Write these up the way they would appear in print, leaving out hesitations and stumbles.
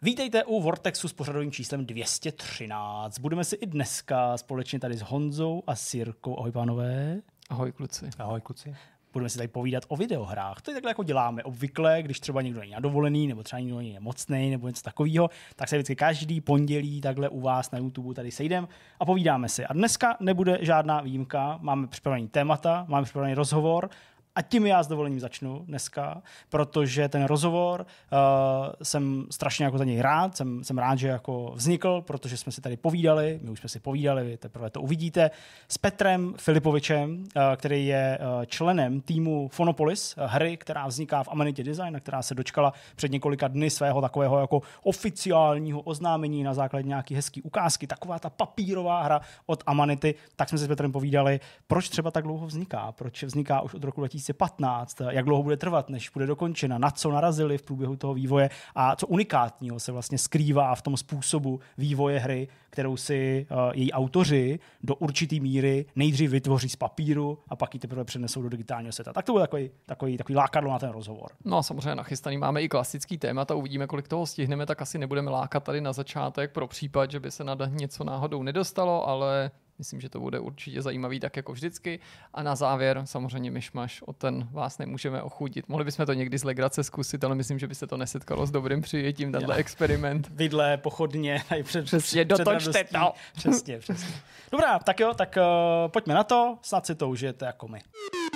Vítejte u Vortexu s pořadovým číslem 213. Budeme si i dneska společně tady s Honzou a s Jirkou. Ahoj pánové. Ahoj kluci. Ahoj kluci. Budeme si tady povídat o videohrách. To je takhle jako děláme obvykle, když třeba někdo není na dovolený, nebo třeba někdo není nemocnej, nebo něco takového, tak se vždycky každý pondělí takhle u vás na YouTube tady sejdeme a povídáme si. A dneska nebude žádná výjimka, máme připravený témata, máme připravený rozhovor. A tím já s dovolením začnu dneska, protože ten rozhovor jsem strašně jako za něj rád, jsem rád, že jako vznikl, protože jsme si tady povídali, my už jsme si povídali, vy teprve to uvidíte, s Petrem Filipovičem, který je členem týmu Phonopolis, hry, která vzniká v Amanitě Design, a která se dočkala před několika dny svého takového jako oficiálního oznámení na základě nějaký hezký ukázky, taková ta papírová hra od Amanity. Tak jsme si s Petrem povídali, proč třeba tak dlouho vzniká, proč vzniká už od roku 2015, jak dlouho bude trvat, než bude dokončena, na co narazili v průběhu toho vývoje a co unikátního se vlastně skrývá v tom způsobu vývoje hry, kterou si její autoři do určitý míry nejdřív vytvoří z papíru a pak ji teprve přenesou do digitálního světa. Tak to bude takový lákadlo na ten rozhovor. No a samozřejmě nachystaný máme i klasický témata, uvidíme, kolik toho stihneme, tak asi nebudeme lákat tady na začátek pro případ, že by se na něco náhodou nedostalo, ale myslím, že to bude určitě zajímavý, tak jako vždycky. A na závěr samozřejmě myšmaš, o ten vás nemůžeme ochudit. Mohli bychom to někdy z legrace zkusit, ale myslím, že by se to nesetkalo s dobrým přijetím, tenhle experiment. Vidle, pochodně, přesně, dotočte to. Přesně. Dobrá, tak jo, tak pojďme na to, snad si to užijete jako my.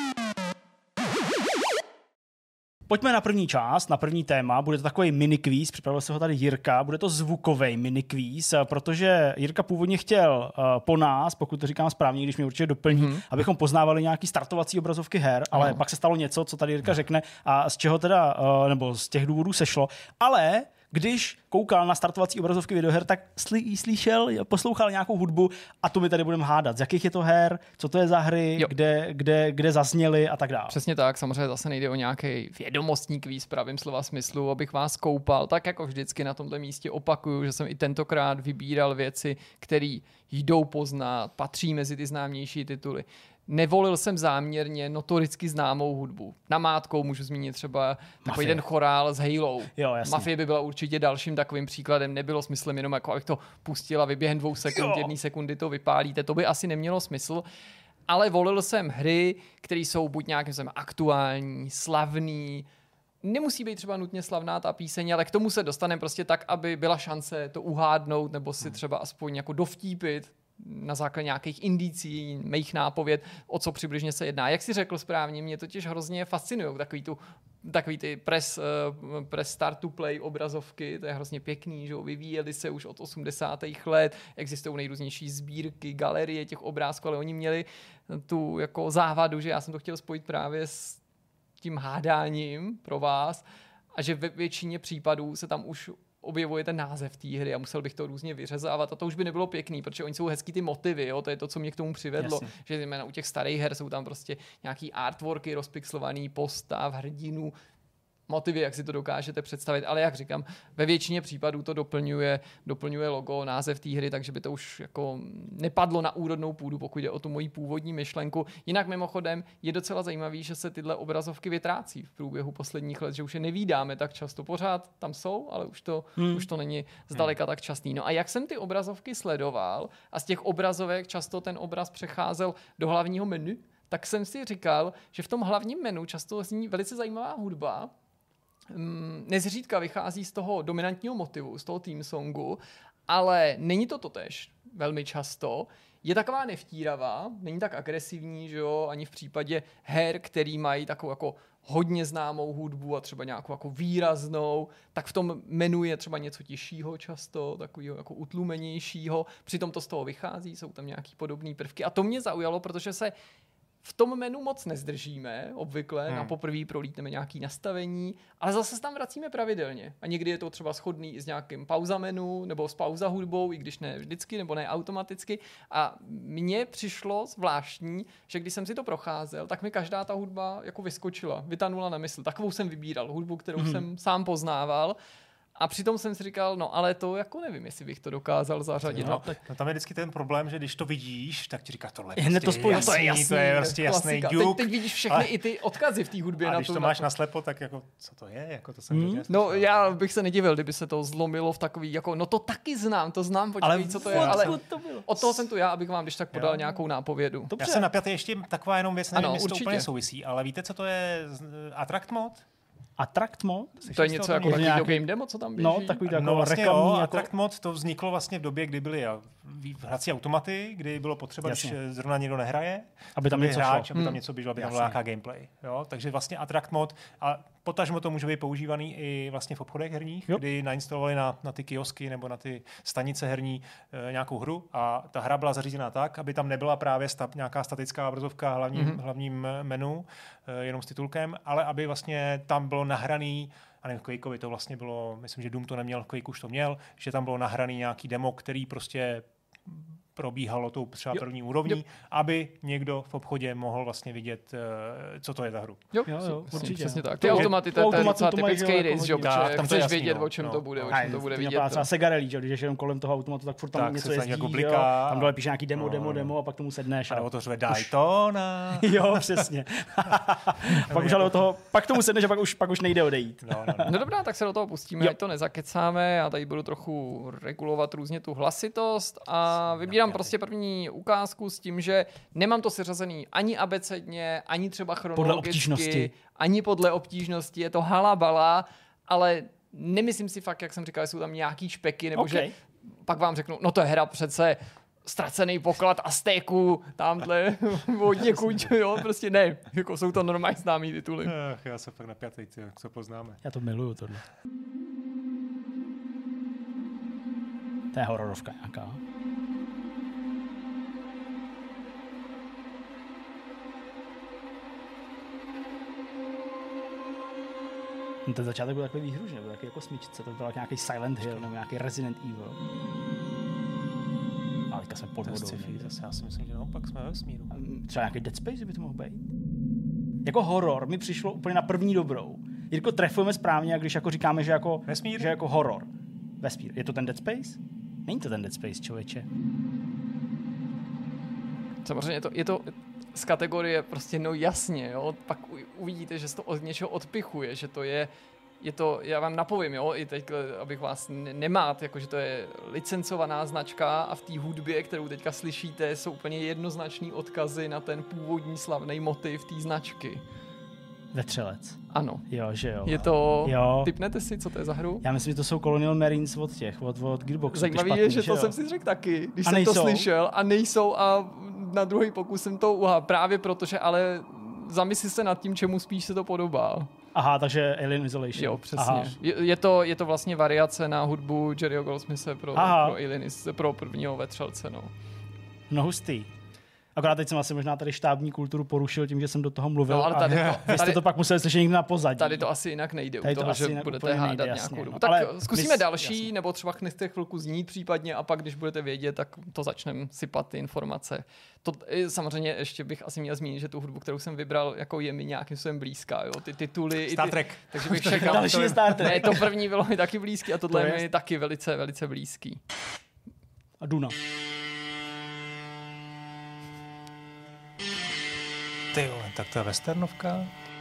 Pojďme na první část, na první téma. Bude to takový minikvíz, připravil se ho tady Jirka, bude to zvukový minikvíz, protože Jirka původně chtěl po nás, pokud to říkám správně, když mě určitě doplní, abychom poznávali nějaký startovací obrazovky her, ale pak se stalo něco, co tady Jirka řekne a z čeho teda, nebo z těch důvodů sešlo, ale když koukal na startovací obrazovky videoher, tak poslouchal nějakou hudbu a to my tady budeme hádat. Z jakých je to her, co to je za hry, kde zazněly a tak dále. Přesně tak, samozřejmě zase nejde o nějaký vědomostní kvíz v pravým slova smyslu, abych vás koupal. Tak jako vždycky na tomto místě opakuju, že jsem i tentokrát vybíral věci, které jdou poznat, patří mezi ty známější tituly. Nevolil jsem záměrně notoricky známou hudbu. Namátkou můžu zmínit třeba takový ten chorál z Halo. Jo, Mafie by byla určitě dalším takovým příkladem. Nebylo smyslem jenom jako abych to pustila, vyběhem 2 sekund, 1 sekundy to vypálíte. To by asi nemělo smysl. Ale volil jsem hry, které jsou buď nějakým způsobem aktuální, slavný. Nemusí být třeba nutně slavná ta píseň, ale k tomu se dostaneme prostě tak, aby byla šance to uhádnout nebo si třeba aspoň jako dovtípit na základě nějakých indicí, mých nápověd, o co přibližně se jedná. Jak jsi řekl správně, mě totiž hrozně fascinují takový ty press start to play obrazovky, to je hrozně pěkný, že vyvíjeli se už od 80. let, existují nejrůznější sbírky, galerie těch obrázků, ale oni měli tu jako závadu, že já jsem to chtěl spojit právě s tím hádáním pro vás a že ve většině případů se tam už objevuje ten název té hry a musel bych to různě vyřezávat a to už by nebylo pěkný, protože oni jsou hezký ty motivy, jo? To je to, co mě k tomu přivedlo, jasně. Že zejména u těch starých her jsou tam prostě nějaký artworky rozpixlovaný, postav, hrdinů, motivy, jak si to dokážete představit, ale jak říkám, ve většině případů to doplňuje logo, název té hry, takže by to už jako nepadlo na úrodnou půdu, pokud jde o tu moji původní myšlenku. Jinak mimochodem je docela zajímavý, že se tyhle obrazovky vytrácí v průběhu posledních let, že už je nevídáme tak často. Pořád tam jsou, ale už to není zdaleka tak častý. No a jak jsem ty obrazovky sledoval a z těch obrazovek často ten obraz přecházel do hlavního menu, tak jsem si říkal, že v tom hlavním menu často zní velice zajímavá hudba, nezřídka vychází z toho dominantního motivu, z toho theme songu, ale není to totéž velmi často. Je taková nevtíravá, není tak agresivní, že jo, ani v případě her, který mají takovou jako hodně známou hudbu a třeba nějakou jako výraznou, tak v tom menu je třeba něco tiššího často, takového jako utlumenějšího, přitom to z toho vychází, jsou tam nějaký podobné prvky a to mě zaujalo, protože se v tom menu moc nezdržíme, obvykle, na poprvé prolítneme nějaké nastavení, ale zase se tam vracíme pravidelně. A někdy je to třeba shodný i s nějakým pauza menu, nebo s pauza hudbou, i když ne vždycky, nebo ne automaticky. A mně přišlo zvláštní, že když jsem si to procházel, tak mi každá ta hudba jako vyskočila, vytanula na mysl. Takovou jsem vybíral, hudbu, kterou jsem sám poznával. A přitom jsem si říkal, no ale to jako nevím, jestli bych to dokázal zařadit. No, tam je vždycky ten problém, že když to vidíš, tak ti říká tohle hned to spojíš, to je jasný, to je prostě jasný Duke. Teď vidíš všechny i ty odkazy v té hudbě. A na když to máš naslepo, tak jako, co to je? Jako to jsem No já bych se nedivil, kdyby se to zlomilo v takový, jako, no to taky znám, počkej, ale co to je. Ale od toho jsem tu já, abych vám když tak podal nějakou nápovědu. Dobře. Já jsem napjatý ještě taková jenom věc, nevím, jestli to určitě. úplně souvisí, ale víte, co to je Attract Mod? Attract Mod? To je něco jako takový game demo, co tam běží? No, takový No vlastně reklamní. jo, Attract Mod to vzniklo vlastně v době, kdy byly hrací automaty, kdy bylo potřeba, když zrovna někdo nehraje, aby tam něco hráč, šlo. aby tam něco běželo, aby tam byl nějaká gameplay. Jo? Takže vlastně Attract Mod a potažmo to může být používaný i vlastně v obchodech herních, kdy nainstalovali na ty kiosky nebo na ty stanice herní nějakou hru a ta hra byla zařízená tak, aby tam nebyla právě nějaká statická obrazovka hlavním menu, jenom s titulkem, ale aby vlastně tam bylo nahraný, a nevím, v Quakeovi to vlastně bylo, myslím, že Doom to neměl, v Quake už to měl, že tam bylo nahraný nějaký demo, který prostě probíhalo tou třeba první úrovní, aby někdo v obchodě mohl vlastně vidět, co to je za hru. Jo, určitě. Přesně tak. Ty automaty, to je docela typický rys, že chceš vědět, o čem to bude, o čem to bude vidět. Třeba Sega Rally, když jdeš jenom kolem toho automatu, tak furt tam něco jezdí, tam dole píše nějaký demo a pak tomu sedneš. A to řve Daytona. Jo, přesně. Pak už ale od toho, pak tomu sedneš a pak už nejde odejít. No dobrá, tak se do toho pustíme, ať to nezakecáme. Já tady budu trochu regulovat různě tu hlasitost a vybírám prostě první ukázku s tím, že nemám to seřazený ani abecedně, ani třeba chronologicky, ani podle obtížnosti. Je to halabala, ale nemyslím si fakt, jak jsem říkal, že jsou tam nějaký špeky, nebo že pak vám řeknu, no to je hra přece ztracený poklad Aztéků, tamhle vodně kuť, jo, prostě ne, jako jsou to normálně známý tituly. Já jsem fakt napjatý, jak to poznáme. Já to miluju tohle. To je hororovka nějaká. Ten začátek byl takový výhružný, byl takový jako smyčce, to byl nějaký Silent Hill nebo nějaký Resident Evil. Ale teďka jsme pod vodou. Zase já si myslím, že naopak jsme ve vesmíru. Třeba nějaký Dead Space by to mohl být. Jako horor mi přišlo úplně na první dobrou. Jirko, trefujeme správně, když jako říkáme, že jako, vesmír? Že jako horor. Vesmír. Je to ten Dead Space? Není to ten Dead Space, člověče. Samozřejmě je to z kategorie prostě no jasně, jo, pak uvidíte, že se to od něčeho odpichuje, že to je to, já vám napovím, jo, i teď, abych vás nemát, jakože to je licencovaná značka a v té hudbě, kterou teďka slyšíte, jsou úplně jednoznačný odkazy na ten původní slavný motiv té značky. Vetřelec. Ano. Jo, že jo. Je to, tipnete si, co to je za hru? Já myslím, že to jsou Colonial Marines od Gearboxu. Zajímavý je, že to jsem si řekl taky, když jsem to slyšel a nejsou a na druhý pokus jsem to právě protože, ale zamysli se nad tím, čemu spíš se to podobá. Aha, takže Alien Isolation. Jo, přesně. Je to vlastně variace na hudbu Jerryho Goldsmithe pro Alien, pro prvního vetřelce, no. No hustý. Akorát teď jsem asi možná tady štábní kulturu porušil tím, že jsem do toho mluvil. No, ale tady vy jste to pak museli slyšet někde na pozadí. Tady to asi jinak nejde, u toho, že budete hádat nějakou dobu. No, tak zkusíme další, nebo třeba nechcete chvilku znít případně a pak, když budete vědět, tak to začneme sypat ty informace. To, samozřejmě ještě bych asi měl zmínit, že tu hudbu, kterou jsem vybral, jako je mi nějakým způsobem blízká. Jo? Ty tituly. Star Trek. Takže bych čekal. Další Star Trek. Ne, to první bylo mi taky blízký a tohle je mi taky velice, velice blízký. A Duna. Ty vole, tak to je westernovka?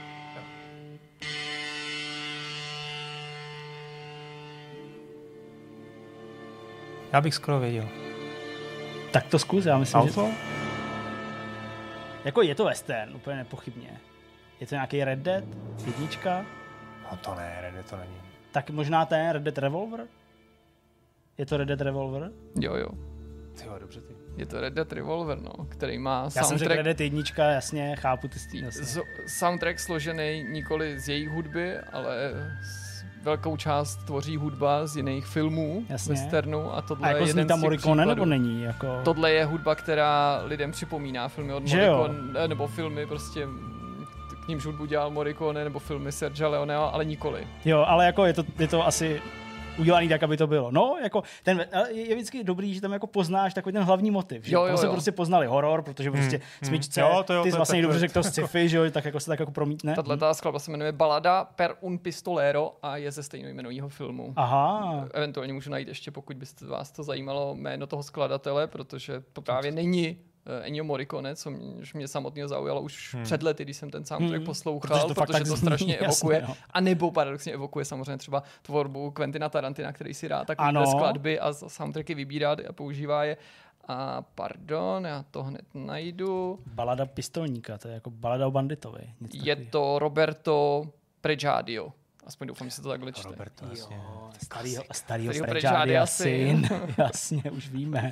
Já bych skoro věděl. Tak to zkus, já myslím, Outlaw? že... Jako je to western, úplně nepochybně. Je to nějaký Red Dead? Jednička? No to ne, Red Dead to není. Tak možná ten Red Dead Revolver? Je to Red Dead Revolver? Jo. Tyjo, dobře ty. Je to Red Dead Revolver, no, který má Já soundtrack... jsem řekl Red Dead jednička, jasně, chápu ty stý. Soundtrack složený nikoli z jejich hudby, ale velkou část tvoří hudba z jiných filmů, westernu a tohle jako je jeden z těch Morricone, případů. Nebo není? Jako... Tohle je hudba, která lidem připomíná filmy od Morricone, nebo filmy prostě k nímž hudbu dělal Morricone, nebo filmy Sergio Leoneho, ale nikoli. Jo, ale jako je to asi udělaný tak, aby to bylo. No, jako je vždycky dobrý, že tam jako poznáš takový ten hlavní motiv. Že? Jo. Se prostě poznali horor, protože prostě smyčce, ty jsi vlastně dobře řekl to sci-fi, že jo, tak jako se tak jako promítne. Tato skladba se jmenuje Balada per un pistolero a je ze stejnojmenného filmu. Aha. Eventuálně můžu najít ještě, pokud byste vás to zajímalo, jméno toho skladatele, protože to právě není Ennio Morricone, co mě samotného zaujalo už před lety, když jsem ten soundtrack poslouchal, protože to strašně evokuje. Jasně, a nebo paradoxně evokuje samozřejmě třeba tvorbu Quentina Tarantina, který si dá takové skladby a soundtracky vybírá a používá je. A pardon, já to hned najdu. Balada pistolníka, to je jako balada o banditovi. Je to Roberto Pregiadio. Aspoň doufám, že se to takhle čte. Roberto, jasně. Starýho Pregiadia syn. Jasně, už víme.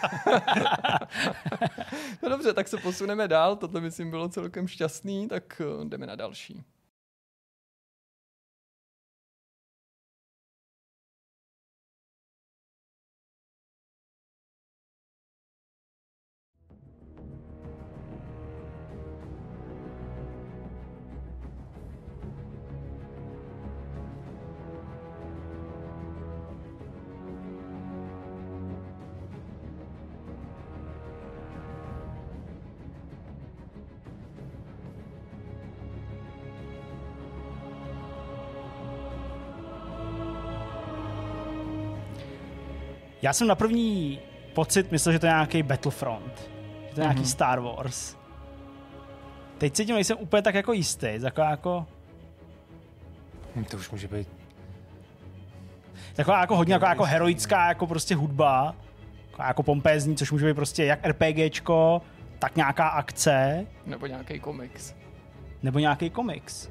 No dobře, tak se posuneme dál. Tohle myslím bylo celkem šťastný, tak jdeme na další. Já jsem na první pocit myslel, že to je nějaký Battlefront, že to je nějaký Star Wars. Teď si tím nejsem úplně tak jako jistý, jako... To už může být... Taková jako hodně jako heroická jako prostě hudba, jako pompézní, což může být prostě jak RPGčko, tak nějaká akce. Nebo nějaký komiks.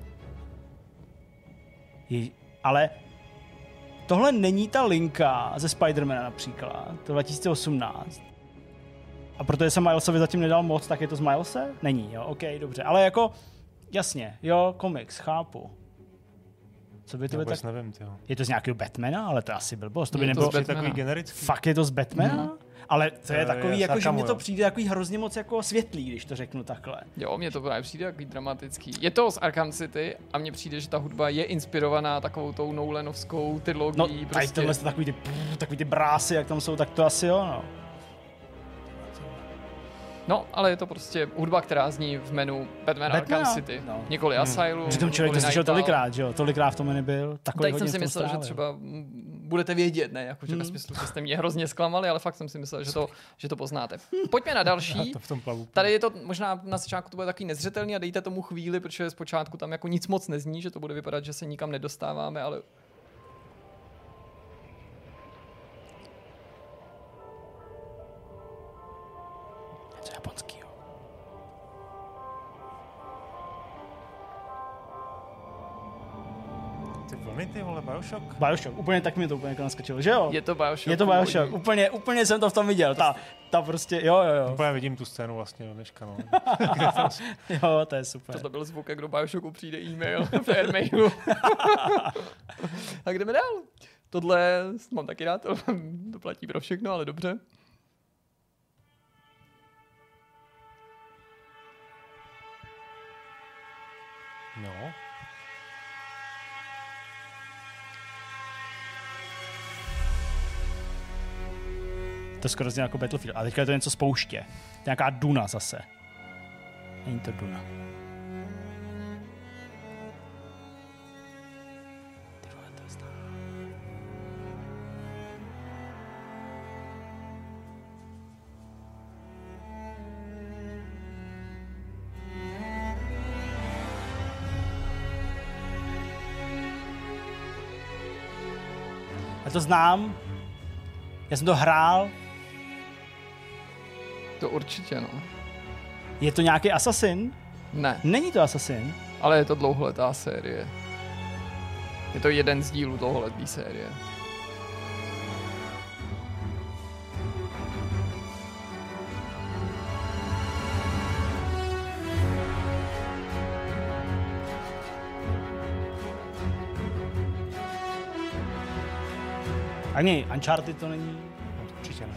Ale tohle není ta linka ze Spider-Mana například, to 2018. A protože jsem Milesovi zatím nedal moc, tak je to z Milese? Není, jo, ok, dobře. Ale jako, jasně, jo, komiks, chápu. Co by to tak... nevím, tyjo. Je to z nějakého Batmana, ale to asi blbost. To by nebylo takový generický. Fakt je to z Batmana? Ale to je takový, jako, že mně to přijde takový hrozně moc jako světlý, když to řeknu takhle. Jo, mně to právě přijde takový dramatický. Je to z Arkham City a mně přijde, že ta hudba je inspirovaná takovou tou Nolanovskou trilogií. No, tady prostě... tohle takový ty brásy, jak tam jsou, tak to asi jo, no. No, ale je to prostě hudba, která zní v menu Batman Arkham City. No. Nikoli Asylum. Přitom člověk to slyšel tolikrát, že jo? Tolikrát v tom nebyl. Teď jsem si myslel, že třeba budete vědět, ne? Jako, že ve smyslu, že jste mě hrozně zklamali, ale fakt jsem si myslel, že to poznáte. Pojďme na další. Tady je to možná na začátku to bude takový nezřetelný a dejte tomu chvíli, protože zpočátku tam jako nic moc nezní, že to bude vypadat, že se nikam nedostáváme, ale japonskýho. Ty vlny, ty vole, Bioshock? Bioshock, úplně tak mi to úplně naskočilo, že jo? Je to Bioshock. Je to Bioshock, úplně jsem to v tom viděl, ta prostě, jo. Úplně vidím tu scénu vlastně do dneška, no. Jo, to je super. To byl zvuk, jak do Bioshocku přijde e-mail v airmailu. Tak jdeme dál. Tohle mám taky rád, to platí pro všechno, ale dobře. No. To skoro zní jako Battlefield, ale teďka je to něco z pouště. To je nějaká duna zase. Není to duna. Ty vole, to je znám. Já to znám. Já jsem to hrál. To určitě, no. Je to nějaký Assassin? Ne. Není to Assassin? Ale je to dlouholetá série. Je to jeden z dílů dlouholetý série. Ani Uncharted to není? Určitě ne.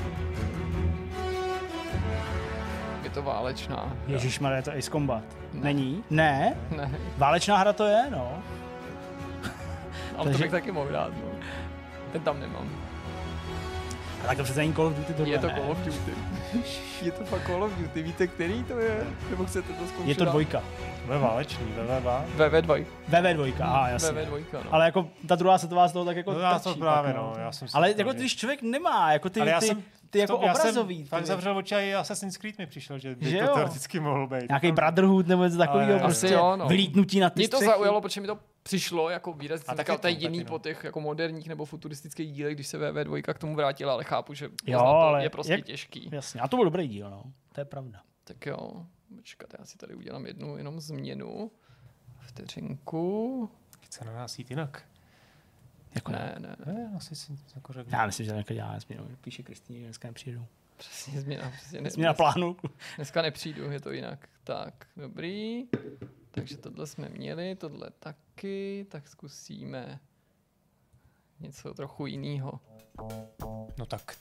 Je to válečná. Ježišmarja, je to Ace Combat. Ne. Není? Ne? Ne. Válečná hra to je, no. Ale to bych taky mohl dát, no. Ten tam nemám. A tak to přece není Call of Duty tohle, Je to ne? Call of Duty. Je to fakt Call of Duty. Víte, který to je? Nebo chcete to zkoušet? Je to 2. Ve válečný, VV2. VV2. VV2, aha, jasně. VV2, no. Ale jako ta druhá světová z toho tak jako No já to trčí právě, pak, no. Já jsem si Ale říkal, jako že- když člověk nemá, jako ty jako já jsem obrazový. fakt zavřel oči a i Assassin's Creed mi přišel, že by Že to jo? teoreticky mohlo být. Nějaký Brotherhood nebo něco takového, Ale prostě asi jo, no. vylítnutí na ty Mě to střechy. zaujalo, protože mi to přišlo jako výraz, A jsem taky říkal, to je to, jiný taky no. po těch jako moderních nebo futuristických dílech, když se VV2 k tomu vrátila, ale chápu, že Jo, to ale je prostě jak- těžký. Jasně, a to byl dobrý díl, no. To je pravda. Tak jo, počkat, já si tady udělám jednu jenom změnu. Vteřinku. Chce na nás jít jinak. Jako Ne, Asi si jako řekl. Já myslím, že dneska děláme změnu. Píše Kristýně, že dneska nepřijdu. přesně změna. Přesně Změna plánu. Dneska nepřijdu, je to jinak. Tak, dobrý. Takže tohle jsme měli, tohle taky, tak zkusíme něco trochu jiného. No tak,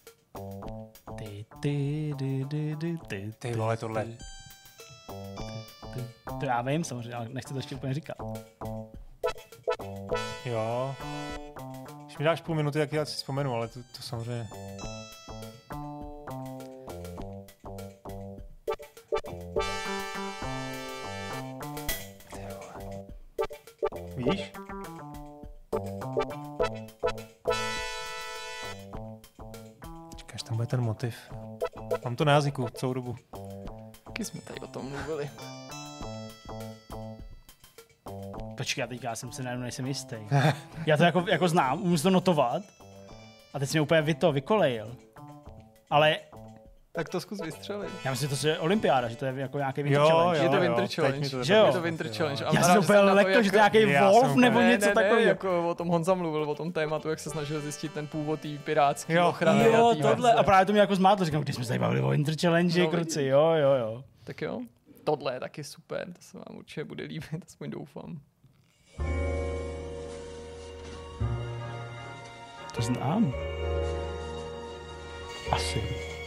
Ty vole, tohle. To já vím samozřejmě, ale nechci to ještě úplně říkat. jo. Když mi dáš půl minuty, tak já si vzpomenu, ale to samozřejmě... Víš? Čekáš, tam bude ten motiv. Mám to na jazyku celou dobu. Taky jsme tady o tom mluvili. Počkej, já jsem si najednou nejsem jistý. Já to jako znám, umím si to notovat. A teď jsi mě úplně vykolejil. Ale Tak to zkus vystřelit. já myslím, že to je olympiáda, že to je jako nějaký winter Jo, challenge. jo. Je to Winter teď Challenge. mi to Že jo? Je to Winter Challenge. A Já jsem rád, to úplně na to lekl, že to je jak- nějaký Já Wolf jsem nebo úplně- něco ne, takového. jako o tom Honza mluvil, o tom tématu, jak se snažil zjistit ten původ té pirátské Jo. ochrany. Jo, a té tohle. verze. A právě to mě jako zmátlo. Říkám, když jsme se tady bavili o Winter Challenge, No, kruci, vidíš. jo. Tak jo, tohle je taky super, to se vám určitě bude líbit, aspoň doufám. To znám. Asi.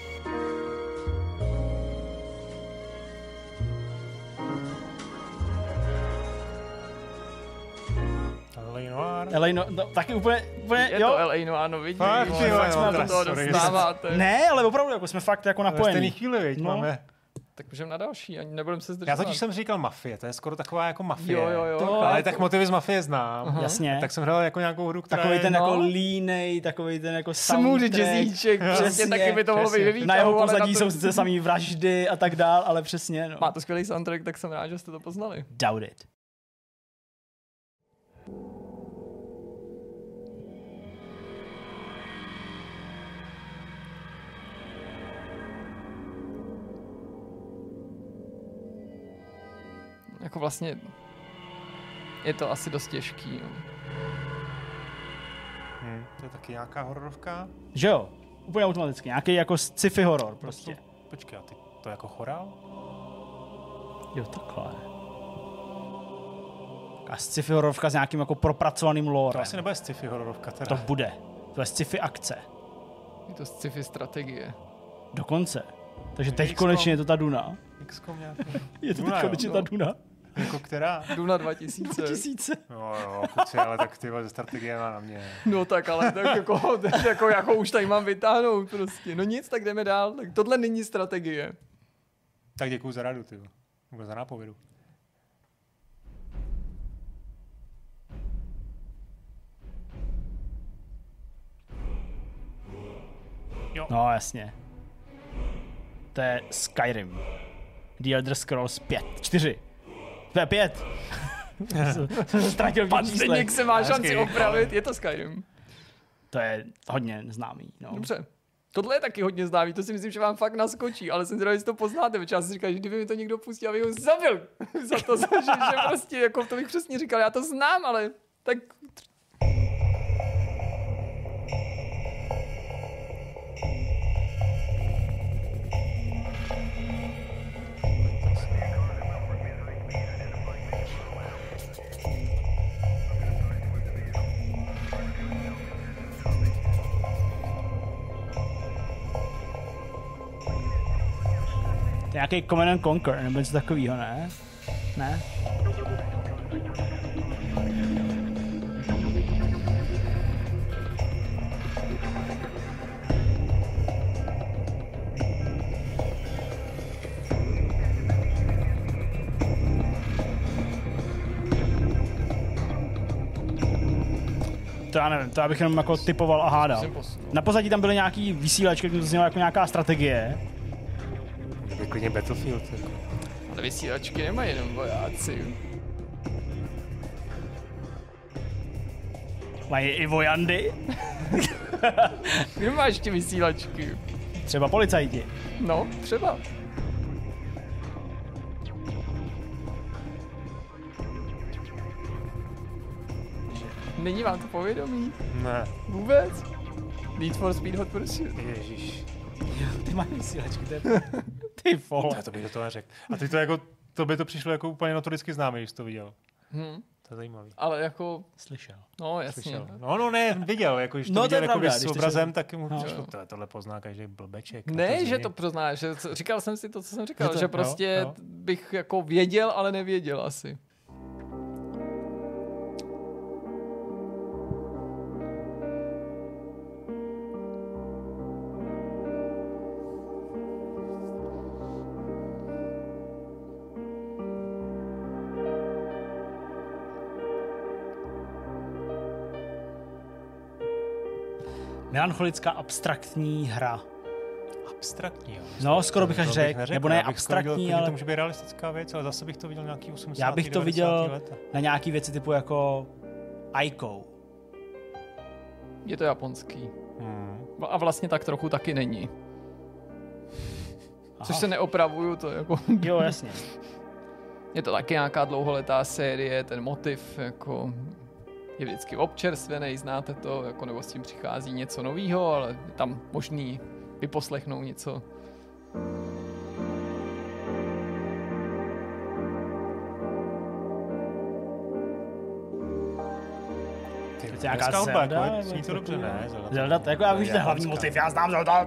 LA Noir. Ale no, taky úplně Je jo. to LA, no ano, vidíš, Fakt, no, ty vole, fakt jsme no, do tak toho sorry. dostáváte. Ne, ale opravdu, jako jsme fakt jako Ve stejné napojení. chvíli, viď, No. máme. Tak můžeme na další, ani nebudeme se Já zdržovat. totiž jsem říkal mafie, to je skoro taková jako mafie. Jo, To- Ale chápu. tak motivy z mafie znám. Jasně. Tak jsem hrál jako nějakou hru, která Takový je... ten no. jako línej, takový ten jako Smooth soundtrack. jazzíček, přesně Přesně, taky by to mohlo být přesně. ve výtahu, Na jeho ale pozadí to- jsou sice samý vraždy a tak dál, ale přesně, no. Má to skvělý soundtrack, tak jsem rád, že jste to poznali. Doubt it. Jako vlastně je to asi dost těžký. No. To je taky nějaká hororovka. Že jo? Úplně automaticky. Nějaký jako sci-fi horor prostě. Počkej, a ty to jako chorál? Jo, takhle. A sci-fi hororovka s nějakým jako propracovaným To lorem. asi nebude sci-fi hororovka To teda. bude. To je sci-fi akce. Je to sci-fi strategie. Dokonce. Takže teď XCOM. konečně je to ta Duna. XCOM nějaký. Je to Duna, teď jo. konečně ta Duna. Jako která? Duna 2000. 2000. Jo, kluci, ale tak ty vole, ze strategie má na mě. No tak ale tak jako už tady mám vytáhnout prostě. No nic, tak jdeme dál. Tak tohle není strategie. Tak děkuju za radu, ty vole. Nebo za nápovědu. No jasně. To je Skyrim. The Elder Scrolls 5. 4. To je 5. Jsem se ztratil v Pan číslech. Zdeněk se má Hezký, šanci opravit, je to Skyrim. To je hodně známý. No. Dobře. Tohle je taky hodně známý, to si myslím, že vám fakt naskočí, ale jsem zvědavý, jestli to poznáte, protože já si říkal, že kdyby mi to někdo pustil, aby ho zabil za to, že prostě, jako to bych přesně říkal, já to znám, ale tak... To je nějaký Command and Conquer, nebo něco takového, ne? Ne? To já nevím, to já bych jenom jako typoval a hádal. Na pozadí tam byly nějaký vysílačky, to znělo jako nějaká strategie. To by klidně Battlefield. Jako. Ale vysílačky nemají jenom vojáci. Mají i vojandy. Kdo má ještě vysílačky? Třeba policajti. No, třeba. Není vám to povědomí? Ne. Vůbec? Need for Speed Hot Pursuit. Ježíš. Ty máš vysílačky, to je... Ty vole. To bych do toho neřekl. A ty to jako, to by to přišlo jako úplně notoricky známý, když jsi to viděl. To je zajímavý. Ale jako... Slyšel. No, jasně. Slyšel. No, ne, viděl, jako když to No, to viděl je jako pravda, s když obrazem, tak mu No. přišlo, tohle pozná každý blbeček. Ne, že to poznáš, že říkal jsem si to, co jsem říkal, Že to- že prostě jo. bych jako věděl, ale nevěděl asi. Melancholická abstraktní hra. Abstraktní, jo. No, skoro bych až To řekl, nebo ne Já bych skoro abstraktní, viděl, ale to může být realistická věc, ale zase bych to viděl nějaký 80. já bych to 90. viděl Leta. na nějaký věci typu jako Ico. Je to japonský. A vlastně tak trochu taky není. Což se neopravuju, to jako... Jo, jasně. Je to taky nějaká dlouholetá série, ten motiv jako je vždycky občerstvený, znáte to, jako, nebo s tím přichází něco nového, ale je tam možný vyposlechnout něco. Ty, To je nějaká hezká hudba, Zelda, jako, nebo zní to dobře, takový, ne? Zelda, to jako já vím, že to je hlavní motiv, já znám Zelda.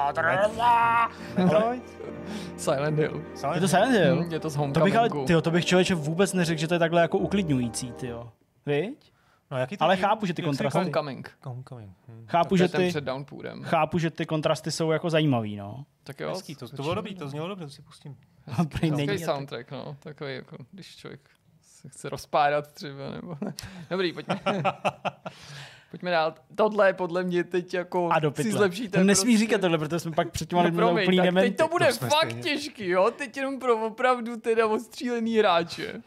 Silent Hill. Je to Silent Hill? Je to z To bych ale, Homecomingu. tyjo, to bych člověče vůbec neřekl, že to je takhle jako uklidňující, tyjo. Viď? No, jaký to Ale díl? chápu, že ty Jak se kontrasty- říká? Homecoming. Homecoming. Chápu, To že je ten ty, před Downpourem. chápu, že ty kontrasty jsou jako zajímavý, no. Tak jo. Hezký, to bylo dobrý, to znělo dobře, to si pustím. Prý není. Takový soundtrack, no. Takový, jako, když člověk se chce rozpádat třeba, nebo... Dobrý, pojďme. Pojďme dál. Tohle je podle mě teď jako A do si pytle. zlepšíte. To nesmí říkat tohle, protože jsme pak před těma lidmi Promiň, úplný tak dementy. teď to bude To jsme fakt stejně. těžký, jo? Teď jenom pro opravdu teda odstřílený hráče.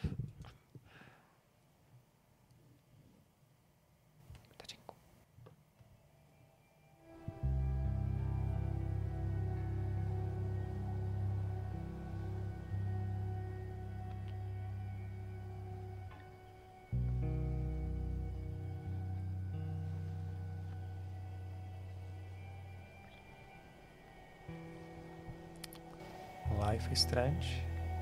Life is Strange.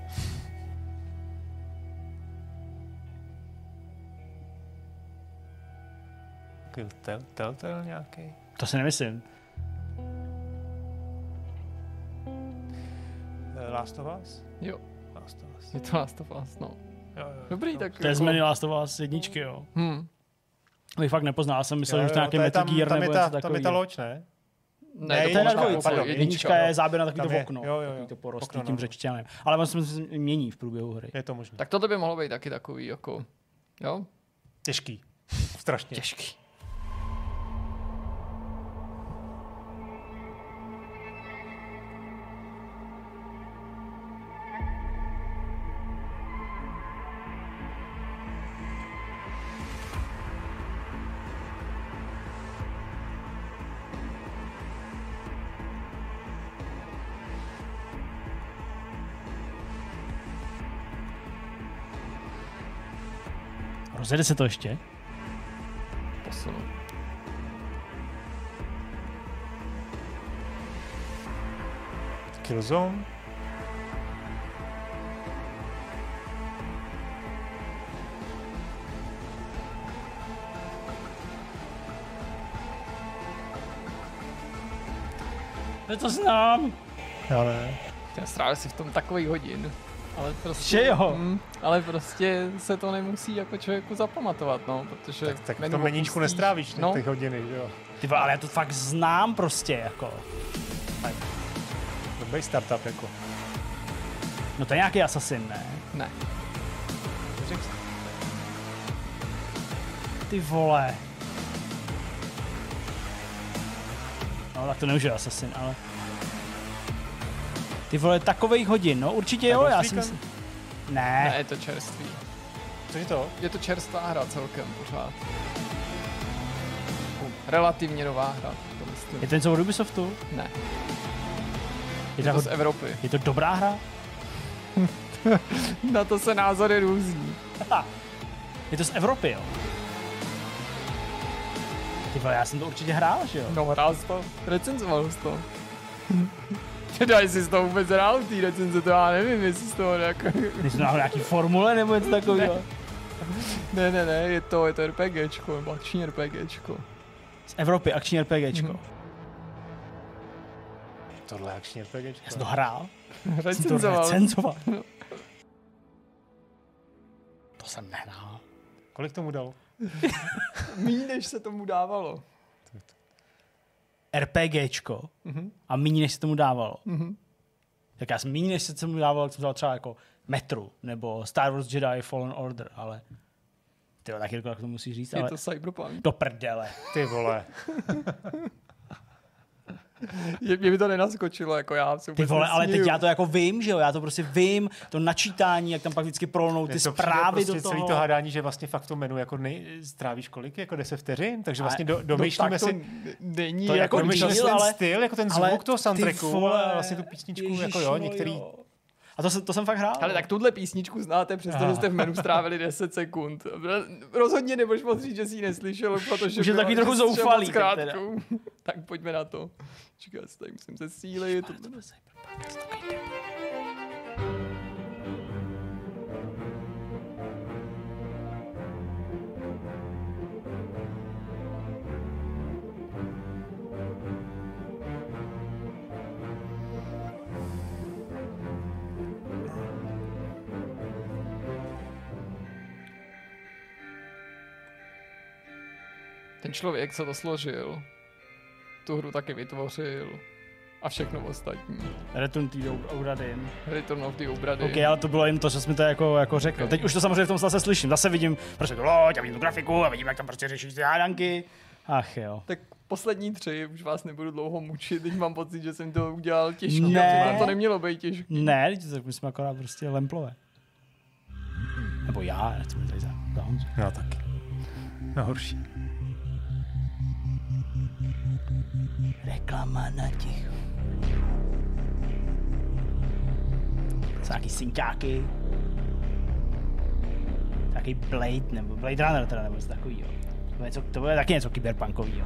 Telltale nějaký? To si nemyslím. Last of Us? Jo, Last of Us. je to Last of Us, no. Jo. Dobrý, tak To je změny Last of Us jedničky, jo. Bych fakt nepoznal, já jsem myslel, že to je nějaký Metal Gear tam nebo je něco tam je ta takového. loď, ne? Ne, To je na jednička, dvojici. pardon, Jednička je jo. záběr na takový Tam to je, okno. jo. Takový to porostlý Okno, tím no. řečišťanem. Ale on se mění v průběhu hry. Je to možné. Tak tohle by mohlo být taky takový, jako... Jo? Těžký. Strašně. Těžký. Rozjede se to ještě? Posunu. Killzone? Já to znám. Já ne. Já strávil si v tom takový hodin. Ale prostě, Že jo? Ale prostě se to nemusí jako člověku zapamatovat, no, protože... Tak v menu tom meníčku opustí. nestrávíš No, ty hodiny, že jo? Ty vole, ale já to fakt znám prostě, jako. Dobrý startup, jako. No to je nějaký Assassin, ne? ne. Ty vole. No tak to nemůže Assassin, ale... Ty vole, takovejch hodin, no určitě jo, já si myslím... Ne, je to čerstvý. Co je to? Je to čerstvá hra celkem pořád. Relativně nová hra, to myslím. Je to něco od Ubisoftu? Ne. Je to z Evropy. Je to dobrá hra? Na to se názory různí. Je to z Evropy, jo? Ty vole, já jsem to určitě hrál, že jo? No, hrál jsi to, recenzoval jsi to. Teda, jestli jsi to vůbec hrál v té recenze, to já nevím, jestli jsi to jako... Ty jsi hrál nějaký formule nebo něco takového? Ne, je to RPGčko, nebo akční RPGčko. Z Evropy, akční RPGčko. Tohle je akční RPGčko. Já jsem to hrál. Recenzoval. To jsem nehrál. Kolik tomu dal? Míň, než se tomu dávalo. RPGčko a méně, než se tomu dávalo. Tak já jsem méně, než se tomu dávalo, jsem dal třeba jako Metru nebo Star Wars Jedi Fallen Order, ale tyjo, tak Jirko, jak to musíš říct, ale... Je to Cyberpunk. Do prdele. Ty vole. Mě by to nenaskočilo, jako já. Ty vole, ale teď já to jako vím, že jo, já to prostě vím, to načítání, jak tam pak vždycky prolnou ty zprávy prostě do toho. Celý to hádání, že vlastně fakt v tom menu jako strávíš kolik, jako 10 vteřin, takže vlastně domýšlíme si... Není to jako domýšlíme si ten ale, styl, jako ten zvuk toho soundtracku a vlastně tu písničku, ježiš, jako jo, některý... Jo. A to jsem fakt hrál. Ale tak tuhle písničku znáte, přestože jste v menu strávili 10 sekund. Rozhodně nebudeš moc říct, že jsi ji neslyšel, protože už je takový trochu zoufalý. Tak pojďme na to. Čekaj, já si tady musím zesílit. Ten člověk, co to složil, tu hru taky vytvořil a všechno ostatní. Return to the Obra Dinn. Return of the Obra Dinn. Ok, ale to bylo jen to, že jsi mi to jako řekl. Okay. Teď už to samozřejmě v tom zase slyším. Zase vidím prostě tu loď a vidím tu grafiku a vidím, jak tam prostě řešíš ty hádanky. Ach jo. Tak poslední 3, už vás nebudu dlouho mučit, teď mám pocit, že jsem to udělal těžké. Ne. To nemělo být těžké. Ne, tak my jsme akorát prostě lemplové. Nebo já jsem tady za Honzu. Já taky. Na horší. Reklama na ticho. Jsou nějaký synťáky. Takový Blade, nebo Blade Runner teda, nebo něco takovýho. To bude taky něco kyberpunkovýho.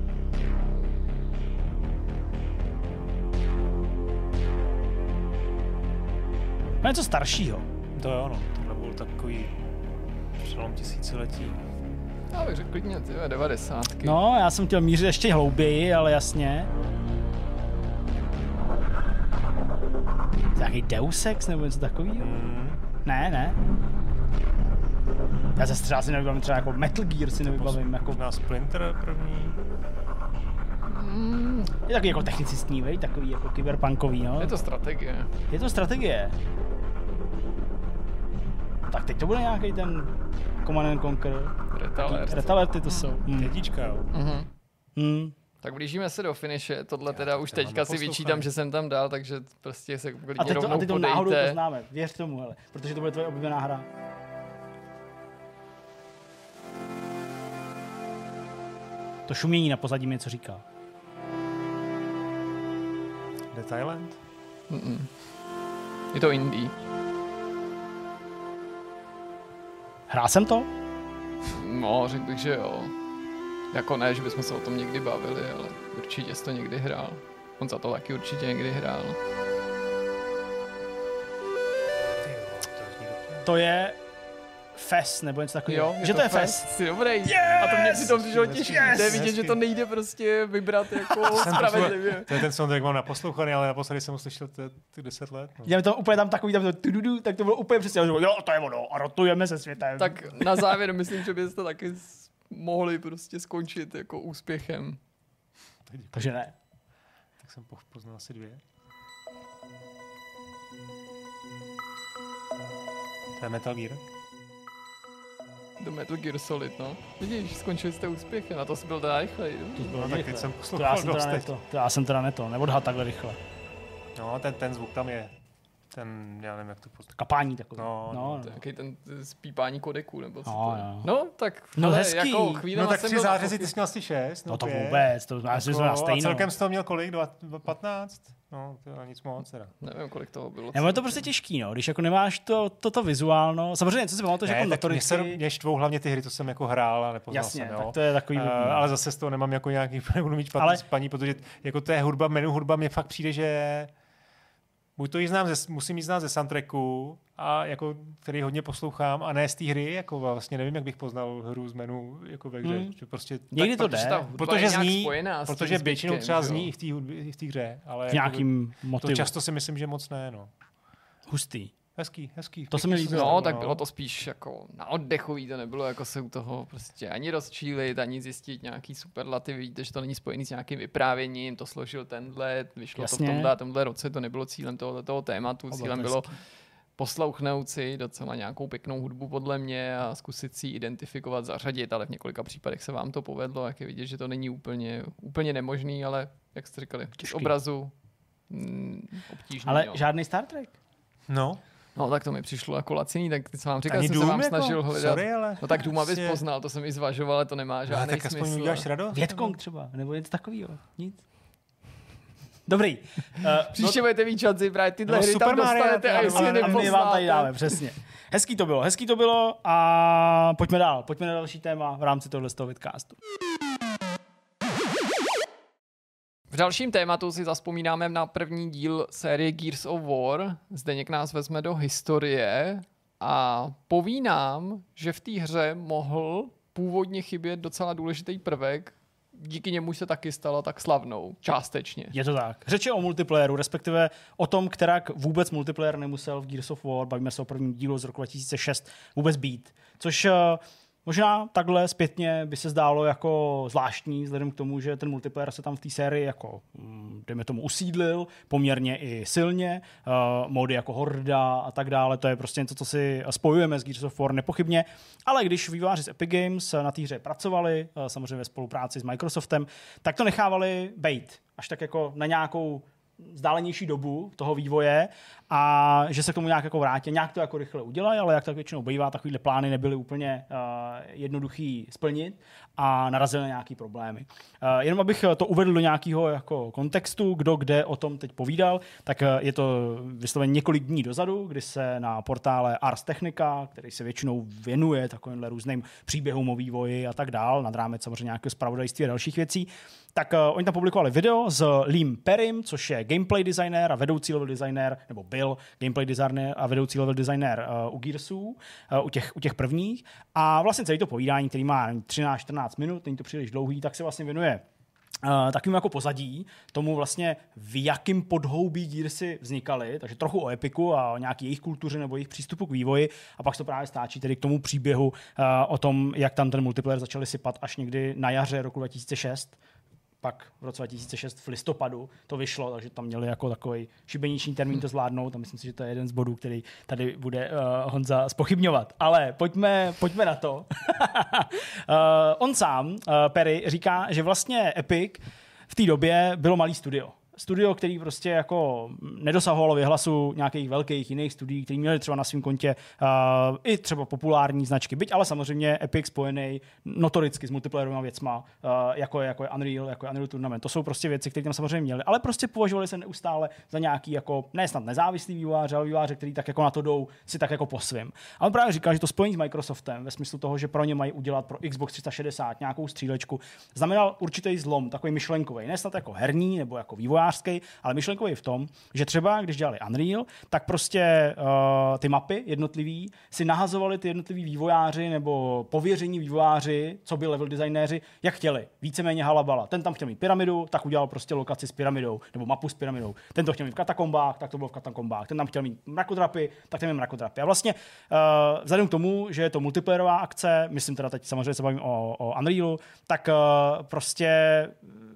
No něco staršího. To jo, no. Tohle byl takový přelom tisíciletí. Já bych řekl klidně 90. No, já jsem chtěl mířit ještě hlouběji, ale jasně. Nějaký Deus Ex nebo něco takového? Ne. Já se třeba si nevybavím, třeba jako Metal Gear si nevybavím. Jako... Možná Splinter první. Je takový jako technicistní, vej? Takový jako kyberpunkový, no. Je to strategie. Je to strategie. Tak teď to bude nějaký ten Command & Conquer. Retaliarty to jsou. Jednička, jo. Tak blížíme se do finiše, tohle teda už teďka si vyčítám, že jsem tam dal, takže prostě se klidně rovnou podejte. A ty to náhodou poznáme, věř tomu, hele, protože to bude tvoje oblíbená hra. To šumění na pozadí mi něco říká. The Thailand? Je to indie. Hrál jsem to? No, řekl bych, že jo. Jako ne, že bychom se o tom někdy bavili, ale určitě jsi to někdy hrál. On za to taky určitě někdy hrál. To je FES, nebo něco takového. Že to je FES. Jsi dobrý. Yes! A to mě přitom přišlo těžké. To je vidět, že to nejde prostě vybrat jako spravedlivě. To je ten soundtrack, jak mám naposlouchaný, ale naposledy jsem ho slyšel ty 10 let. No. Já to úplně tam takový, tak to bylo úplně přesně. Jo, to je ono, a rotujeme se světem. Tak na závěr myslím, že byste taky mohli prostě skončit jako úspěchem. Takže ne. Tak jsem poznal asi 2. To je Metal Gear. do Metal Gear Solid, no. Vidíš, skončili jste úspěchem, na to jsi byl teda rychlej. Tak teď jsem poslouchal dost teď. Já jsem teda neodhad takhle rychle. No, ten zvuk tam je. Ten, já nevím, jak to poznat. Kapání takový. No. Jaký ten spípání kodeku, nebo co no, to je. no. No, tak no, hezký. Jako chvílema no tak jsem 3 byl zářezy ty jsi měl asi 6. No to vůbec, to já jsem na stejno. A celkem jsi to měl kolik? 15? No, to je nic moc teda. Nevím, kolik toho bylo. Nebo je to prostě těžký, no, když jako nemáš toto vizuálno. Samozřejmě, co si pamatuju, že jako notoricky... Mě štvou hlavně ty hry, to jsem jako hrál a nepoznal jasně, jsem, tak to je takový ale zase z toho nemám jako nějaký, nebudu mít špatný spaní, protože jako to je hudba, menu hudba mě fakt přijde, že buď to musím jít znát ze soundtracku, a jako, který hodně poslouchám, a ne z té hry, jako vlastně nevím, jak bych poznal hru z menu jako ve hře. Že prostě, někdy to jde, protože zní, protože většinou třeba zní i v té hře, ale v nějakým motivu. To často si myslím, že moc ne, no. Hustý. Hezký. To se mi líbilo. No, tak bylo to spíš jako na oddechový, to nebylo jako se u toho prostě ani rozčílit, ani zjistit nějaký superlativ. Víte, že to není spojený s nějakým vyprávěním, to složil tenhle, vyšlo to v tomhle roce, to nebylo cílem tohoto tématu, cílem bylo poslouchnout si docela nějakou pěknou hudbu podle mě a zkusit si ji identifikovat, zařadit, ale v několika případech se vám to povedlo, jak je vidět, že to není úplně nemožný, ale jak jste říkali, z obrazu obtížný. Ale jo. žádný Star Trek? No, tak to mi přišlo jako laciný, tak jsem vám říkal, ani jsem Doom, se vám jako? snažil hledat. Sorry, ale no tak Doom abys poznal, to jsem i zvažoval, ale to nemá žádný tak smysl. Tak aspoň uděláš radost? Vietcong třeba, nebo něco takového, nic. Dobrý. Příště budete mít šanci, právě tyhle hry tam dostanete a jestli je nepoznáte. My vám tady dáme, přesně. Hezký to bylo a pojďme dál. Pojďme na další téma v rámci tohle z toho vidcastu. V dalším tématu si zazpomínáme na první díl série Gears of War. Zdeněk nás vezme do historie a poví nám, že v té hře mohl původně chybět docela důležitý prvek, díky němu se taky stala tak slavnou, částečně. Je to tak. Řeč je o multiplayeru, respektive o tom, kterak vůbec multiplayer nemusel v Gears of War, bavíme se o prvním dílu z roku 2006, vůbec být. Což možná takhle zpětně by se zdálo jako zvláštní, vzhledem k tomu, že ten multiplayer se tam v té sérii jako, dejme tomu, usídlil poměrně i silně, mody jako Horda a tak dále, to je prostě něco, co si spojujeme s Gears of War nepochybně, ale když vývojáři z Epic Games na té hře pracovali, samozřejmě ve spolupráci s Microsoftem, tak to nechávali bejt, až tak jako na nějakou vzdálenější dobu toho vývoje a že se k tomu nějak jako vrátí. Nějak to jako rychle udělají, ale jak tak většinou bývá, takovýhle plány nebyly úplně jednoduchý splnit a narazily na nějaký problémy. Jenom abych to uvedl do nějakého jako kontextu, kdo kde o tom teď povídal, tak je to vysloveně několik dní dozadu, kdy se na portále Ars Technica, který se většinou věnuje takovýmhle různým příběhům o vývoji a tak dál, nad rámec samozřejmě nějakého zpravodajství a dalších věcí, tak oni tam publikovali video s Leem Perrym, což je gameplay designer a vedoucí level designer, nebo byl gameplay designer a vedoucí level designer u Gearsů, u těch prvních. A vlastně celý to povídání, který má 13-14 minut, není to příliš dlouhý, tak se vlastně věnuje takovým jako pozadí tomu vlastně, v jakým podhoubí Gearsy vznikaly, takže trochu o Epiku a o nějaký jejich kultuře nebo jejich přístupu k vývoji a pak to právě stáčí tedy k tomu příběhu o tom, jak tam ten multiplayer začali sypat až někdy na jaře roku 2006. Pak v roce 2006 v listopadu to vyšlo, takže tam měli jako takový šibeniční termín to zvládnout a myslím si, že to je jeden z bodů, který tady bude Honza zpochybňovat. Ale pojďme na to. On sám, Perry, říká, že vlastně Epic v té době bylo malý studio. Studio, který prostě jako nedosahovalo věhlasu nějakých velkých jiných studií, který měli třeba na svém kontě i třeba populární značky. Byť ale samozřejmě Epic spojený notoricky s multiplayerovými věcma, jako je Unreal, jako je Unreal Tournament. To jsou prostě věci, které tam samozřejmě měli, ale prostě považovali se neustále za nějaký jako ne snad nezávislý vývojář, ale vývojáře, který tak jako na to jdou si tak jako po svým. A on právě říkal, že to spojení s Microsoftem ve smyslu toho, že pro ně mají udělat pro Xbox 360 nějakou střílečku, znamenal určitý zlom, takový myšlenkový, ne snad jako herní nebo jako vývojářský, ale myšlenkový je v tom, že třeba když dělali Unreal, tak prostě ty mapy jednotlivý si nahazovali ty jednotliví vývojáři nebo pověření vývojáři, co by level designéři, jak chtěli. Víceméně halabala. Ten tam chtěl mít pyramidu, tak udělal prostě lokaci s pyramidou nebo mapu s pyramidou. Ten to chtěl mít v katakombách, tak to bylo v katakombách. Ten tam chtěl mít mrakodrapy, tak ten měl mrakodrapy. A vlastně vzhledem k tomu, že je to multiplayerová akce, myslím teda teď samozřejmě se bavím o Unrealu, tak prostě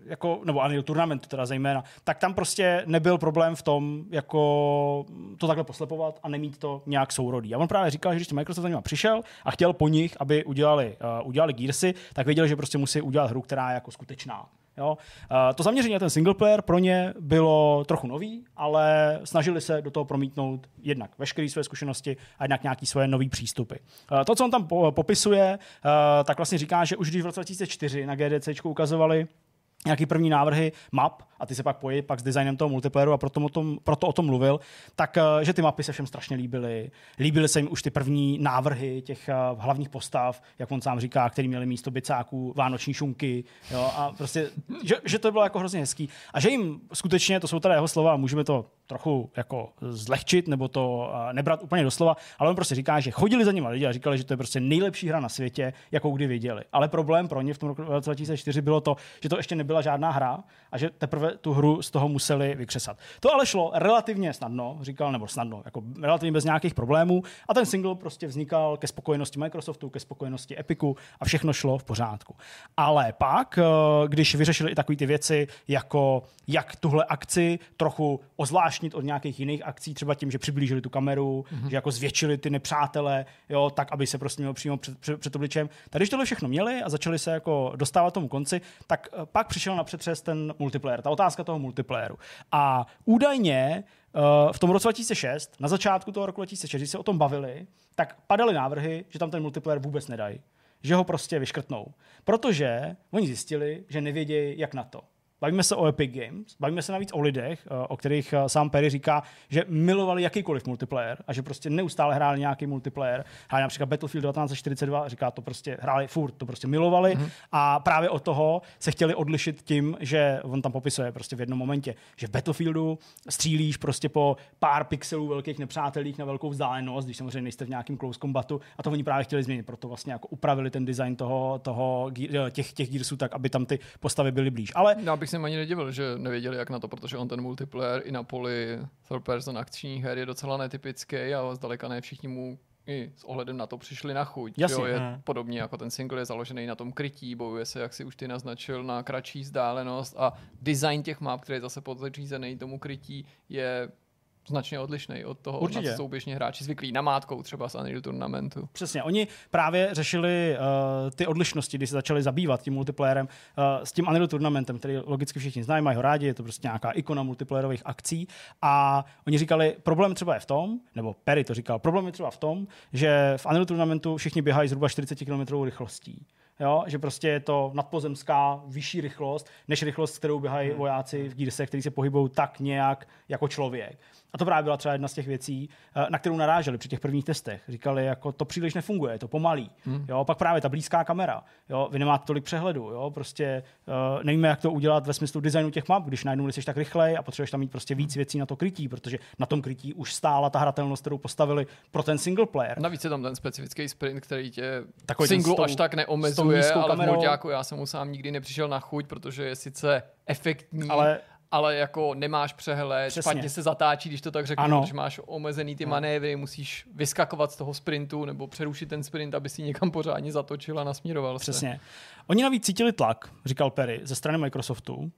jako, nebo Unreal Tournamentu teda zejména, tak tam prostě nebyl problém v tom, jako to takhle poslepovat a nemít to nějak sourodý. A on právě říkal, že když Microsoft za nima přišel a chtěl po nich, aby udělali Gearsy, tak věděl, že prostě musí udělat hru, která je jako skutečná. Jo? To zaměření na ten single player pro ně bylo trochu nový, ale snažili se do toho promítnout jednak veškeré své zkušenosti a jednak nějaký svoje nový přístupy. To, co on tam popisuje, tak vlastně říká, že už když v roce 2004 na GDCčku ukazovali nějaký první návrhy map a ty se pak pojí pak s designem toho multiplayeru a proto o tom mluvil, tak že ty mapy se všem strašně líbily. Líbily se jim už ty první návrhy těch hlavních postav, jak on sám říká, který měli místo bicáků vánoční šunky, jo, a prostě, že to bylo jako hrozně hezký a že jim skutečně, to jsou teda jeho slova, můžeme to trochu jako zlehčit nebo to nebrat úplně doslova, ale on prostě říká, že chodili za nimi lidi a říkali, že to je prostě nejlepší hra na světě, jakou kdy viděli. Ale problém pro ně v tom roku 2004 bylo to, že to ještě nebyla žádná hra a že teprve tu hru z toho museli vykřesat. To ale šlo relativně snadno, říkal, nebo snadno, jako relativně bez nějakých problémů a ten single prostě vznikal ke spokojenosti Microsoftu, ke spokojenosti Epicu a všechno šlo v pořádku. Ale pak, když vyřešili i takové ty věci, jako jak tuhle akci trochu ozvláštnit od nějakých jiných akcí, třeba tím, že přiblížili tu kameru, že jako zvětšili ty nepřátele, jo, tak, aby se prostě mělo přímo před obličem. Tak když tohle všechno měli a začali se jako dostávat tomu konci, tak pak přišel na přetřes ten multiplayer, ta otázka toho multiplayeru. A údajně v tom roce 2006, na začátku toho roku 2006, když se o tom bavili, tak padaly návrhy, že tam ten multiplayer vůbec nedají. Že ho prostě vyškrtnou. Protože oni zjistili, že nevědějí, jak na to. Bavíme se o Epic Games, bavíme se navíc o lidech, o kterých sám Perry říká, že milovali jakýkoliv multiplayer a že prostě neustále hráli nějaký multiplayer. Hráli například Battlefield 1942, říká to prostě, hráli furt, to prostě milovali a právě od toho se chtěli odlišit tím, že on tam popisuje prostě v jednom momentě, že v Battlefieldu střílíš prostě po pár pixelů velkých nepřátelích na velkou vzdálenost, když samozřejmě nejste v nějakém close combatu a to oni právě chtěli změnit, proto vlastně jako upravili ten design těch Gearsů tak, aby tam ty postavy byly blíž. Ale jsem ani nedivil, že nevěděli, jak na to, protože on ten multiplayer i na poli third person akčních her je docela netypický a zdaleka ne všichni mu i s ohledem na to přišli na chuť. Jasně. Jo, je podobně jako ten single je založený na tom krytí, bojuje se, jak si už ty naznačil, na kratší vzdálenost a design těch map, který je zase podřízený tomu krytí, je značně odlišný od toho, určitě, na co jsou běžně hráči zvyklí, namátkou třeba z Unreal Tournamentu. Přesně, oni právě řešili ty odlišnosti, když se začali zabývat tím multiplayerem s tím Unreal Tournamentem, který logicky všichni znají, mají ho rádi, je to prostě nějaká ikona multiplayerových akcí a oni říkali, problém třeba je v tom, nebo Perry to říkal, problém je třeba v tom, že v Unreal Tournamentu všichni běhají zhruba 40 km rychlostí. Jo, že prostě je to nadpozemská vyšší rychlost, než rychlost, kterou běhají vojáci v Gearsech, kteří se pohybují tak nějak jako člověk. A to právě byla třeba jedna z těch věcí, na kterou naráželi při těch prvních testech. Říkali, jako to příliš nefunguje, je to pomalý. Jo, pak právě ta blízká kamera. Jo, vy nemáte tolik přehledu, jo, prostě nevíme, jak to udělat ve smyslu designu těch map, když najednou jsi tak rychlej a potřebuješ tam mít prostě víc věcí na to krytí, protože na tom krytí už stála ta hratelnost, kterou postavili pro ten single player. Navíc je tam ten specifický sprint, který tě takový singlu až tak neomezuje, ale v mulťáku já jsem mu sám nikdy nepřišel na chuť, protože je sice efektní, ale jako nemáš přehled, přesně, špatně se zatáčí, když to tak řeknu, protože máš omezený ty manévry, musíš vyskakovat z toho sprintu nebo přerušit ten sprint, aby si někam pořádně zatočil a nasměroval se. Přesně. Oni navíc cítili tlak, říkal Perry, ze strany Microsoftu,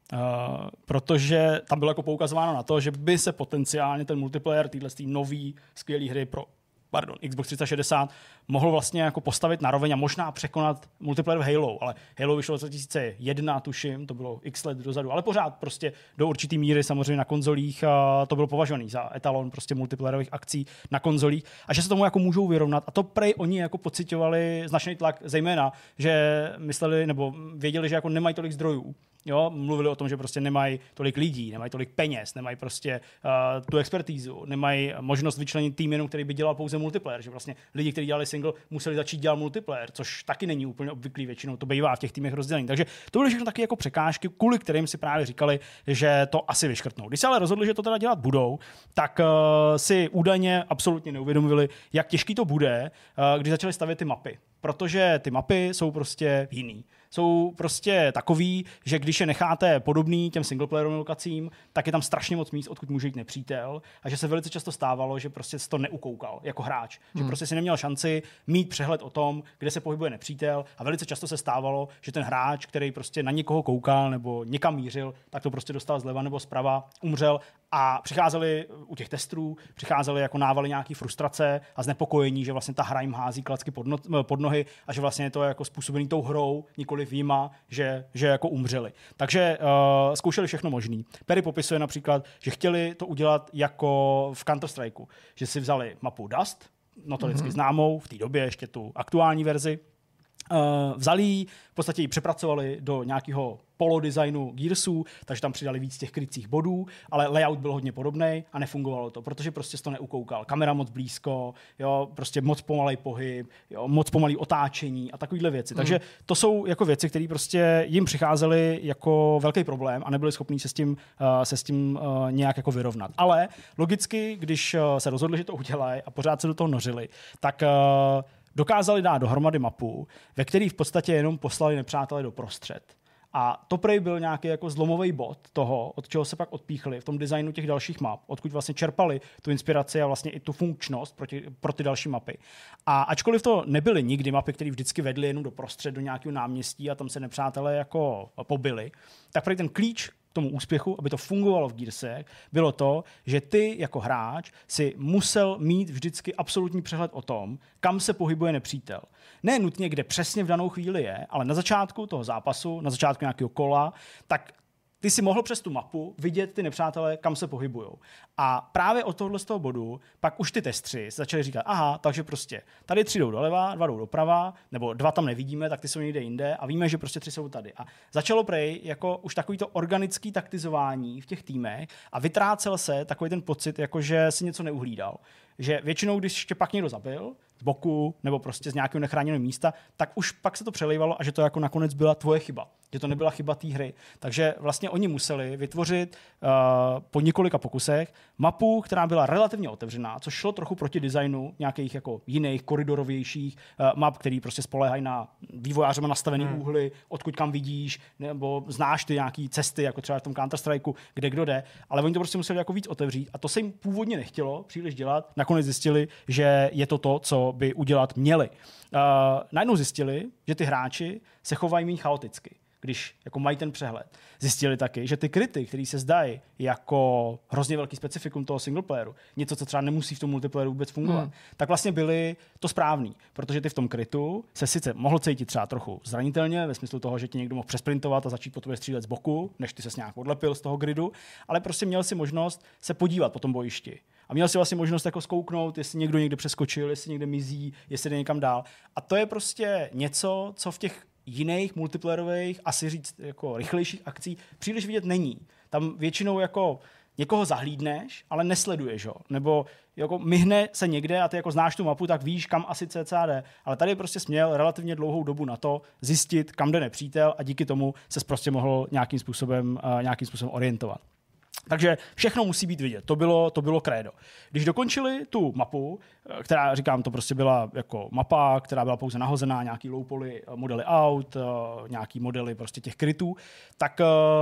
protože tam bylo jako poukazováno na to, že by se potenciálně ten multiplayer téhle nový skvělý hry pro Xbox 360 mohl vlastně jako postavit na roveň a možná překonat multiplayer v Halo, ale Halo vyšlo v 2001, tuším, to bylo x let dozadu, ale pořád prostě do určitý míry samozřejmě na konzolích to bylo považovaný za etalon prostě multiplayerových akcí na konzolích a že se tomu jako můžou vyrovnat a to prej oni jako pociťovali značný tlak, zejména, že mysleli nebo věděli, že jako nemají tolik zdrojů. Jo, mluvili o tom, že prostě nemají tolik lidí, nemají tolik peněz, nemají prostě tu expertízu, nemají možnost vyčlenit tým jenom, který by dělal pouze multiplayer, že vlastně lidi, kteří dělali single, museli začít dělat multiplayer, což taky není úplně obvyklý, většinou to bývá v těch týmech rozdělení. Takže to byly všechno taky jako překážky, kvůli kterým si právě říkali, že to asi vyškrtnou. Když se ale rozhodli, že to teda dělat budou, tak si údajně absolutně neuvědomili, jak těžký to bude, když začali stavět ty mapy. protože ty mapy jsou prostě jiný. Jsou prostě takový, že když je necháte podobný těm singleplayerovým lokacím, tak je tam strašně moc míst, odkud může jít nepřítel, a že se velice často stávalo, že prostě si to neukoukal jako hráč, že prostě si neměl šanci mít přehled o tom, kde se pohybuje nepřítel, a velice často se stávalo, že ten hráč, který prostě na někoho koukal nebo někam mířil, tak to prostě dostal zleva nebo zprava, umřel, a přicházeli u těch testů, přicházeli jako návaly nějaký frustrace a znepokojení, že vlastně ta hra jim hází klacky pod nohy a že vlastně je to jako způsobený tou hrou, nikoli výjima, že jako umřeli. Takže zkoušeli všechno možný. Perry popisuje například, že chtěli to udělat jako v Counter-Strikeu, že si vzali mapu Dust, notoricky známou, v té době ještě tu aktuální verzi, vzali ji, v podstatě ji přepracovali do nějakého polodesignu Gearsů, takže tam přidali víc těch krycích bodů, ale layout byl hodně podobný a nefungovalo to, protože prostě to neukoukal. Kamera moc blízko, jo, prostě moc pomalej pohyb, jo, moc pomalý otáčení a takovýhle věci. Takže to jsou jako věci, které prostě jim přicházely jako velký problém a nebyli schopní se s tím nějak jako vyrovnat. Ale logicky, když se rozhodli, že to udělají a pořád se do toho nořili, tak dokázali dát dohromady mapu, ve které v podstatě jenom poslali nepřátelé do prostřed. A to prej byl nějaký jako zlomový bod toho, od čeho se pak odpíchli v tom designu těch dalších map, odkud vlastně čerpali tu inspiraci a vlastně i tu funkčnost pro ty další mapy. A ačkoliv to nebyly nikdy mapy, které vždycky vedly jenom do prostřed, do nějakého náměstí a tam se nepřátelé jako pobili, tak prej ten klíč tomu úspěchu, aby to fungovalo v Gearsech, bylo to, že ty jako hráč si musel mít vždycky absolutní přehled o tom, kam se pohybuje nepřítel. Ne nutně, kde přesně v danou chvíli je, ale na začátku toho zápasu, na začátku nějakého kola, tak ty si mohl přes tu mapu vidět ty nepřátelé, kam se pohybujou. A právě od tohohle z toho bodu pak už ty testři začali říkat, aha, takže prostě tady 3 jdou doleva, 2 jdou doprava, nebo 2 tam nevidíme, tak ty jsou někde jinde a víme, že prostě 3 jsou tady. A začalo prej jako už takovýto organický taktizování v těch týmech a vytrácel se takový ten pocit, jako že si něco neuhlídal. Že většinou, když tě pak někdo zabil z boku nebo prostě z nějakého nechráněného místa, tak už pak se to přelejvalo a že to jako nakonec byla tvoje chyba. Že to nebyla chyba té hry. Takže vlastně oni museli vytvořit po několika pokusech mapu, která byla relativně otevřená, což šlo trochu proti designu nějakých jako jiných koridorovějších map, který prostě spoléhají na vývojářema nastavený úhly, odkud kam vidíš, nebo znáš ty nějaký cesty, jako třeba v tom Counter-Strikeu, kde kdo jde, ale oni to prostě museli jako víc otevřít a to se jim původně nechtělo příliš dělat. Nakonec zjistili, že je to, co by udělat měli. Najednou zjistili, že ty hráči se chovají méně chaoticky, když jako mají ten přehled. Zjistili taky, že ty kryty, které se zdají jako hrozně velký specifikum toho singleplayeru, něco, co třeba nemusí v tom multiplayeru vůbec fungovat, tak vlastně byly to správný, protože ty v tom krytu se sice mohl cítit třeba trochu zranitelně, ve smyslu toho, že ti někdo mohl přesprintovat a začít po tobě střílet z boku, než ty ses nějak odlepil z toho gridu, ale prostě měl si možnost se podívat po tom bojišti. A měl si vlastně možnost jako zkouknout, jestli někdo někde přeskočil, jestli někde mizí, jestli jde někam dál. A to je prostě něco, co v těch jiných multiplayerových, asi říct jako rychlejších akcí příliš vidět není. Tam většinou jako někoho zahlídneš, ale nesleduješ ho. Nebo jako myhne se někde a ty jako znáš tu mapu, tak víš, kam asi cca jde. Ale tady prostě směl relativně dlouhou dobu na to zjistit, kam jde nepřítel a díky tomu ses prostě mohl nějakým způsobem orientovat. Takže všechno musí být vidět. To bylo krédo. Když dokončili tu mapu, která, říkám, to prostě byla jako mapa, která byla pouze nahozená, nějaký low poly, modely out, nějaký modely prostě těch krytů, tak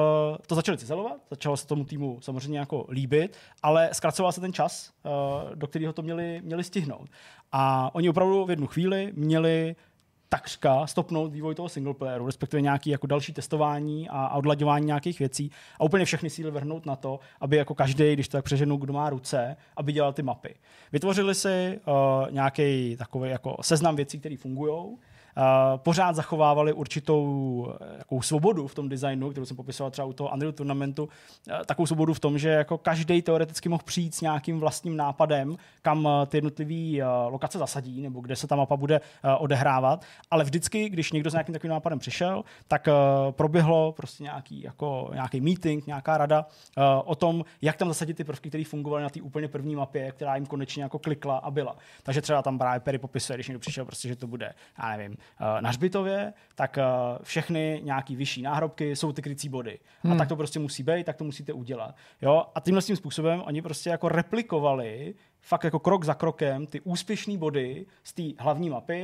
to začali cizelovat, začalo se tomu týmu samozřejmě jako líbit, ale zkracoval se ten čas, do kterého to měli stihnout. A oni opravdu v jednu chvíli měli takřka stopnout vývoj toho singleplayeru, respektive nějaké jako další testování a odlaďování nějakých věcí a úplně všechny síly vrhnout na to, aby jako každý, když to tak přeženu, kdo má ruce, aby dělal ty mapy. Vytvořili si nějaký takový jako seznam věcí, které fungují. Pořád zachovávali určitou jakou svobodu v tom designu, kterou jsem popisoval třeba u toho Unreal Tournamentu, takovou svobodu v tom, že jako každý teoreticky mohl přijít s nějakým vlastním nápadem, kam ty jednotlivé lokace zasadí, nebo kde se ta mapa bude odehrávat, ale vždycky, když někdo s nějakým takovým nápadem přišel, tak proběhlo prostě nějaký meeting, nějaká rada o tom, jak tam zasadit ty prvky, které fungovaly na té úplně první mapě, která jim konečně jako klikla a byla. Takže třeba tam právě Perry popisuje, když někdo přišel, prostě, že to bude, já nevím, na hřbitově, tak všechny nějaký vyšší náhrobky jsou ty krycí body. A tak to prostě musí být, tak to musíte udělat. Jo? A tímhle tím způsobem oni prostě jako replikovali fakt jako krok za krokem ty úspěšné body z té hlavní mapy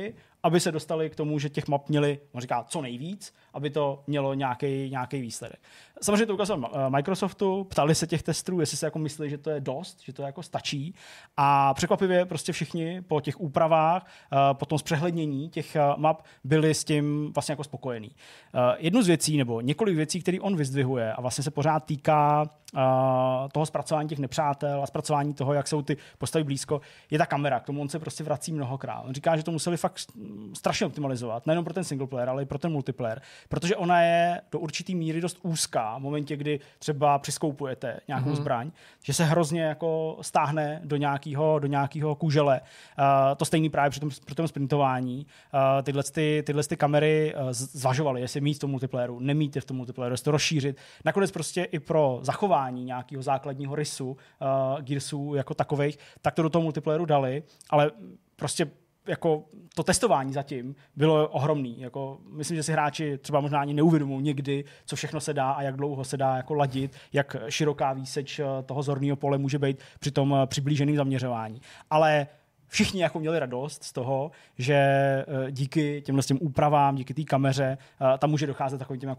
aby se dostali k tomu, že těch map měli, on říká, co nejvíc, aby to mělo nějaký výsledek. Samozřejmě to ukazoval Microsoftu, ptali se těch testů, jestli se jako myslí, že to je dost, že to jako stačí a překvapivě prostě všichni po těch úpravách, po tom zpřehlednění těch map byli s tím vlastně jako spokojení. Jednu z věcí nebo několik věcí, které on vyzdvihuje a vlastně se pořád týká toho zpracování těch nepřátel a zpracování toho, jak jsou ty postavy blízko, je ta kamera. K tomu on se prostě vrací mnohokrát. On říká, že to museli fakt strašně optimalizovat, nejenom pro ten single player, ale i pro ten multiplayer, protože ona je do určitý míry dost úzká v momentě, kdy třeba přiskoupujete nějakou zbraň, že se hrozně jako stáhne do nějakého kůžele. To stejný právě při tom sprintování. Tyhle kamery zvažovaly, jestli mít v tom multiplayeru, nemít je v tom multiplayeru, jestli to rozšířit. Nakonec prostě i pro zachování nějakého základního rysu Gearsů jako takovejch, tak to do toho multiplayeru dali, ale prostě jako to testování zatím bylo ohromný. Jako, myslím, že si hráči třeba možná ani neuvědomují někdy, co všechno se dá a jak dlouho se dá jako ladit, jak široká výseč toho zorného pole může být při tom přiblíženém zaměřování. Ale všichni jako měli radost z toho, že díky těm úpravám, díky té kameře, tam může docházet takovým těm jako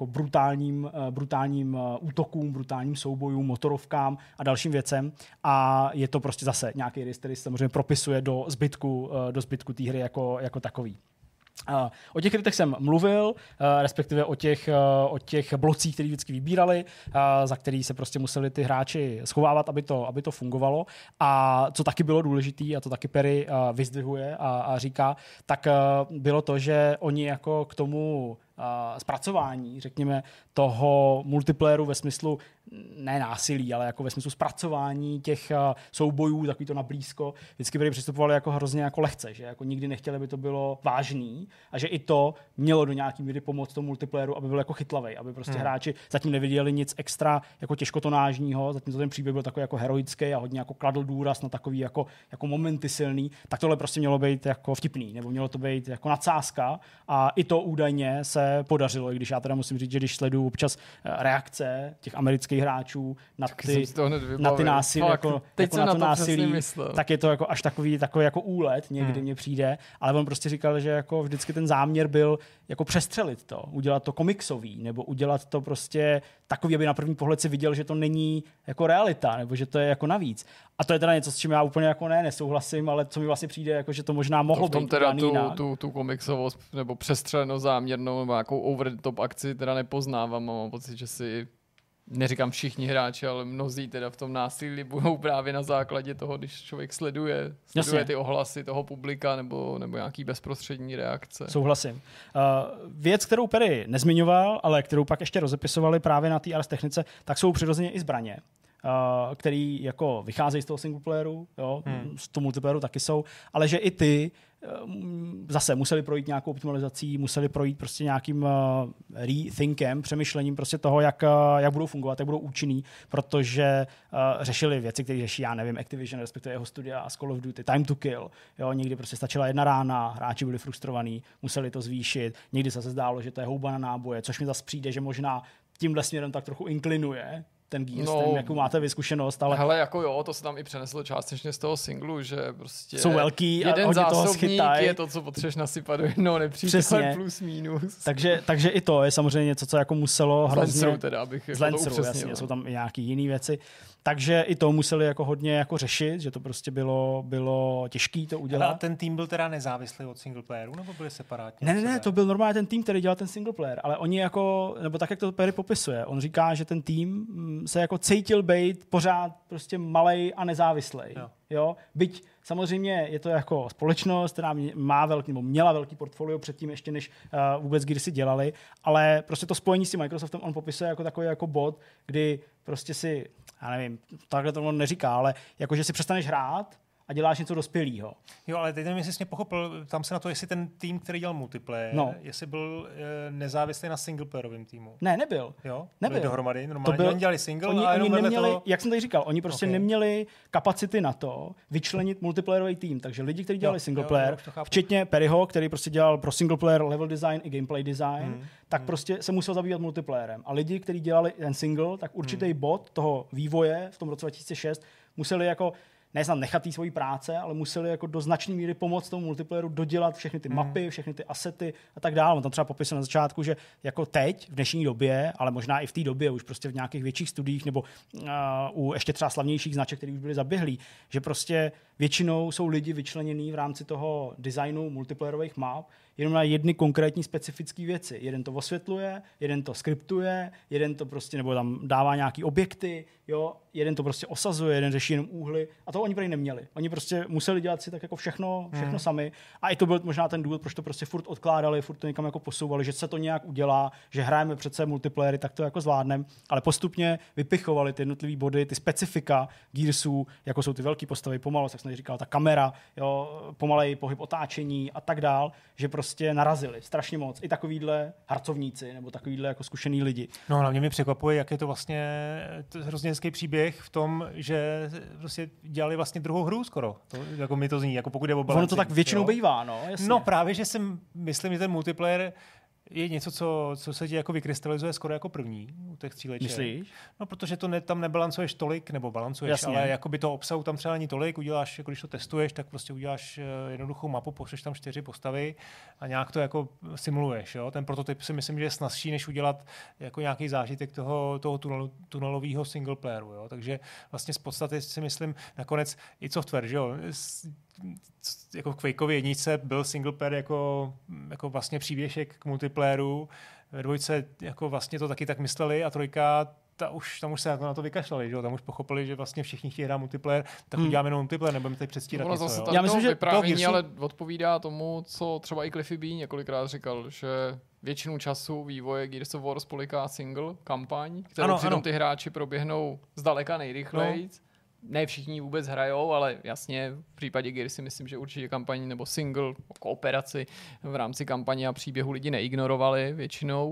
brutálním útokům, brutálním soubojům, motorovkám a dalším věcem. A je to prostě zase nějaký rys, který se samozřejmě propisuje do zbytku té hry jako takový. O těch rytech jsem mluvil, respektive o těch blocích, které vždycky vybírali, za který se prostě museli ty hráči schovávat, aby to fungovalo. A co taky bylo důležité, a to taky Perry vyzdvihuje a říká, tak bylo to, že oni jako k tomu zpracování, řekněme, toho multiplayeru ve smyslu ne násilí, ale jako ve smyslu zpracování těch soubojů, takový to nablízko, vždycky byli přistupovali jako hrozně jako lehce, že jako nikdy nechtěli, aby to bylo vážný a že i to mělo do nějaký míry pomoct tomu multiplayeru, aby byl jako chytlavej, aby prostě hráči zatím neviděli nic extra jako těžkotonážního, zatímco ten příběh byl takový jako heroický a hodně jako kladl důraz na takový jako momenty silný, tak tohle prostě mělo být jako vtipný, nebo mělo to být jako nadsázka a i to údajně se podařilo, i když já teda musím říct, že když sleduju občas reakce těch amerických hráčů na ty násilí, jako na to násilí, tak je to jako až takový jako úlet, někdy mně přijde, ale on prostě říkal, že jako vždycky ten záměr byl jako přestřelit to, udělat to komiksový, nebo udělat to prostě takový, aby na první pohled si viděl, že to není jako realita, nebo že to je jako navíc. A to je teda něco, s čím já úplně jako nesouhlasím, ale co mi vlastně přijde, jako že to možná mohlo být teda tu komiksovost nebo přestřelenou záměrnou nebo nějakou over the top akci teda nepoznávám. Mám pocit, že si neříkám všichni hráči, ale mnozí teda v tom násilí budou právě na základě toho, když člověk sleduje ty ohlasy toho publika nebo nějaký bezprostřední reakce. Souhlasím. Věc, kterou Perry nezmiňoval, ale kterou pak ještě rozepisovali právě na té Ars technice, tak jsou přirozeně i zbraně, který jako vycházejí z toho singleplayeru, z toho multiplayeru taky jsou, ale že i ty zase museli projít nějakou optimalizací, museli projít prostě nějakým rethinkem, přemýšlením prostě toho, jak budou fungovat, jak budou účinný, protože řešili věci, které řeší, já nevím, Activision, respektive jeho studia a Call of Duty, Time to Kill. Jo, někdy prostě stačila jedna rána, hráči byli frustrovaní, museli to zvýšit, někdy se zdálo, že to je houba na náboje, což mi zase přijde, že možná tímhle směrem tak trochu inklinuje ten Gears, jakou máte vyzkušenost, ale... Hele, jako jo, to se tam i přeneslo částečně z toho singlu, že prostě... Jsou velký a jeden zásobník toho je to, co potřebuješ nasypat do jednoho nepřítele plus minus. Takže i to je samozřejmě něco, co jako muselo hrozně... Z Lanceru teda, abych z Lanceru, to upřesnil. Jasně, jsou tam i nějaký jiný věci. Takže i to museli jako hodně jako řešit, že to prostě bylo těžký to udělat. A ten tým byl teda nezávislý od singleplayeru, nebo byli separátně? Ne, to byl normálně ten tým, který dělal ten singleplayer, ale oni jako, nebo tak, jak to Perry popisuje, on říká, že ten tým se jako cítil být pořád prostě malej a nezávislej. Jo? Byť samozřejmě je to jako společnost, která měla velký portfolio předtím, ještě než vůbec Gearsy dělali, ale prostě to spojení s tím Microsoftem on popisuje jako takový jako bod, kdy prostě si, já nevím, takhle to on neříká, ale jako, že si přestaneš hrát a děláš něco dospělého. Jo, ale teď nevím, jestli jsi mě pochopil, tam se na to, jestli ten tým, který dělal multiplayer, jestli byl nezávislý na singleplayerovém týmu. Ne, nebyl. Jo? Nebyl. Byli dohromady, normálně oni dělali single, oni a jenom neměli, toho... jak jsem tady říkal, oni prostě neměli kapacity na to vyčlenit multiplayerový tým, takže lidi, kteří dělali singleplayer, včetně Perryho, který prostě dělal pro singleplayer level design i gameplay design, tak prostě se musel zabývat multiplayerem. A lidi, kteří dělali ten single, tak určitý bod toho vývoje v tom roce 2006 museli jako snad nechat tý svojí práce, ale museli jako do značné míry pomoct tomu multiplayeru dodělat všechny ty mapy, všechny ty asety a tak dále. On tam třeba popisuje na začátku, že jako teď v dnešní době, ale možná i v té době už prostě v nějakých větších studiích nebo u ještě třeba slavnějších značek, které už byly zaběhlí, že prostě většinou jsou lidi vyčlenění v rámci toho designu multiplayerových map jenom na jedny konkrétní specifické věci. Jeden to osvětluje, jeden to skriptuje, jeden to prostě, nebo tam dává nějaký objekty, jo, jeden to prostě osazuje, jeden řeší jenom úhly a to oni prý neměli. Oni prostě museli dělat si tak jako všechno sami a i to byl možná ten důvod, proč to prostě furt odkládali, furt to někam jako posouvali, že se to nějak udělá, že hrajeme přece multiplayery, tak to jako zvládneme, ale postupně vypichovali ty jednotlivé body, ty specifika Gearsů, jako jsou ty velké postavy, pomalost, jak jsem říkal, ta kamera, jo, pomalej pohyb otáčení a tak dál, že prostě narazili strašně moc. I takovýhle harcovníci nebo takovýhle jako zkušený lidi. No, hlavně mi překvapuje, jak je to vlastně hrozně hezký příběh v tom, že prostě dělali vlastně druhou hru skoro. To, jako mi to zní, jako pokud je o balanci. Ono to tak většinou bývá, no, jasně. No právě, že myslím, že ten multiplayer je něco, co se ti jako vykrystalizuje skoro jako první u těch stříleček. Myslíš? No, protože to tam nebalancuješ tolik, nebo balancuješ, jasně, ale jakoby to obsahu tam třeba není tolik, uděláš, jako když to testuješ, tak prostě uděláš jednoduchou mapu, pošleš tam 4 postavy a nějak to jako simuluješ. Jo? Ten prototyp si myslím, že je snazší, než udělat jako nějaký zážitek toho tunelového single playeru. Jo? Takže vlastně z podstaty si myslím nakonec i software, že jo? Jako v Quakeově jedničce byl single player jako vlastně příběšek k multiplayeru. Ve dvojce jako vlastně to taky tak mysleli a trojka tam už se na to vykašlali, že jo? Tam už pochopili, že vlastně všichni chtějí hrát multiplayer, tak uděláme jenom multiplayer, nebudeme tady předstírat něco. Zase Jo? Já myslím, že vyprávění ale odpovídá tomu, co třeba i Cliffy B několikrát říkal, že většinu času vývoje Gears of War spolyká single kampaň, kterou přitom ty hráči proběhnou zdaleka nejrychleji. No. Ne všichni vůbec hrajou, ale jasně v případě Gears si myslím, že určitě kampaň nebo single, kooperaci v rámci kampaně a příběhu lidi neignorovali většinou.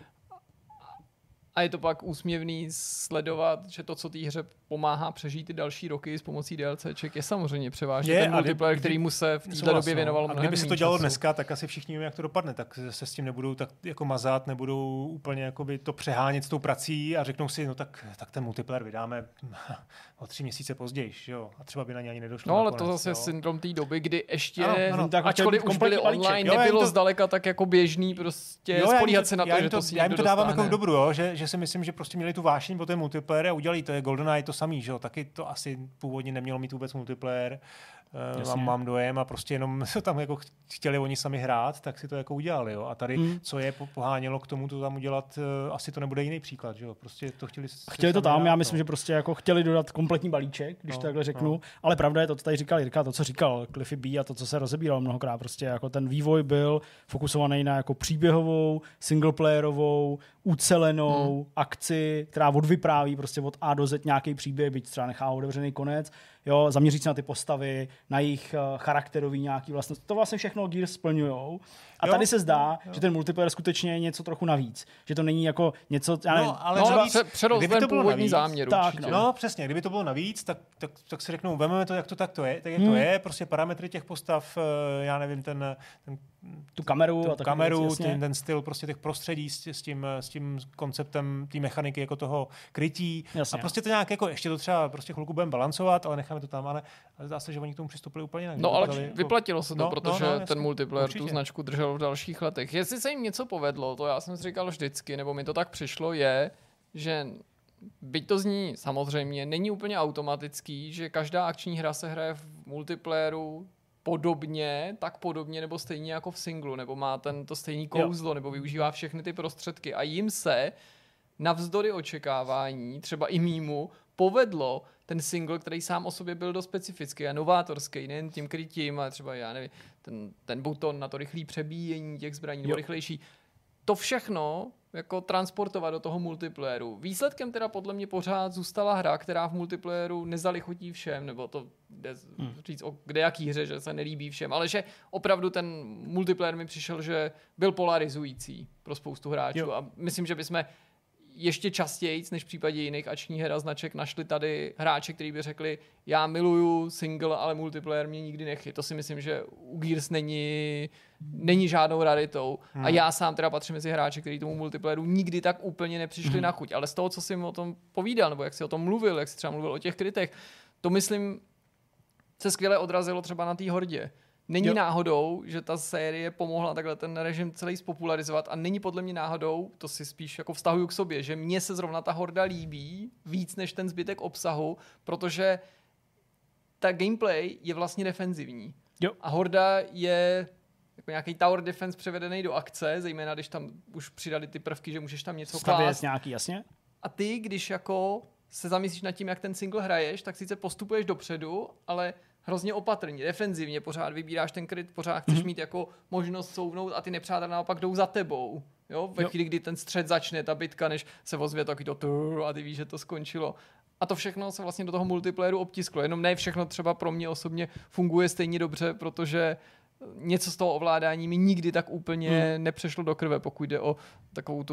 A je to pak úsměvný sledovat, že to, co té hře pomáhá přežít ty další roky s pomocí DLCček, je samozřejmě převážně ten multiplayer, který mu se v této době věnoval mnohem. A kdyby se to dělalo dneska, tak asi všichni víme, jak to dopadne, tak se s tím nebudou tak jako mazat, nebudou úplně jakoby to přehánět s tou prací a řeknou si, no tak ten multiplayer vydáme o 3 měsíce později, jo? A třeba by na ně ani nedošlo. No ale nakonec, to zase je syndrom té doby, kdy ještě, tak ačkoliv už byli online, nebylo zdaleka tak jako běžný prostě spolíhat se na to, že to si já jim to dávám dostane. jako v dobru, jo? Že si myslím, že prostě měli tu vášeň po té multiplayer a udělali to. Je GoldenEye to samý, že jo? Taky to asi původně nemělo mít vůbec multiplayer. Mám dojem a prostě jenom se tam jako chtěli oni sami hrát, tak si to jako udělali, jo? A tady, co je pohánělo k tomu to tam udělat, asi to nebude jiný příklad, že jo? Prostě to chtěli to tam, hrát, já myslím, že prostě jako chtěli dodat kompletní balíček, když to takhle řeknu, ale pravda je to, co tady říkal Jirka, to, co říkal Cliffy B a to, co se rozebíralo mnohokrát, prostě jako ten vývoj byl fokusovaný na jako příběhovou, singleplayerovou, ucelenou akci, která odvypráví prostě od A do Z nějaký příběh, byť třeba nechá otevřený konec, jo, zaměřit se na ty postavy, na jejich charakterový nějaký vlastnosti. To vlastně všechno Gears splňujou. A tady se zdá, že ten multiplayer skutečně je něco trochu navíc. Že to není jako něco, já nevím, ale předost ten původní záměr. No přesně, kdyby to bylo navíc, tak si řeknou, vememe to, jak to tak to je, tak jak to je, prostě parametry těch postav, já nevím, tu kameru, ten styl prostě těch prostředí s tím konceptem té mechaniky jako toho krytí. Jasně. A prostě to nějak jako, ještě to třeba prostě chvilku budeme balancovat, ale necháme to tam, ale zdá se, že oni k tomu přistoupili úplně jinak. No ale vyplatilo se to, protože ten multiplayer tu značku držel v dalších letech. Jestli se jim něco povedlo, to já jsem si říkal vždycky, nebo mi to tak přišlo, je, že byť to zní samozřejmě, není úplně automatický, že každá akční hra se hraje v multiplayeru tak podobně nebo stejně jako v singlu, nebo má to stejný kouzlo, nebo využívá všechny ty prostředky a jim se navzdory očekávání, třeba i mýmu, povedlo ten single, který sám o sobě byl dost specifický a novátorský, nejen tím krytím, ale třeba, já nevím, ten buton na to rychlé přebíjení těch zbraní, nebo rychlejší. To všechno jako transportovat do toho multiplayeru. Výsledkem teda podle mě pořád zůstala hra, která v multiplayeru nezalichotí všem, nebo to jde říct o kdejaký hře, že se nelíbí všem, ale že opravdu ten multiplayer mi přišel, že byl polarizující pro spoustu hráčů a myslím, že bychom ještě častěji, než v případě jiných akčních her a značek, našli tady hráče, kteří by řekli, já miluju single, ale multiplayer mě nikdy nechyt. To si myslím, že u Gears není žádnou raritou. A já sám teda patřím mezi hráče, kteří tomu multiplayeru nikdy tak úplně nepřišli na chuť. Ale z toho, co jsi mi o tom povídal, nebo jak jsi o tom mluvil, jak jsi třeba mluvil o těch krytech, to myslím, se skvěle odrazilo třeba na té Hordě. Není Jo. náhodou, že ta série pomohla takhle ten režim celý spopularizovat a není podle mě náhodou, to si spíš jako vztahuju k sobě, že mně se zrovna ta Horda líbí víc než ten zbytek obsahu, protože ta gameplay je vlastně defenzivní. Jo. A Horda je jako nějaký tower defense převedený do akce, zejména když tam už přidali ty prvky, že můžeš tam něco Stavět klást. nějaký, jasně. A ty, když jako se zamyslíš nad tím, jak ten single hraješ, tak sice postupuješ dopředu, ale hrozně opatrně, defenzivně, pořád vybíráš ten kryt, pořád chceš mít jako možnost souvnout a ty nepřátelé naopak jdou za tebou. Jo? Ve chvíli, kdy ten střed začne, ta bitka, než se ozve taky to a ty víš, že to skončilo. A to všechno se vlastně do toho multiplayeru obtisklo. Jenom ne všechno třeba pro mě osobně funguje stejně dobře, protože něco z toho ovládání mi nikdy tak úplně nepřešlo do krve, pokud jde o takovou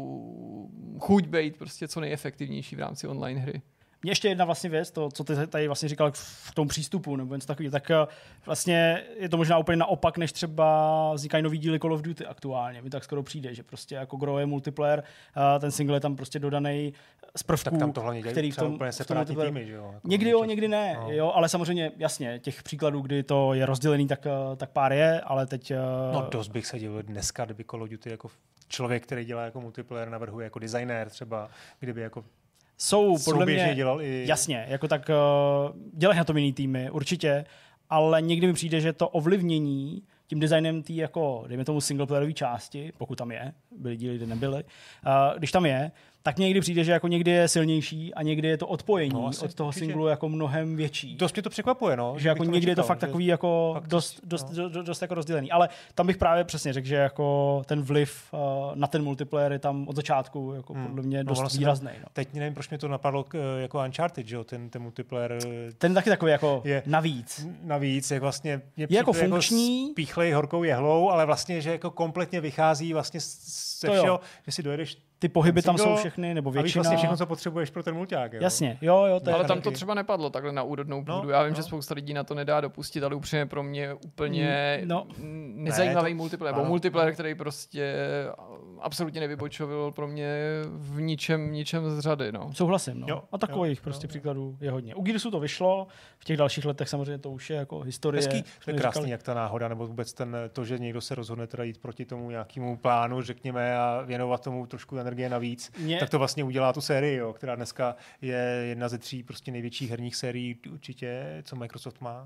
tu chuť být prostě co nejefektivnější v rámci online hry. Mě ještě jedna vlastně věc, to, co ty tady vlastně říkal v tom přístupu, nebo něco takového, tak vlastně je to možná úplně naopak, než třeba vznikají nový díly Call of Duty aktuálně. Mi tak skoro přijde, že prostě jako gro je multiplayer, ten single je tam prostě dodaný z prvků, Tak tam to hlavně který v tom, úplně v tom separátní multiplayer- týmy, že jo? Jako Někdy jo, někdy ne, no. jo, ale samozřejmě, jasně, těch příkladů, kdy to je rozdělený, tak pár je, ale teď... No dost bych se divil dneska, kdyby Call of Duty jako člověk, který dělá jako multiplayer, navrhuje jako designér třeba, kdyby jako jsou podle mě, dělal i... jasně, jako tak dělají na tom jiný týmy, určitě, ale někdy mi přijde, že to ovlivnění tím designem té jako, dejme tomu singleplayerové části, pokud tam je, byly díly, kde nebyly, když tam je, tak někdy přijde, že jako někdy je silnější a někdy je to odpojení od toho singlu jako mnohem větší. Dost mě to překvapuje, no. Že jako někdy je to fakt takový jako fakt dost jako rozdělený. Ale tam bych právě přesně řekl, že jako ten vliv na ten multiplayer je tam od začátku jako podle mě dost výrazný. No. Teď nevím, proč mě to napadlo jako Uncharted, že jo, ten multiplayer. Ten taky takový jako je navíc. Navíc, jak vlastně je jako funkční. Jako píchlej horkou jehlou, ale vlastně, že jako kompletně vychází vlastně ze všeho, že si dojedeš ty pohyby tam jsou všechny, nebo většina. A víš vlastně všechno, co potřebuješ pro ten mulťák. Jo? Jasně, jo. To ale tam to třeba nepadlo takhle na úrodnou půdu. Já vím, že spousta lidí na to nedá dopustit, ale upřímně pro mě úplně nezajímavý multiplayer. Nebo multiplayer, který prostě absolutně nevybočovil pro mě v ničem z řady. No. Souhlasím. No. Jo, a takových prostě příkladů je hodně. U Gearsu to vyšlo, v těch dalších letech samozřejmě to už je jako historie. Hezký, to je krásný, jak ta náhoda, nebo vůbec to, že někdo se rozhodne teda jít proti tomu nějakému plánu, řekněme, a věnovat tomu trošku energie navíc, tak to vlastně udělá tu sérii, jo, která dneska je jedna ze 3 prostě největších herních sérií určitě, co Microsoft má.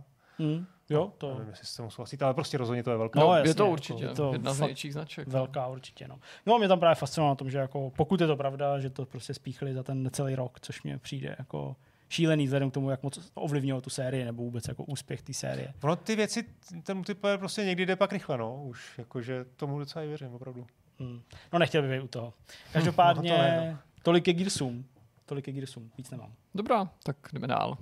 Jo, to... Nevím, jestli se tomu souhlasíte, ale prostě rozhodně to je velká. No, jasně, je to určitě je to jedna z největších značek. Velká určitě, no. No, mě tam právě fascinovalo na tom, že jako, pokud je to pravda, že to prostě spíchli za ten celý rok, což mě přijde jako šílený vzhledem k tomu, jak moc ovlivnilo tu sérii, nebo vůbec jako úspěch té série. Ono ty věci, ten multiplayer prostě někdy jde pak rychle, no, už jakože tomu docela i věřím, opravdu. No, nechtěl bych u toho. Každopádně tolik je Gearsům, víc nemám. Dobrá, tak jdeme dál.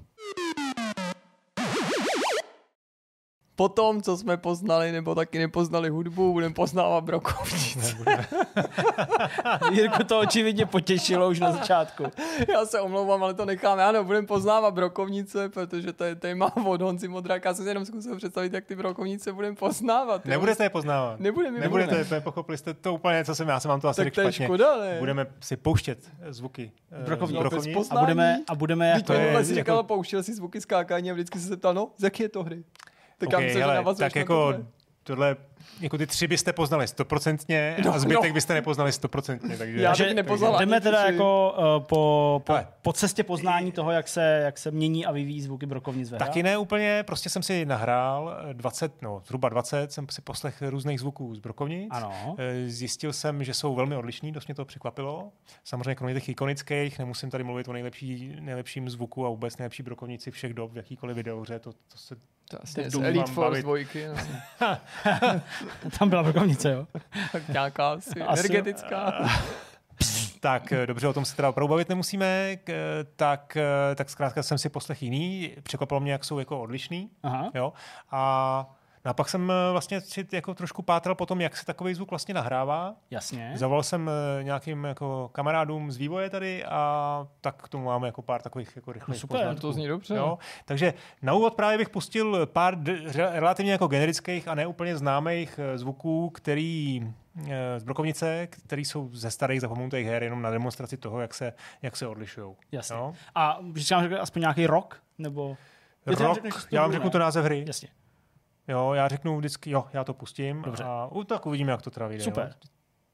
Potom, co jsme poznali, nebo taky nepoznali hudbu, budeme poznávat brokovnice. Jirku to očividně potěšilo už na začátku. Já se omlouvám, ale to necháme. Ano, budeme poznávat brokovnice, protože to je téma od Honzi Modráka. Já jsem si jenom zkusil představit, jak ty brokovnice budeme poznávat. Nebudete je poznávat. Nebudete, pochopili jste to úplně, co jsem já jsem vám to asi řekl špatně. Škoda, ne? Budeme si pouštět zvuky brokovnic a budeme jako... Teď si říkal, pouštěl si zvuky skákání a vždycky se zeptal, no, z jaké je to hry? Tak jako tohle, jako ty 3 byste poznali 100% a zbytek byste nepoznali 100%. Takže já bych nepoznal. Jdeme teda jako po cestě poznání toho, jak se mění a vyvíjí zvuky brokovnic ve hrách. Taky ne úplně, prostě jsem si nahrál zhruba 20, jsem si poslechl různých zvuků z brokovnic. Ano. Zjistil jsem, že jsou velmi odlišní, dost mě to překvapilo. Samozřejmě kromě těch ikonických, nemusím tady mluvit o nejlepším zvuku a vůbec nejlepší brokovnici všech dob v jakýkoliv videohře, to se z Elite Force 2. No. Tam byla brokovnice, jo? Tak nějaká asi energetická. Tak dobře, o tom se teda opravdu bavit nemusíme, tak zkrátka jsem si poslech jiný, překvapilo mě, jak jsou jako odlišný. Aha. Jo? A pak jsem vlastně si jako trošku pátral po tom, jak se takový zvuk vlastně nahrává. Jasně. Zavolal jsem nějakým jako kamarádům z vývoje tady a tak k tomu máme jako pár takových jako rychlých poznatků. To zní dobře. Jo? Takže na úvod právě bych pustil pár relativně jako generických a neúplně známých zvuků, z brokovnice, které jsou ze starých zapomenutých her, jenom na demonstraci toho, jak se odlišují. Jasně. Jo? A říkám, že aspoň nějaký rock? Nebo... Já vám řeknu to název hry. Jasně. Jo, já řeknu vždycky, jo, já to pustím. Dobře. A tak uvidíme, jak to teda vyjde. Super. Jo.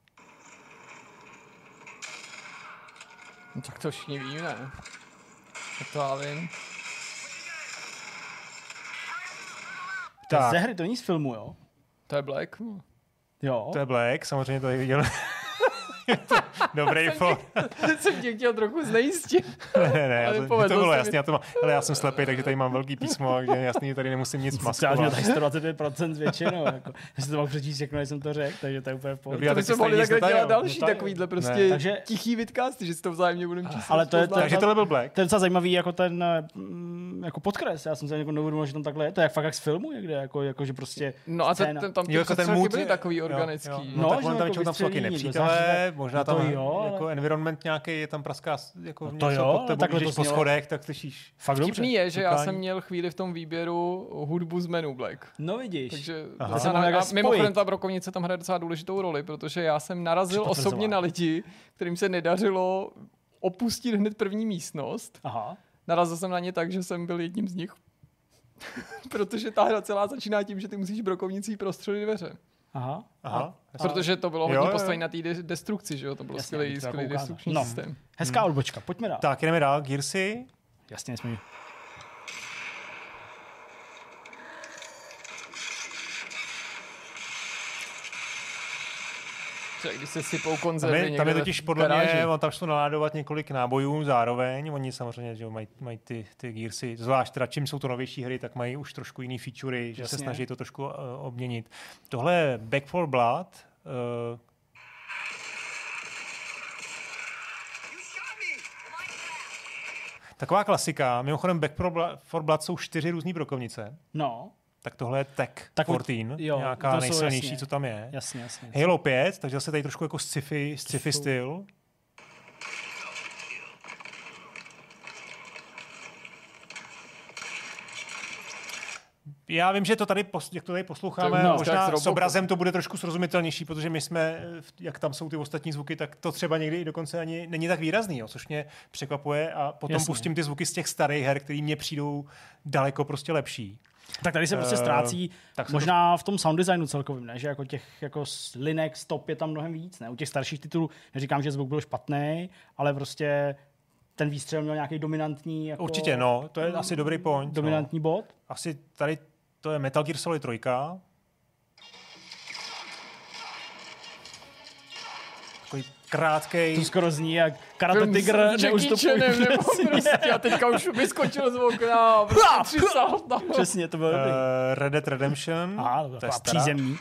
No, tak to všichni víme. To já vím. To je Tak. ze hry, to není z filmu, jo? To je Black. No. Jo. To je Black, samozřejmě to viděl. Dobrý for. Jsem tě chtěl trochu znejistit. ne, Ale to povedlo bylo se jasný, ale já jsem slepý, takže tady mám velký písmo, takže jasný, že tady nemusím nic Třeba měl maskovat. tak 125% většinou. Jako. Já si to mohl přečíst všechno, než jsem to řekl, takže to je úplně v pohodě. Dobrý, já To teď bychom si mohli stejně takhle nic dělat netajil. další No tak- takovýhle Ne. prostě Takže- tichý vidcasty, že si to vzájemně budeme číst. Ale to je to- Takže tohle byl Black. To je docela zajímavý jako ten jako podkres. Já jsem se jako neuvědomil, že tam takhle je. To je jak fakt jak z filmu někde, jako že prostě No a scéna. tam ty Jo, jako ten přestřelky mood byly je- takový jo, organický. jo. No, No, tak že on tam jako většinou tam jsou taky vystřelí, nepřítelé, možná no to tam jo, jako ale- environment nějaký, je tam praská jako No to něco jo, pod tebou, takhle když to po znělo. schodech, tak slyšíš. fakt dobře. Vtipný je, že já Ťukání. jsem měl chvíli v tom výběru hudbu z menu Black. No vidíš. Takže Aha. To se mám a jak mimochodem spojit. ta brokovnice tam hraje docela důležitou roli, protože já jsem narazil Při osobně na lidi, kterým se nedařilo opustit hned první místnost. Aha. Narazil jsem na ně tak, že jsem byl jedním z nich. Protože ta hra celá začíná tím, že ty musíš brokovnicí prostřelit dveře. Aha. Aha. Protože to bylo Jo, hodně jo. postavené na té destrukci, že jo? To byl Jasně, skvělý, to jako skvělý ukázat. destrukční No. systém. Hezká odbočka, pojďme dál. Tak, jdeme dál. Gearsy. Jasně, jsme. Třeba když se sypou konzervy Tam je někde totiž v podle garáži. mě, on tam šlo naládovat několik nábojů zároveň. Oni samozřejmě že jo, mají ty Gearsy, zvlášť teda čím jsou to novější hry, tak mají už trošku jiný featurey, že se Jasně. snaží to trošku obměnit. Tohle je Back 4 Blood. Taková klasika. Mimochodem Back 4 Blood jsou 4 různý brokovnice. No, Tak tohle je Tech Tak 14, jo, nějaká to jsou nejsilnější, jasně. co tam je. jasně, jasně. Halo 5, takže zase tady trošku jako sci-fi jsou- styl. Já vím, že to tady, jak to tady posloucháme, No, tak s možná s Robocop. obrazem to bude trošku srozumitelnější, protože my jsme, jak tam jsou ty ostatní zvuky, tak to třeba někdy i dokonce ani není tak výrazný, jo, což mě překvapuje a potom Jasně. pustím ty zvuky z těch starých her, které mně přijdou daleko prostě lepší. Tak tady se prostě ztrácí tak se možná v tom sound designu celkovým, ne? Že jako těch jako linek, stop je tam mnohem víc, ne? U těch starších titulů neříkám, že zvuk byl špatný, ale prostě ten výstřel měl nějaký dominantní jako, Určitě, no, to je asi dobrý point. dominantní bod. No. Asi tady to je Metal Gear Solid 3. Takový krátkej. To skoro zní jak Karate Film Tiger s Jackie neustupuje. Chanem, nebo prostě, a teďka už vyskočil z okna a prostě 3 salta. Přesně, to bylo dobrý. Red Dead Redemption. Aha, to to je taková stará. přízemní.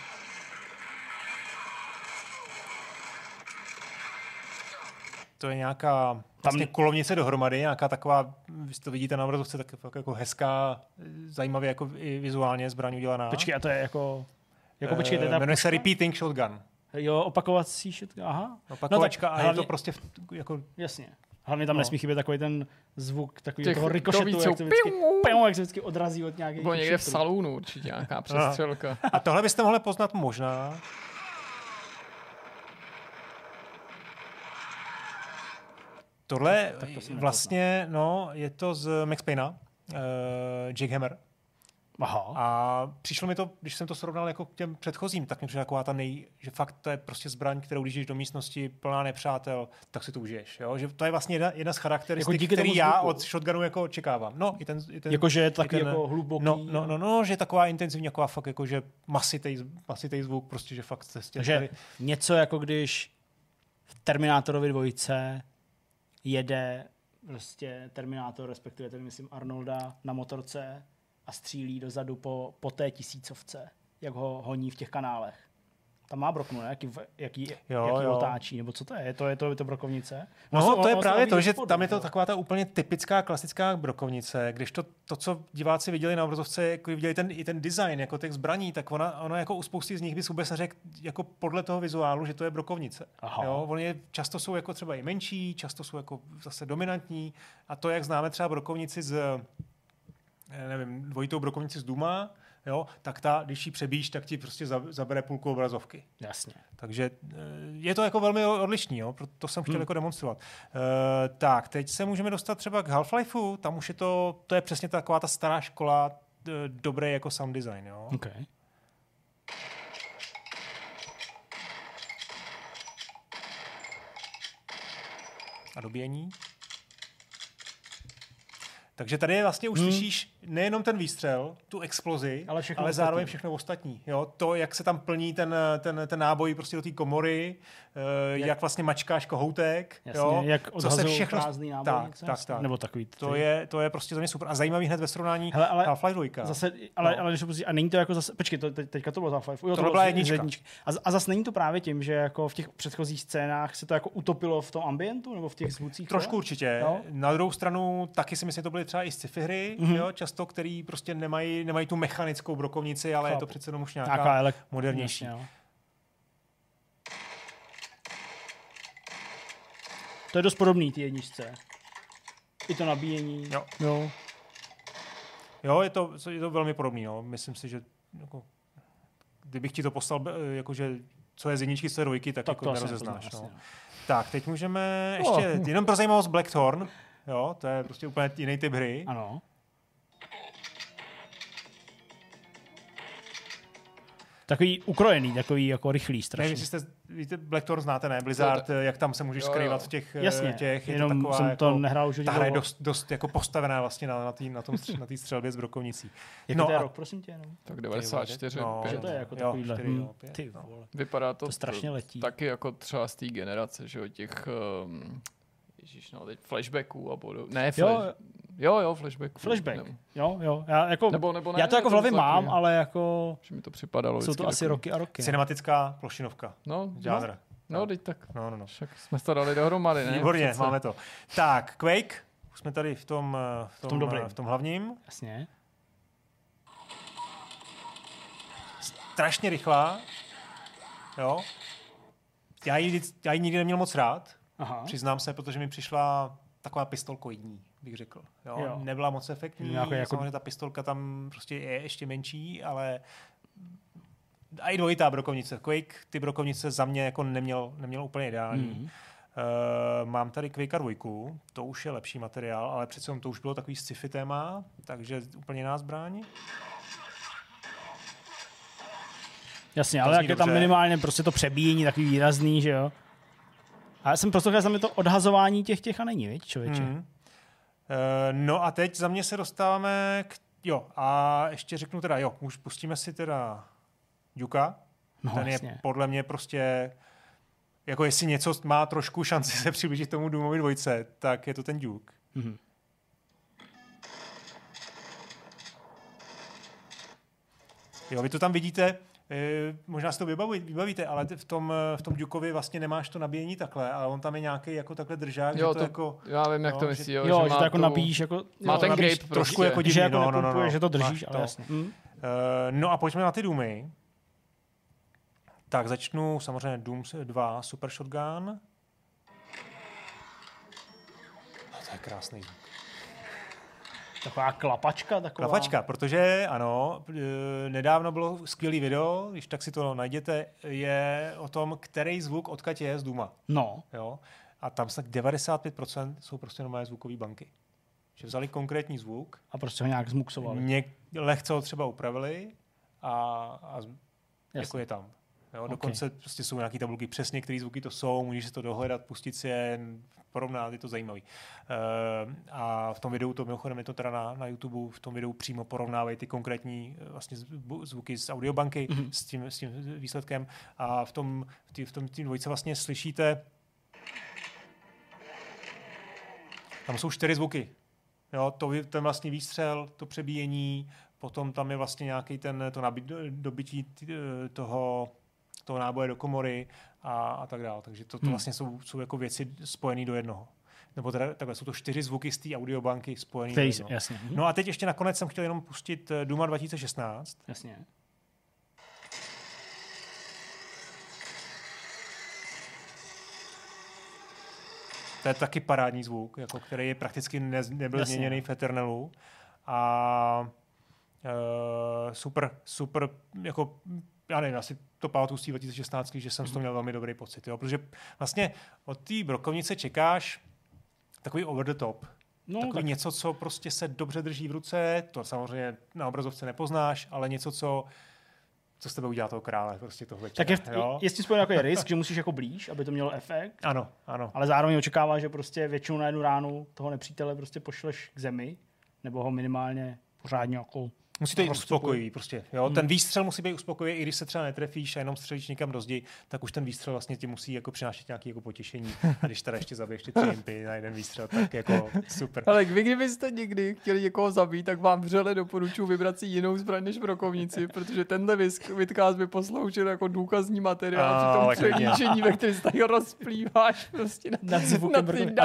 To je nějaká vlastně kulovnice dohromady, nějaká taková, vy to vidíte na obrazovce, tak fakt jako hezká, zajímavě jako i vizuálně zbraň udělaná. Počkej, a to je jako počkejte, ta jmenuje se puška? Repeating Shotgun. Jo, opakovací shotgun, aha. Opakovačka No tak a je hlavně- to prostě jako Jasně. Hlavně tam No. nesmí chybět takový ten zvuk, takový Těch toho rikošetu, dovíců. jak se vždycky, Piu. jak se vždycky odrazí od nějakých Bylo někde v šutrů. salonu určitě nějaká přestřelka. A tohle byste mohli poznat možná. Tohle Tak to jsem vlastně, no, je to z Max Payna, Jake Hammer. Aha. A přišlo mi to, když jsem to srovnal jako k těm předchozím, tak mi přišlo taková ta že fakt to je prostě zbraň, kterou když jdeš do místnosti plná nepřátel, tak si to užiješ. Jo? Že to je vlastně jedna z charakteristik, díky tomu který já zvuku. od shotgunu jako očekávám. No, i ten Jakože je to takový i ten- jako hluboký. No, že je taková intenzivní, taková fakt jako, že masitej zvuk, prostě, že fakt cestě. Takže něco jako když v Terminátorovi 2 jede prostě Terminátor, respektive ten myslím Arnolda na motorce a střílí dozadu po té tisícovce, jak ho honí v těch kanálech. Tam má broknu, ne? Jaký otáčí, nebo co to je? Je to brokovnice? No, to je právě to, že spodů, tam je to jo. taková ta úplně typická klasická brokovnice, když to co diváci viděli na obrazovce, jako viděli i ten design jako těch zbraní, tak ona jako u spousty z nich bys vůbec neřekl jako podle toho vizuálu, že to je brokovnice. Aha. Jo, často jsou jako třeba i menší, často jsou jako zase dominantní a to, jak známe třeba brokovnici nevím, dvojitou brokovnici z Duma, jo, tak když ji přebíš, tak ti prostě zabere půlku obrazovky. Jasně. Takže je to jako velmi odlišný, jo? To jsem chtěl jako demonstrovat. Tak, teď se můžeme dostat třeba k Half-Lifeu, tam už je to je přesně taková ta stará škola, dobrý jako sound design, jo? Okay. A dobíjení. Takže tady je vlastně už slyšíš nejenom ten výstřel, tu explozi, ale zároveň všechno ostatní. Jo? To, jak se tam plní ten náboj prostě do té komory, jak vlastně mačkáš kohoutek. Jasně, jo? jak odhazují prázdný nábojnice. Tak. Nebo takový. To je prostě za mě super. A zajímavý hned ve srovnání Half-Life 2. Zase, ale a není to jako zase, počkej, teďka to bylo Half-Life. To byla jednička. A zase není to právě tím, že jako v těch předchozích scénách se to jako utopilo v tom ambientu nebo v těch zvucích? Trošku určitě. Jo? Na druhou stranu taky si myslím, že to byly třeba i sci-fi hry, jo? Často, který prostě nemají tu mechanickou brokovnici, ale je to přece jenom už nějaká modernější. Jasně, to je dost podobný ty jedničce. I to nabíjení. Jo, je to velmi podobný. No. Myslím si, že jako, kdybych ti to poslal, jakože, co je z jedničky, co je dvojky, tak jako nerozeznáš. No. Tak, teď můžeme ještě, jenom pro zajímavost Blackthorn. Jo, to je prostě úplně jiný typ hry. Ano. Takový ukrojený, takový jako rychlý strašně. Nevím, jestli víte, Blackthorn znáte, ne? Blizzard, jak tam se můžeš skrývat v těch. Jasně, těch je jenom to taková, jsem jako, to nehrál už. Ta hra je dost jako postavená vlastně na té střelbě s brokovnicí. Jak to je rok, prosím tě? No? Tak 94. Že to je jako takovýhle. Ty vole. Vypadá to strašně letí. Taky jako třeba z té generace, že těch ježiš, no, teď flashbacků a podobně. Ne, Jo, flashback. Flashback. Jo. Já, jako, nebo já to jako v hlavě mám, ale jako... Že mi to připadalo. Jsou to asi roky a roky. Cinematická plošinovka. Žánr. No, teď tak. No. Však jsme to dali dohromady, ne? Výborně, přece. Máme to. Tak, Quake. Už jsme tady v tom hlavním. Jasně. Strašně rychlá. Jo. Já ji nikdy neměl moc rád. Aha. Přiznám se, protože mi přišla taková pistolkoidní, bych řekl. Jo. Nebyla moc efektní, samozřejmě ta pistolka tam prostě je ještě menší, ale a i dvojitá brokovnice. Quake ty brokovnice za mě jako neměl úplně ideální. Mám tady Quake 2, to už je lepší materiál, ale přece to už bylo takový sci-fi téma, takže úplně jiná zbraň. Jasně, ale jak je tam minimálně prostě to přebíjení takový výrazný, že jo? A já jsem prostě za mě to odhazování těch a není, viď, člověče? No a teď za mě se dostáváme a ještě řeknu teda, už pustíme si teda Duka. Ten jasně. Je podle mě prostě, jako jestli něco má trošku šanci se přiblížit tomu Doomovi 2, tak je to ten Duke. Mm-hmm. Vy to tam vidíte, možná si to vybavíte, ale v tom Dukeovi vlastně nemáš to nabíjení takhle, ale on tam je nějaký jako takhle držák, jo, že to jako... Já vím, jak to myslí. Že to jako nabíjíš, jako... Má ten grip trošku prostě. Jako divný, že jako nepupuje, že to držíš, ale jasně. No a pojďme na ty Doomy. Tak začnu samozřejmě Doom 2 Super Shotgun. To je krásný zvuk. Taková klapačka. Klapačka, protože ano, nedávno bylo skvělý video, když tak si to najděte, je o tom, který zvuk odkud je z Dooma. No. Jo? A tam snad 95% jsou prostě normální zvukové banky. Že vzali konkrétní zvuk. A prostě ho nějak zmuxovali. Lehce ho třeba upravili a jako je tam. Jo? Dokonce prostě jsou nějaké tabulky přesně, které zvuky to jsou, můžeš si to dohledat, pustit si je, porovnat, je to zajímavý. A v tom videu, to mimochodem je to teda na YouTube, v tom videu přímo porovnávají ty konkrétní vlastně zvuky z audiobanky s tím výsledkem. A v tom dvojce vlastně slyšíte, tam jsou 4 zvuky. Jo, ten vlastně výstřel, to přebíjení, potom tam je vlastně nějaký dobytí toho náboje do komory a tak dále. Takže to vlastně jsou jako věci spojené do jednoho. Nebo teda, takhle jsou to 4 zvuky z té audiobanky spojené do jednoho. Jasně. No a teď ještě nakonec jsem chtěl jenom pustit Dooma 2016. Jasně. To je taky parádní zvuk, jako který je prakticky nebyl změněný v Eternelu. A super, jako já nevím, asi to pamatuju z 2016, že jsem z toho měl velmi dobrý pocit, jo? Protože vlastně od té brokovnice čekáš takový over the top. No, takový něco, co prostě se dobře drží v ruce, to samozřejmě na obrazovce nepoznáš, ale něco, co z tebe udělá toho krále, prostě toho večera. Tak je s tím spojen jako je risk, že musíš jako blíž, aby to mělo efekt. Ano. Ale zároveň očekává, že prostě většinou na jednu ránu toho nepřítele prostě pošleš k zemi, nebo ho minimálně pořádně jako musí to být uspokojivý prostě. Jo? Ten výstřel musí být uspokojivý, i když se třeba netrefíš a jenom střelíš někam do zdi, tak už ten výstřel vlastně ti musí jako přinášet nějaké jako potěšení. A když teda ještě zabiješ ty 3 impy na jeden výstřel, tak jako super. Ale vy kdybyste někdy chtěli někoho zabít, tak vám vřele doporučuji vybrat si jinou zbraň než brokovnici, protože tenhle vidcast by posloužil jako důkazní materiál při tom přenížení, ve kterém se tady rozplýváš prostě nad zvukem.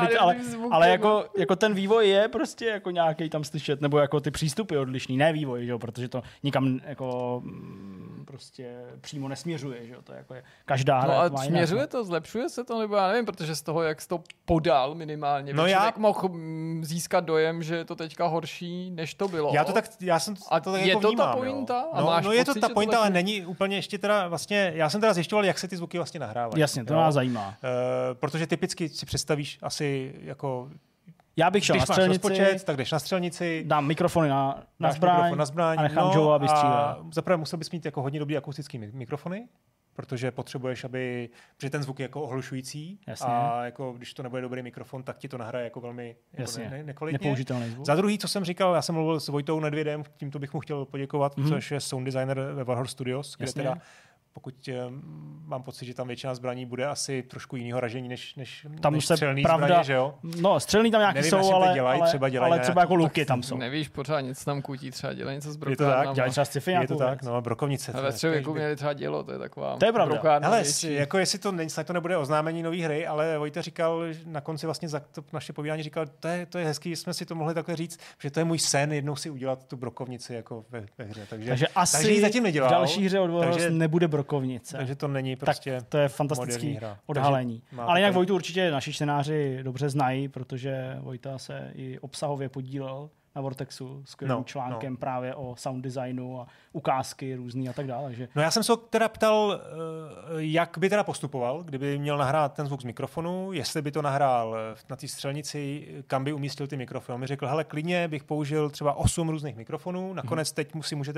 Ale jako ten vývoj je prostě jako nějaký tam slyšet, nebo jako ty přístupy odlišný, ne vývoj, jo, protože to nikam jako prostě přímo nesměřuje, že jo, to jako je každá hra. No a směřuje to, zlepšuje se to, nebo já nevím, protože z toho, jak jsi to podal minimálně, člověk mohl získat dojem, že je to teďka horší, než to bylo. Já jsem to tak je jako to vnímám, ta pointa? No je to ta pointa, ale není úplně ještě teda vlastně, já jsem teda zjišťoval, jak se ty zvuky vlastně nahrávají. Jasně, to nás zajímá. Protože typicky si představíš asi jako já bych šel na střelnici, tak jdeš na střelnici, dám mikrofony na zbraň a nechám Joe, aby střílel. Zaprvé musel bys mít jako hodně dobrý akustický mikrofony, protože potřebuješ, protože ten zvuk je jako ohlušující. Jasně. A jako když to nebude dobrý mikrofon, tak ti to nahraje jako velmi jako nekvalitně. Nepoužitelný zvuk. Za druhý, co jsem říkal, já jsem mluvil s Vojtou Nedvědem, tímto bych mu chtěl poděkovat, což je sound designer ve Warhorse Studios, kde teda pokud mám pocit, že tam většina zbraní bude asi trošku jinýho ražení než tam se střelný pravda, zbraně, že jo? No, střelný tam nějaký jsou, ale třeba jako luky tam jsou. Nevíš pořád, něco tam kutí, třeba dělají něco s brokárnama. Je to tak, dělají třeba sci-fi je to tak, no, brokovnice. Ve středověku měli třeba dělo, to je taková to je pravda. Ale jako jestli to nebude oznámení nový hry, ale Vojta říkal, na konci vlastně za to naše povídání říkal, to je hezký, že jsme si to mohli takhle říct, že to je můj sen jednou si udělat tu brokovnici jako ve hře. Takže asi zatím nedělal. V další hře od Warhorse nebude brokovnice. Takže to není prostě tak to je fantastický odhalení. Ale jinak Vojtu určitě naši čtenáři dobře znají, protože Vojta se i obsahově podílel na Vortexu s skvělým článkem právě o sound designu a ukázky různý a tak dále. Že... No já jsem se teda ptal, jak by teda postupoval, kdyby měl nahrát ten zvuk z mikrofonu, jestli by to nahrál na té střelnici, kam by umístil ty mikrofony. On mi řekl, hele, klidně bych použil třeba 8 různých mikrofonů, nakonec teď si můžete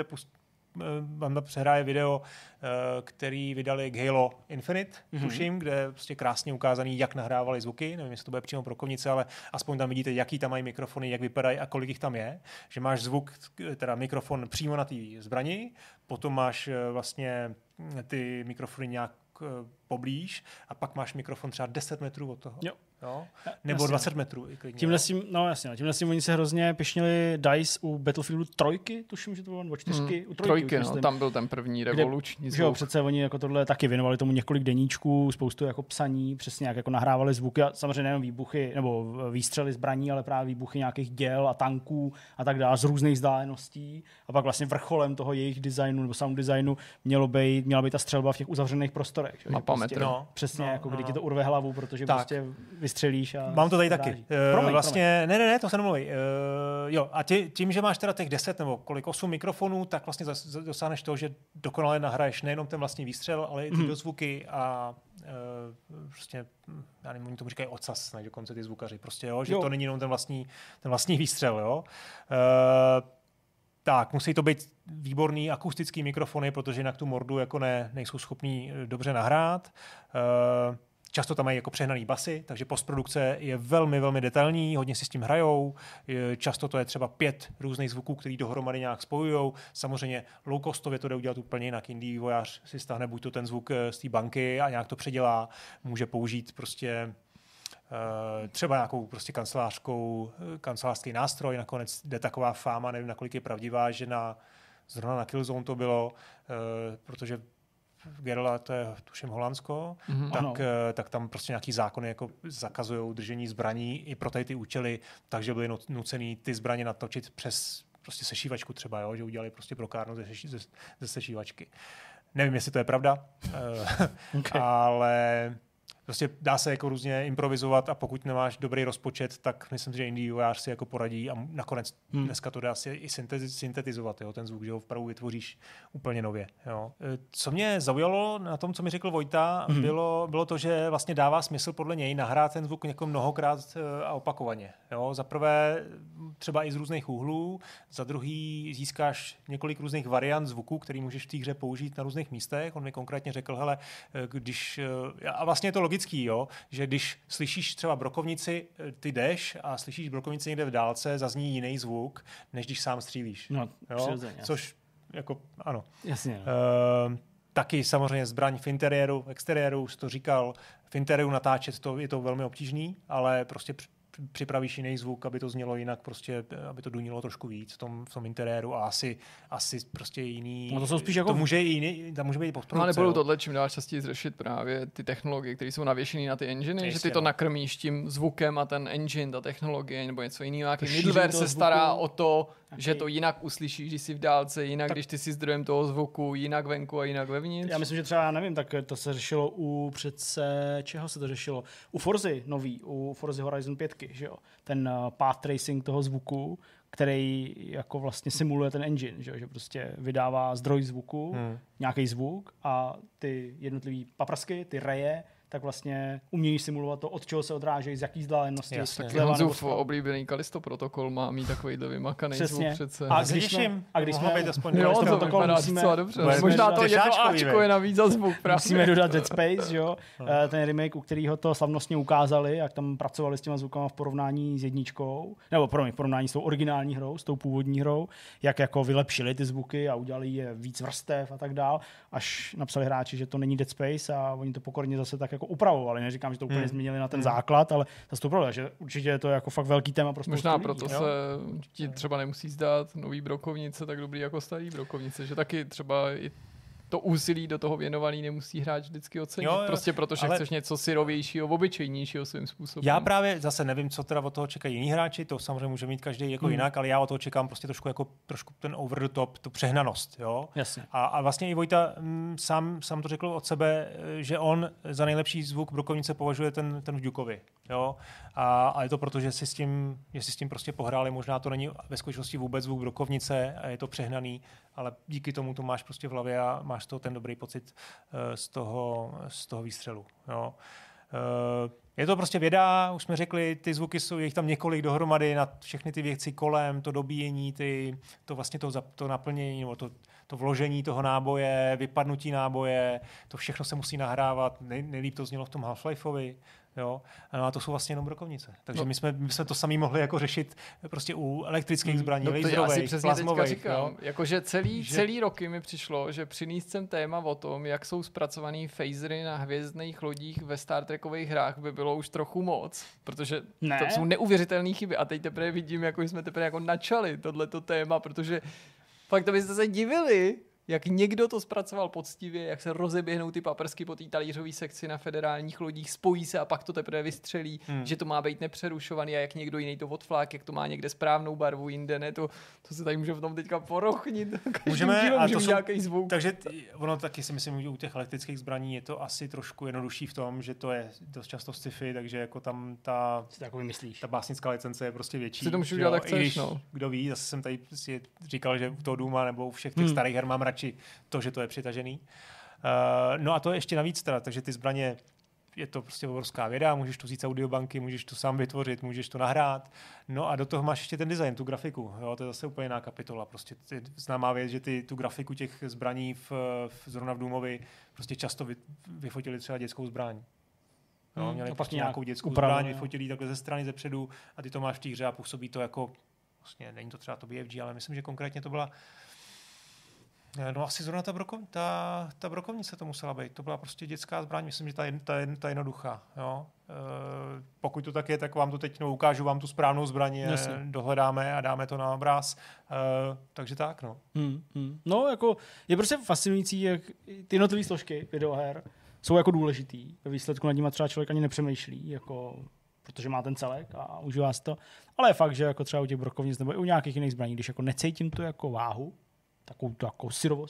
vám tam přehraje video, který vydali k Halo Infinite, tuším, kde je prostě krásně ukázaný, jak nahrávali zvuky, nevím, jestli to bude přímo brokovnice, ale aspoň tam vidíte, jaký tam mají mikrofony, jak vypadají a kolik jich tam je, že máš zvuk, teda mikrofon přímo na té zbrani, potom máš vlastně ty mikrofony nějak poblíž a pak máš mikrofon třeba 10 metrů od toho. Jo. Nebo jasně. 20 metrů. Tímhle tím oni se hrozně pišnili DICE u Battlefieldu 3, tuším, že to bylo, nebo 4. U 3, no, tam byl ten první revoluční zvuk. Jo, přece oni jako tohle taky věnovali tomu několik deníčků, spoustu jako psaní, přesně jak jako nahrávali zvuky a samozřejmě nejen výbuchy, nebo výstřely zbraní, ale právě výbuchy nějakých děl a tanků a tak dále z různých vzdáleností. A pak vlastně vrcholem toho jejich designu nebo sound designu měla být ta střelba v těch uzavřených prostorech. Prostě, přesně, jako kdy ti to urve hlavu, protože tak. Prostě vystřelíš a... Mám to tady taky. Vlastně, ne, to se nemluví. Jo, a tím, že máš teda těch 10 nebo 8 mikrofonů, tak vlastně dosáhneš toho, že dokonale nahraješ nejenom ten vlastní výstřel, ale i ty dozvuky a prostě, já nevím, oni tomu říkají ocas, dokonce ty zvukaři, prostě, jo, že to není jenom ten vlastní výstřel, jo. Tak, musí to být výborný akustický mikrofony, protože jinak tu mordu jako nejsou schopní dobře nahrát. Často tam mají jako přehnaný basy, takže postprodukce je velmi, velmi detailní, hodně si s tím hrajou. Často to je třeba 5 různých zvuků, který dohromady nějak spojujou. Samozřejmě low-costově to jde udělat úplně jinak. Indie vývojář si stáhne buď to ten zvuk z té banky a nějak to předělá. Může použít prostě třeba nějakou prostě kancelářský nástroj. Nakonec jde taková fáma, nevím, nakolik je pravdivá, že zrovna na Killzone to bylo, protože Gerla, to je tuším Holandsko, tak tam prostě nějaký zákony jako zakazují držení zbraní i pro ty účely, takže byli nucený ty zbraně natočit přes prostě sešívačku třeba, jo, že udělali prostě brokárnu ze sešívačky. Nevím, jestli to je pravda, ale prostě dá se jako různě improvizovat a pokud nemáš dobrý rozpočet, tak myslím, že indie vývojář si jako poradí a nakonec dneska to dá si i syntetizovat, jo, ten zvuk, že ho vpravu vytvoříš úplně nově. Jo. Co mě zaujalo na tom, co mi řekl Vojta, bylo to, že vlastně dává smysl podle něj nahrát ten zvuk někomu mnohokrát a opakovaně. Jo. Za prvé třeba i z různých úhlů, za druhý získáš několik různých variant zvuku, který můžeš v té hře použít na různých místech. On mi konkrétně řekl, hele, když, a vlastně je to logický, jo, že když slyšíš třeba brokovnici, ty jdeš a slyšíš brokovnici někde v dálce, zazní jiný zvuk, než když sám střílíš. No, což jako, ano. Jasně. Taky samozřejmě zbraň v interiéru, v exteriéru, už to říkal, v interiéru natáčet je to velmi obtížný, ale prostě připravíš jiný zvuk, aby to znělo jinak, prostě, aby to dunilo trošku víc v tom interiéru a asi prostě jiný. No to jsou spíš jako... To může být postprodukce. No ale budou tohle čím dál častěji řešit právě ty technologie, které jsou navěšené na ty enginy, že ty to nakrmíš tím zvukem a ten engine, ta technologie nebo něco jiného. Nějaký middleware se stará o to, že to jinak uslyšíš, když jsi v dálce, jinak když ty jsi zdrojem toho zvuku, jinak venku a jinak vevnitř. Já myslím, že třeba, nevím, tak to se řešilo čeho se to řešilo? U Forzy nový, u Forzy Horizon 5, že jo? Ten path tracing toho zvuku, který jako vlastně simuluje ten engine, že prostě vydává zdroj zvuku, nějaký zvuk a ty jednotlivý paprsky, ty reje, tak vlastně umějí simulovat to, od čeho se odrážejí, z jaký vzdálenosti. Honzův oblíbený Kalisto protokol má mít takovýhle vymakaný zvuk přece. A když jsme Kalisto protokol musíme... Dobře. Možná to jedno Ačko je navíc za zvuk. Musíme dodat Dead Space, jo? Ten remake, u kterého to slavnostně ukázali, jak tam pracovali s těma zvukama v porovnání s jedničkou, nebo v porovnání s tou originální hrou, s tou původní hrou, jak jako vylepšili ty zvuky a udělali je víc vrstev a tak dál, až napsali hráči, že to není Dead Space a oni to pokorně zase tak jako upravovali. Neříkám, že to úplně změnili na ten základ, ale zase to upravovali, že určitě je to jako fakt velký téma pro spoustu možná lidí, proto jo? se ti třeba nemusí zdát nový brokovnice tak dobrý jako starý brokovnice, že taky třeba i to úsilí do toho věnovaný nemusí hráč vždycky ocenit. Jo, prostě protože chceš něco syrovějšího, obyčejnějšího svým způsobem. Já právě zase nevím, co teda od toho čekají jiní hráči, to samozřejmě může mít každý jako jinak, ale já od toho čekám prostě trošku ten over the top, tu přehnanost. Jo? Jasně. A vlastně i Vojta sám to řekl od sebe, že on za nejlepší zvuk brokovnice považuje ten v Dukeovi. Jo? A je to proto, že si s tím prostě pohráli, možná to není ve skutečnosti vůbec zvuk brokovnice a je to přehnaný, ale díky tomu to máš prostě v hlavě a máš z toho ten dobrý pocit z toho výstřelu. Jo. Je to prostě věda, už jsme řekli, ty zvuky jsou, je jich tam několik dohromady na všechny ty věci kolem, to dobíjení, to naplnění, nebo to vložení toho náboje, vypadnutí náboje, to všechno se musí nahrávat, nejlíp to znělo v tom Half-Lifeovi. Jo? A to jsou vlastně jenom brokovnice. Takže my jsme to sami mohli jako řešit prostě u elektrických zbraní, laserových, plazmových. Jakože celý roky mi přišlo, že přinést sem téma o tom, jak jsou zpracovaný phasery na hvězdných lodích ve Star Trekových hrách, by bylo už trochu moc, protože to jsou neuvěřitelné chyby a teď teprve vidím, jako jsme teprve jako načali tohleto téma, protože fakt to byste se divili, jak někdo to zpracoval poctivě, jak se rozeběhnou ty paprsky po té talířové sekci na federálních lodích, spojí se a pak to teprve vystřelí, že to má být nepřerušovaný a jak někdo jiný to odflák, jak to má někde správnou barvu, jinde ne, to se tady může v tom teďka porochnit. Můžeme nějaký zvuk. Takže ono taky si myslím, že u těch elektrických zbraní je to asi trošku jednodušší v tom, že to je dost často sci-fi, takže jako tam ta básnická licence je prostě větší. Si to můžu udělat, jak chceš, no. Kdo ví, zase jsem tady si říkal, že u toho Duma nebo u všech těch starých her mám radši to, že to je přitažený. No a to je ještě navíc teda, takže ty zbraně, je to prostě obrovská věda, můžeš tu vzít z audiobanky, můžeš to sám vytvořit, můžeš to nahrát. No a do toho máš ještě ten design, tu grafiku. Jo, to je zase úplně jiná kapitola. Prostě známá věc, že tu grafiku těch zbraní zrovna v Doomovi prostě často vyfotili třeba dětskou zbraň. Jo, měli prostě nějakou dětskou zbraň, vyfotili takhle ze strany, ze předu a ty to máš v té hře a působí to jako, vlastně není to třeba to BFG, ale myslím, že konkrétně to byla no asi zrovna ta brokovnice to musela být. To byla prostě dětská zbraň, myslím, že ta jednoduchá. Jo? Pokud to tak je, tak vám to teď ukážu vám tu správnou zbraň, dohledáme a dáme to na obraz. Takže tak, no. No, jako je prostě fascinující, jak ty jednotlivé složky videoher jsou jako důležitý. Ve výsledku nad nimi třeba člověk ani nepřemýšlí, jako protože má ten celek a užívá si to. Ale je fakt, že jako třeba u těch brokovnic nebo i u nějakých jiných zbraní, když jako necítím tu jako váhu, takovou tu jako syrovost,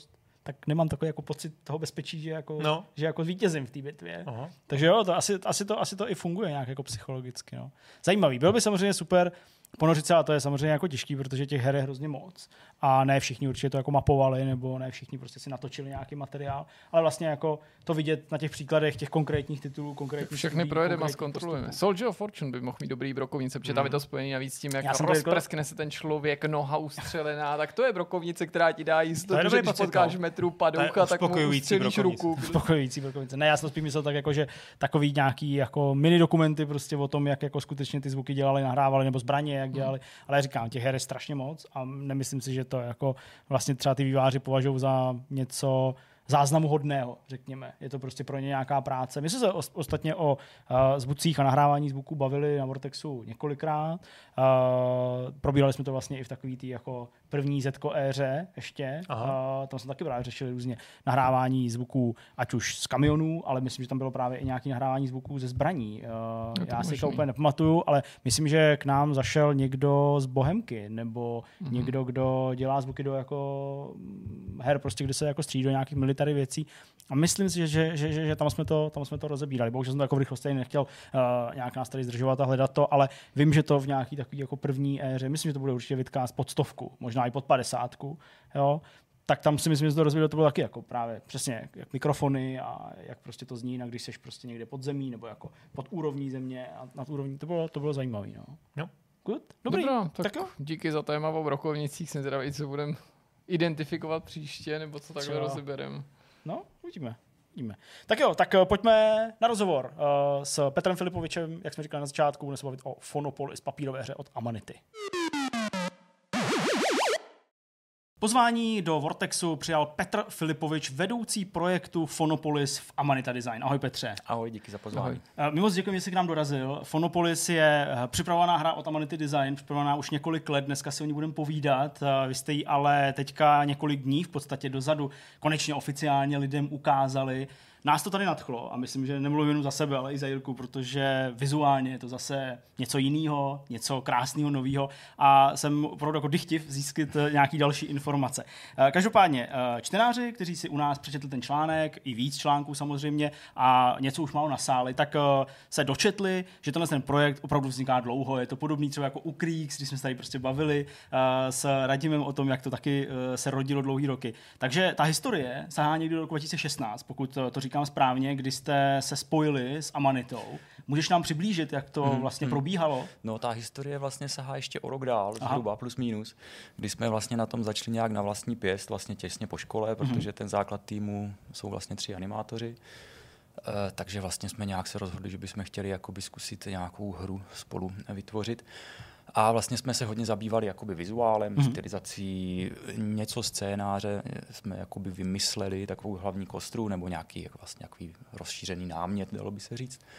tak nemám takový jako pocit toho bezpečí, že jako vítězím v té bitvě. Aha. Takže jo, to asi to i funguje nějak jako psychologicky. No. Zajímavý. Bylo by samozřejmě super ponořit se, a to je samozřejmě jako těžký, protože těch her je hrozně moc a ne všichni určitě to jako mapovali, nebo ne všichni prostě si natočili nějaký materiál, ale vlastně jako to vidět na těch příkladech těch konkrétních titulů, konkrétních všechny projedeme a zkontrolujeme. Soldier of Fortune by mohl mít dobrý brokovnice, protože tam je to spojený navíc s tím, jak rozprskne se ten člověk, noha ustřelená, tak to je brokovnice, která ti dá jistotu, že když potkáš metru padoucha, tak mu ustřelíš ruku. Uspokojující brokovnice. Ne, já jsem to spíš myslel tak jako, že takový nějaký jako mini dokumenty prostě o tom, jak jako skutečně ty zvuky dělali, nahrávali nebo zbraně, jak dělali, ale říkám, těch her je strašně moc a nemyslím si, že to jako vlastně třeba ty vývojáři považují za něco záznamu hodného, řekněme. Je to prostě pro ně nějaká práce. My jsme se ostatně o zvucích a nahrávání zvuků bavili na Vortexu několikrát. Probírali jsme to vlastně i v takový tý jako první Zetko éře ještě. Tam jsme taky právě řešili různě nahrávání zvuků, ať už z kamionů, ale myslím, že tam bylo právě i nějaké nahrávání zvuků ze zbraní. Já si to úplně nepamatuju, ale myslím, že k nám zašel někdo z Bohemky, nebo někdo, kdo dělá zvuky do jako her, prostě, kde se jako střídí do nějakých military věcí. A myslím si, že tam jsme to rozebírali. Bohužel jsem to jako v rychlosti nechtěl nějak nás tady zdržovat a hledat to, ale vím, že to v nějaký takový jako první éře, myslím, že to bude určitě vidcast pod 100, možná i pod 50, jo. Tak tam si myslím, že to rozvíjelo, to bylo taky jako právě přesně jak mikrofony a jak prostě to zní, když seš prostě někde pod zemí nebo jako pod úrovní země a nad úrovní, to bylo zajímavý, no. No. Good? Dobrý. Dobrá, tak jo. Díky za téma o brokovnicích, jsem zvědavý, co budeme identifikovat příště, nebo co takhle rozeberem. No, uvidíme. Tak jo, tak pojďme na rozhovor s Petrem Filipovičem, jak jsme říkali na začátku, budeme se bavit o Phonopolis, papírové hře od Amanity. Pozvání do Vortexu přijal Petr Filipovič, vedoucí projektu Phonopolis v Amanita Design. Ahoj Petře. Ahoj, díky za pozvání. My moc děkujeme, že jsi k nám dorazil. Phonopolis je připravovaná hra od Amanity Design, připravovaná už několik let, dneska si o ní budeme povídat. Vy jste ji ale teďka několik dní v podstatě dozadu konečně oficiálně lidem ukázali. Nás to tady nadchlo a myslím, že nemluvím jenom za sebe, ale i za Jirku, protože vizuálně je to zase něco jiného, něco krásného, nového a jsem opravdu jako dychtiv získat nějaký další informace. Každopádně čtenáři, kteří si u nás přečetli ten článek, i víc článků samozřejmě a něco už málo nasáli, tak se dočetli, že tenhle ten projekt opravdu vzniká dlouho. Je to podobný třeba jako u Kriegs, když jsme se tady prostě bavili s Radimem o tom, jak to taky se rodilo dlouhý roky. Takže ta historie sahá někdy do roku 2016, pokud to říkám správně, kdy jste se spojili s Amanitou. Můžeš nám přiblížit, jak to vlastně probíhalo? No, ta historie vlastně sahá ještě o rok dál, zhruba plus minus, kdy jsme vlastně na tom začali nějak na vlastní pěst, vlastně těsně po škole, protože ten základ týmu jsou vlastně 3 animátoři. Takže vlastně jsme nějak se rozhodli, že bychom chtěli jakoby zkusit nějakou hru spolu vytvořit. A vlastně jsme se hodně zabývali jakoby vizuálem, stylizací, něco scénáře, jsme jakoby vymysleli takovou hlavní kostru nebo nějaký jako vlastně nějaký rozšířený námět, dalo by se říct.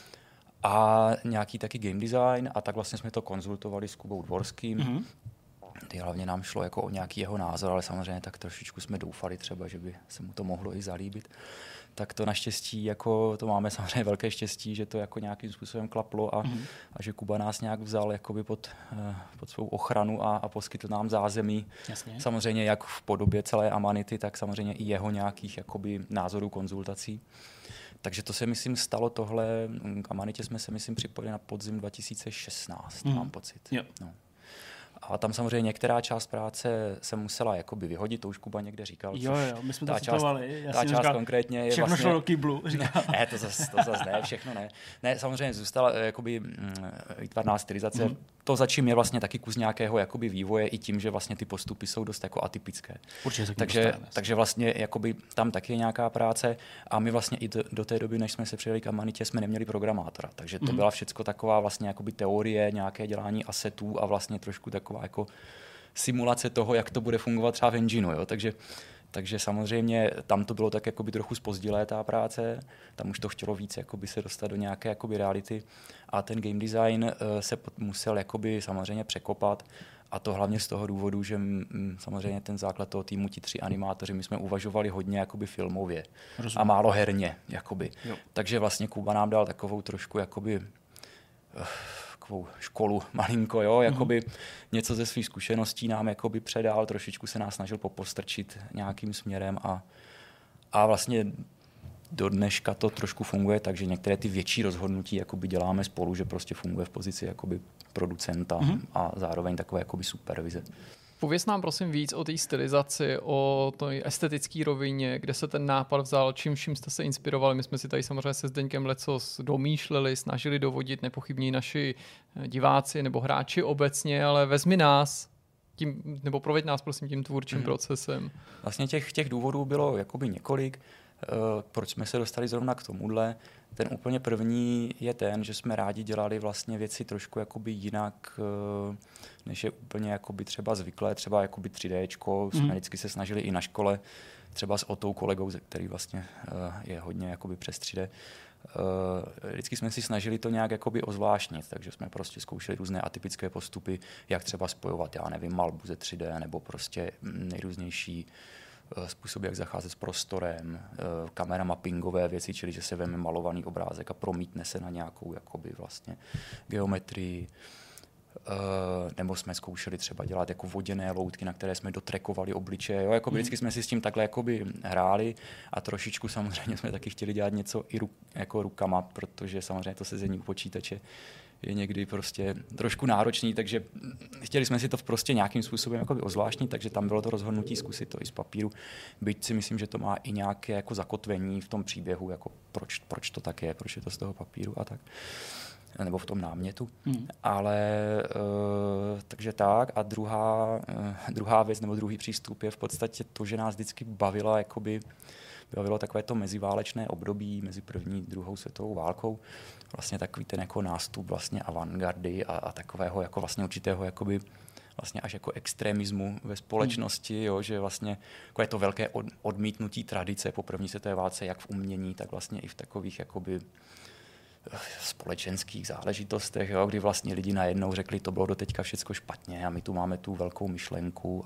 A nějaký taky game design a tak vlastně jsme to konzultovali s Kubou Dvorským. Ty hlavně nám šlo jako o nějaký jeho názor, ale samozřejmě tak trošičku jsme doufali třeba, že by se mu to mohlo i zalíbit. Tak to naštěstí, jako to máme samozřejmě velké štěstí, že to jako nějakým způsobem klaplo a že Kuba nás nějak vzal jakoby pod svou ochranu a poskytl nám zázemí. Jasně. Samozřejmě jak v podobě celé Amanity, tak samozřejmě i jeho nějakých jakoby názorů, konzultací. Takže to se, myslím, stalo tohle. K Amanitě jsme se, myslím, připojili na podzim 2016, mám pocit. Jo. No. A tam samozřejmě některá část práce se musela jakoby vyhodit, to už Kuba někde říkal. Jo, my jsme to citovali. Ta část konkrétně je všechno vlastně... šlo do kýblu. Ne, to zas ne, všechno ne. Ne, samozřejmě zůstala jakoby výtvarná stylizace. To začím je vlastně taky kus nějakého jakoby vývoje i tím, že vlastně ty postupy jsou dost jako atypické. Určitě takže vlastně jakoby tam taky je nějaká práce a my vlastně i do té doby, než jsme se přijeli k Amanitě, jsme neměli programátora. Takže to byla všecko taková vlastně jakoby teorie, nějaké dělání asetů a vlastně trošku taková jako simulace toho, jak to bude fungovat třeba v engineu, jo. Takže samozřejmě tam to bylo tak jakoby trochu zpozdilé ta práce, tam už to chtělo víc jakoby se dostat do nějaké jakoby reality a ten game design se musel jakoby samozřejmě překopat a to hlavně z toho důvodu, že samozřejmě ten základ toho týmu, ti 3 animátoři, my jsme uvažovali hodně jakoby filmově. Rozumím. A málo herně, jakoby. Takže vlastně Kuba nám dal takovou trošku jakoby takovou školu malinko, jo, jakoby něco ze svých zkušeností nám jakoby předal, trošičku se nás snažil popostrčit nějakým směrem a vlastně do dneška to trošku funguje, takže některé ty větší rozhodnutí jakoby děláme spolu, že prostě funguje v pozici jakoby producenta a zároveň takové jakoby supervize. Pověz nám prosím víc o té stylizaci, o té estetické rovině, kde se ten nápad vzal, čím jste se inspirovali. My jsme si tady samozřejmě se Zdeňkem lecos domýšleli, snažili dovodit nepochybně naši diváci nebo hráči obecně, ale vezmi nás tím, nebo proveď nás prosím tím tvůrčím procesem. Vlastně těch důvodů bylo jakoby několik. Proč jsme se dostali zrovna k tomuhle? Ten úplně první je ten, že jsme rádi dělali vlastně věci trošku jakoby jinak, než je úplně jakoby třeba zvyklé, třeba jakoby 3Dčko. Jsme vždycky se snažili i na škole, třeba s Otou kolegou, který vlastně je hodně jakoby přes 3D. Vždycky jsme si snažili to nějak jakoby ozvláštnit, takže jsme prostě zkoušeli různé atypické postupy, jak třeba spojovat, já nevím, malbu ze 3D, nebo prostě nejrůznější způsob, jak zacházet s prostorem, kamera mappingové věci, čili že se veme malovaný obrázek a promítne se na nějakou jakoby vlastně geometrii. Nebo jsme zkoušeli třeba dělat jako voděné loutky, na které jsme dotrekovali obličeje. Jo? Jako vždycky jsme si s tím takhle jakoby hráli a trošičku samozřejmě jsme taky chtěli dělat něco i jako rukama, protože samozřejmě to sezení u počítače je někdy prostě trošku náročný, takže chtěli jsme si to prostě nějakým způsobem jakoby ozvláštnit, takže tam bylo to rozhodnutí zkusit to i z papíru. Byť si myslím, že to má i nějaké jako zakotvení v tom příběhu, jako proč to tak je, proč je to z toho papíru a tak. Nebo v tom námětu. Ale takže tak. A druhá věc nebo druhý přístup je v podstatě to, že nás vždycky bavilo takové to meziválečné období mezi první a druhou světovou válkou. Vlastně takový ten jako nástup vlastně avantgardy a takového jako vlastně určitého jakoby vlastně až jako extremismu ve společnosti, jo, že vlastně jako je to velké odmítnutí tradice po první světové válce, jak v umění, tak vlastně i v takových jakoby společenských záležitostech, jo, kdy vlastně lidi najednou řekli, to bylo doteďka všecko špatně a my tu máme tu velkou myšlenku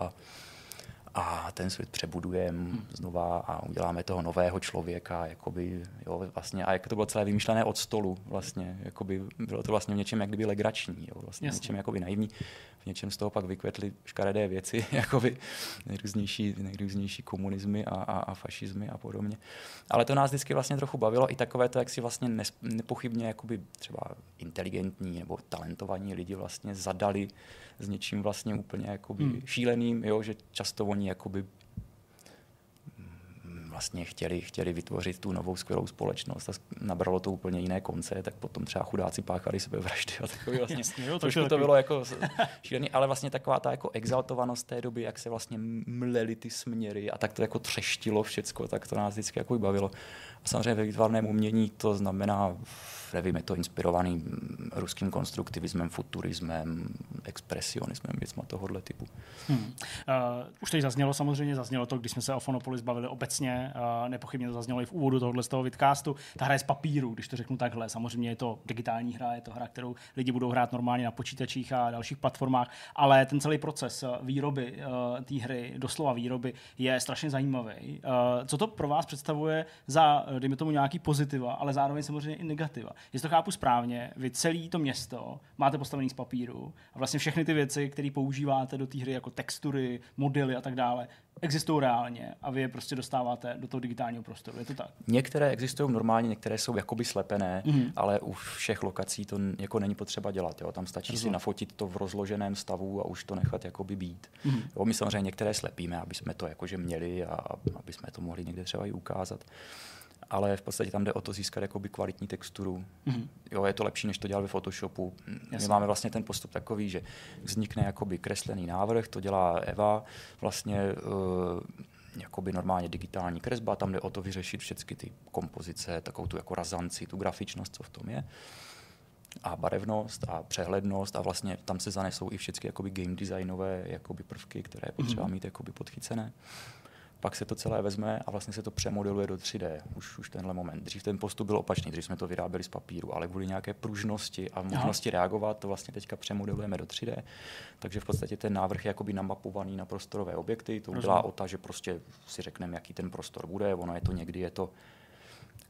a ten svět přebudujeme znova a uděláme toho nového člověka, jakoby, jo, vlastně, a jak to bylo celé vymyšlené od stolu, vlastně, jakoby, bylo to vlastně v něčem jak kdyby legrační, jo, vlastně v něčem jakoby naivní, v něčem z toho pak vykvetly škaredé věci, jakoby nejrůznější komunismy a fašismy a podobně. Ale to nás vždycky vlastně trochu bavilo, i takové to, jak si vlastně nepochybně jakoby třeba inteligentní nebo talentovaní lidi vlastně zadali s něčím vlastně úplně jakoby šíleným, jo, že často oni jakoby vlastně chtěli vytvořit tu novou skvělou společnost a nabralo to úplně jiné konce, tak potom třeba chudáci páchali sebevraždy a takový vlastně. Jasně, jo, trošku to bylo jako šílený, ale vlastně taková ta jako exaltovanost té doby, jak se vlastně mlely ty směry a tak to jako třeštilo všecko, tak to nás vždycky jako bavilo. A samozřejmě ve výtvarném umění to znamená, nevím, je to inspirovaný ruským konstruktivismem, futurismem, expresionismem, věcma tohohle typu. Už teď zaznělo to, když jsme se o Phonopolis bavili obecně, nepochybně to zaznělo i v úvodu tohohle z toho vidcastu. Ta hra je z papíru, když to řeknu takhle. Samozřejmě je to digitální hra, je to hra, kterou lidi budou hrát normálně na počítačích a dalších platformách, ale ten celý proces výroby té hry, doslova výroby, je strašně zajímavý. Co to pro vás představuje za, dejme tomu, nějaký pozitiva, ale zároveň samozřejmě i negativa? Jestli to chápu správně, vy celé to město máte postavený z papíru a vlastně všechny ty věci, které používáte do té hry jako textury, modely a tak dále, existují reálně a vy je prostě dostáváte do toho digitálního prostoru. Je to tak? Některé existují normálně, některé jsou jakoby slepené, ale u všech lokací to jako není potřeba dělat. Jo? Tam stačí si nafotit to v rozloženém stavu a už to nechat jakoby být. Jo, my samozřejmě některé slepíme, aby jsme to jakože měli a aby jsme to mohli někde třeba i ukázat. Ale v podstatě tam jde o to získat jakoby kvalitní texturu. Jo, je to lepší, než to dělat ve Photoshopu. My máme vlastně ten postup takový, že vznikne jakoby kreslený návrh, to dělá Eva, vlastně jakoby normálně digitální kresba, tam jde o to vyřešit všechny ty kompozice, takovou tu jako razanci, tu grafičnost, co v tom je, a barevnost a přehlednost a vlastně tam se zanesou i všechny jakoby game designové jakoby prvky, které je potřeba mít jakoby podchycené. Pak se to celé vezme a vlastně se to přemodeluje do 3D. Už tenhle moment. Dřív ten postup byl opačný, dřív jsme to vyráběli z papíru, ale kvůli nějaké pružnosti a možnosti reagovat, to vlastně teďka přemodelujeme do 3D. Takže v podstatě ten návrh je jakoby namapovaný na prostorové objekty. To udělá Ota, že prostě si řekneme, jaký ten prostor bude. Ono je to někdy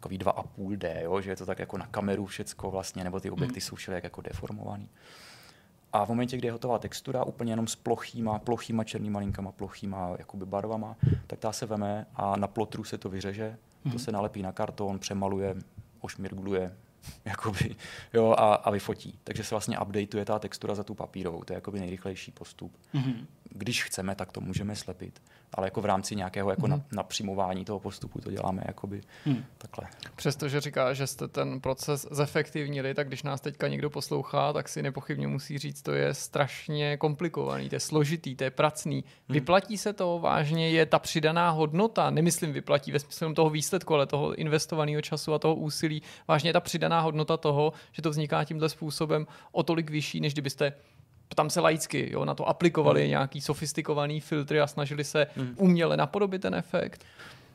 takový 2,5D, jo, že je to tak jako na kameru všecko vlastně, nebo ty objekty jsou všelijak jako deformovaný. A v momentě, kdy je hotová textura, úplně jenom s plochýma černýma linkama, plochýma jakoby barvama, tak ta se veme a na plotru se to vyřeže, to se nalepí na karton, přemaluje, ošmirgluje, jakoby, jo, a vyfotí. Takže se vlastně updateuje ta textura za tu papírovou. To je jakoby nejrychlejší postup. Když chceme, tak to můžeme slepit. Ale jako v rámci nějakého jako napřímování toho postupu to děláme jakoby takhle. Přestože říká, že jste ten proces zefektivnili, tak když nás teďka někdo poslouchá, tak si nepochybně musí říct, to je strašně komplikovaný, to je složitý, to je pracný. Vyplatí se to vážně, je ta přidaná hodnota, nemyslím vyplatí ve smyslu toho výsledku, ale toho investovaného času a toho úsilí, vážně je ta přidaná hodnota toho, že to vzniká tímhle způsobem o tolik vyšší, než kdybyste tam se laicky na to aplikovali nějaký sofistikovaný filtry a snažili se uměle napodobit ten efekt?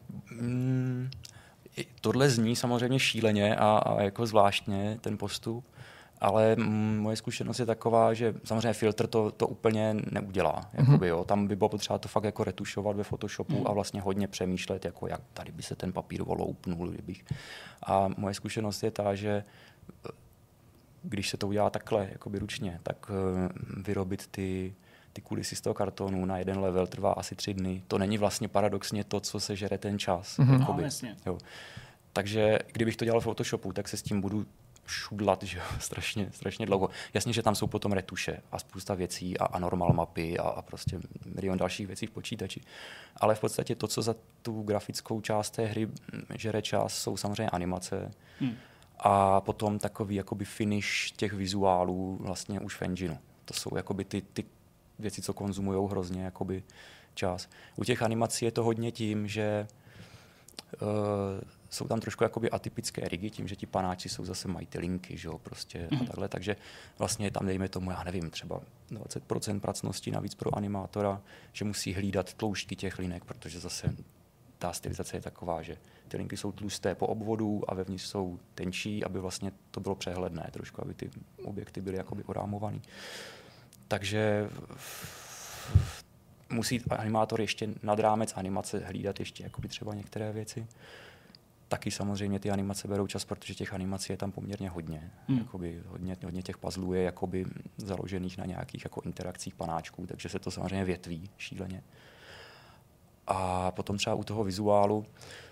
Tohle zní samozřejmě šíleně a jako zvláštně ten postup, ale moje zkušenost je taková, že samozřejmě filtr to úplně neudělá. Jakoby, jo. Tam by bylo potřeba to fakt jako retušovat ve Photoshopu a vlastně hodně přemýšlet, jako jak tady by se ten papír voloupnul. A moje zkušenost je ta, že když se to udělá takhle, jakoby ručně, tak vyrobit ty kulisy z toho kartonu na jeden level trvá asi 3 dny. To není vlastně paradoxně to, co se žere ten čas. Jakoby, jo. Takže kdybych to dělal v Photoshopu, tak se s tím budu šudlat, že jo, strašně dlouho. Jasně, že tam jsou potom retuše a spousta věcí a normal mapy a prostě milion dalších věcí v počítači. Ale v podstatě to, co za tu grafickou část té hry žere čas, jsou samozřejmě animace. A potom takový jakoby finish těch vizuálů vlastně už v engineu. To jsou jakoby ty věci, co konzumujou hrozně jakoby čas. U těch animací je to hodně tím, že jsou tam trošku jakoby atypické rigy, tím, že ti panáči jsou zase mají ty linky, že jo, prostě a takhle, takže vlastně tam dejme tomu, já nevím, třeba 20% pracnosti navíc pro animátora, že musí hlídat tloušťky těch linek, protože zase ta stylizace je taková, že ty linky jsou tlusté po obvodu a vevnitř jsou tenčí, aby vlastně to bylo přehledné trošku, aby ty objekty byly jakoby orámovaný. Takže musí animátor ještě nad rámec animace hlídat ještě jakoby třeba některé věci. Taky samozřejmě ty animace berou čas, protože těch animací je tam poměrně hodně. Jakoby hodně těch puzzlů je jakoby založených na nějakých jako interakcích panáčků, takže se to samozřejmě větví šíleně. A potom třeba u toho vizuálu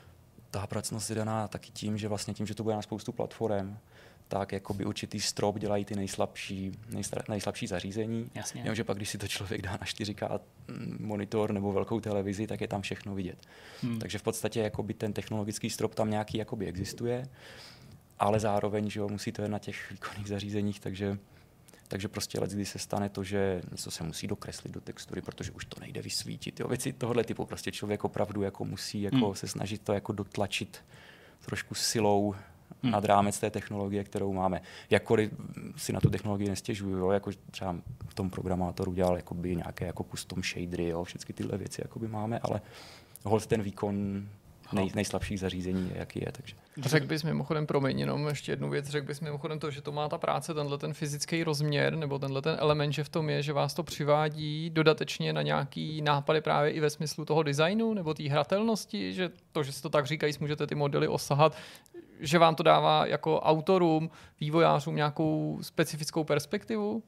ta pracnost je daná taky tím, že to bude na spoustu platform, tak jakoby určitý strop dělají ty nejslabší zařízení. Jasně. Jenomže pak, když si to člověk dá na 4K monitor nebo velkou televizi, tak je tam všechno vidět. Takže v podstatě jakoby ten technologický strop tam nějaký jakoby existuje, ale zároveň, že jo, musí to jet na těch výkonných zařízeních, takže prostě když se stane to, že něco se musí dokreslit do textury, protože už to nejde vysvítit. Jo, věci tohle typu prostě člověk opravdu jako musí jako se snažit to jako dotlačit trošku silou nad rámec té technologie, kterou máme. Jakkoliv si na tu technologii nestěžuju, jo, jako třeba v tom programátoru dělal jakoby nějaké jako custom shadery, jo, všechny tyhle věci jakoby máme, ale holt ten výkon nejslabších zařízení, jaký je. Takže. Řekl bys mimochodem, promiň, jenom ještě jednu věc, řekl bys mimochodem to, že to má ta práce, tenhle ten fyzický rozměr, nebo tenhle ten element, že v tom je, že vás to přivádí dodatečně na nějaký nápady právě i ve smyslu toho designu, nebo té hratelnosti, že to, že si to tak říkají, můžete ty modely osahat, že vám to dává jako autorům, vývojářům nějakou specifickou perspektivu?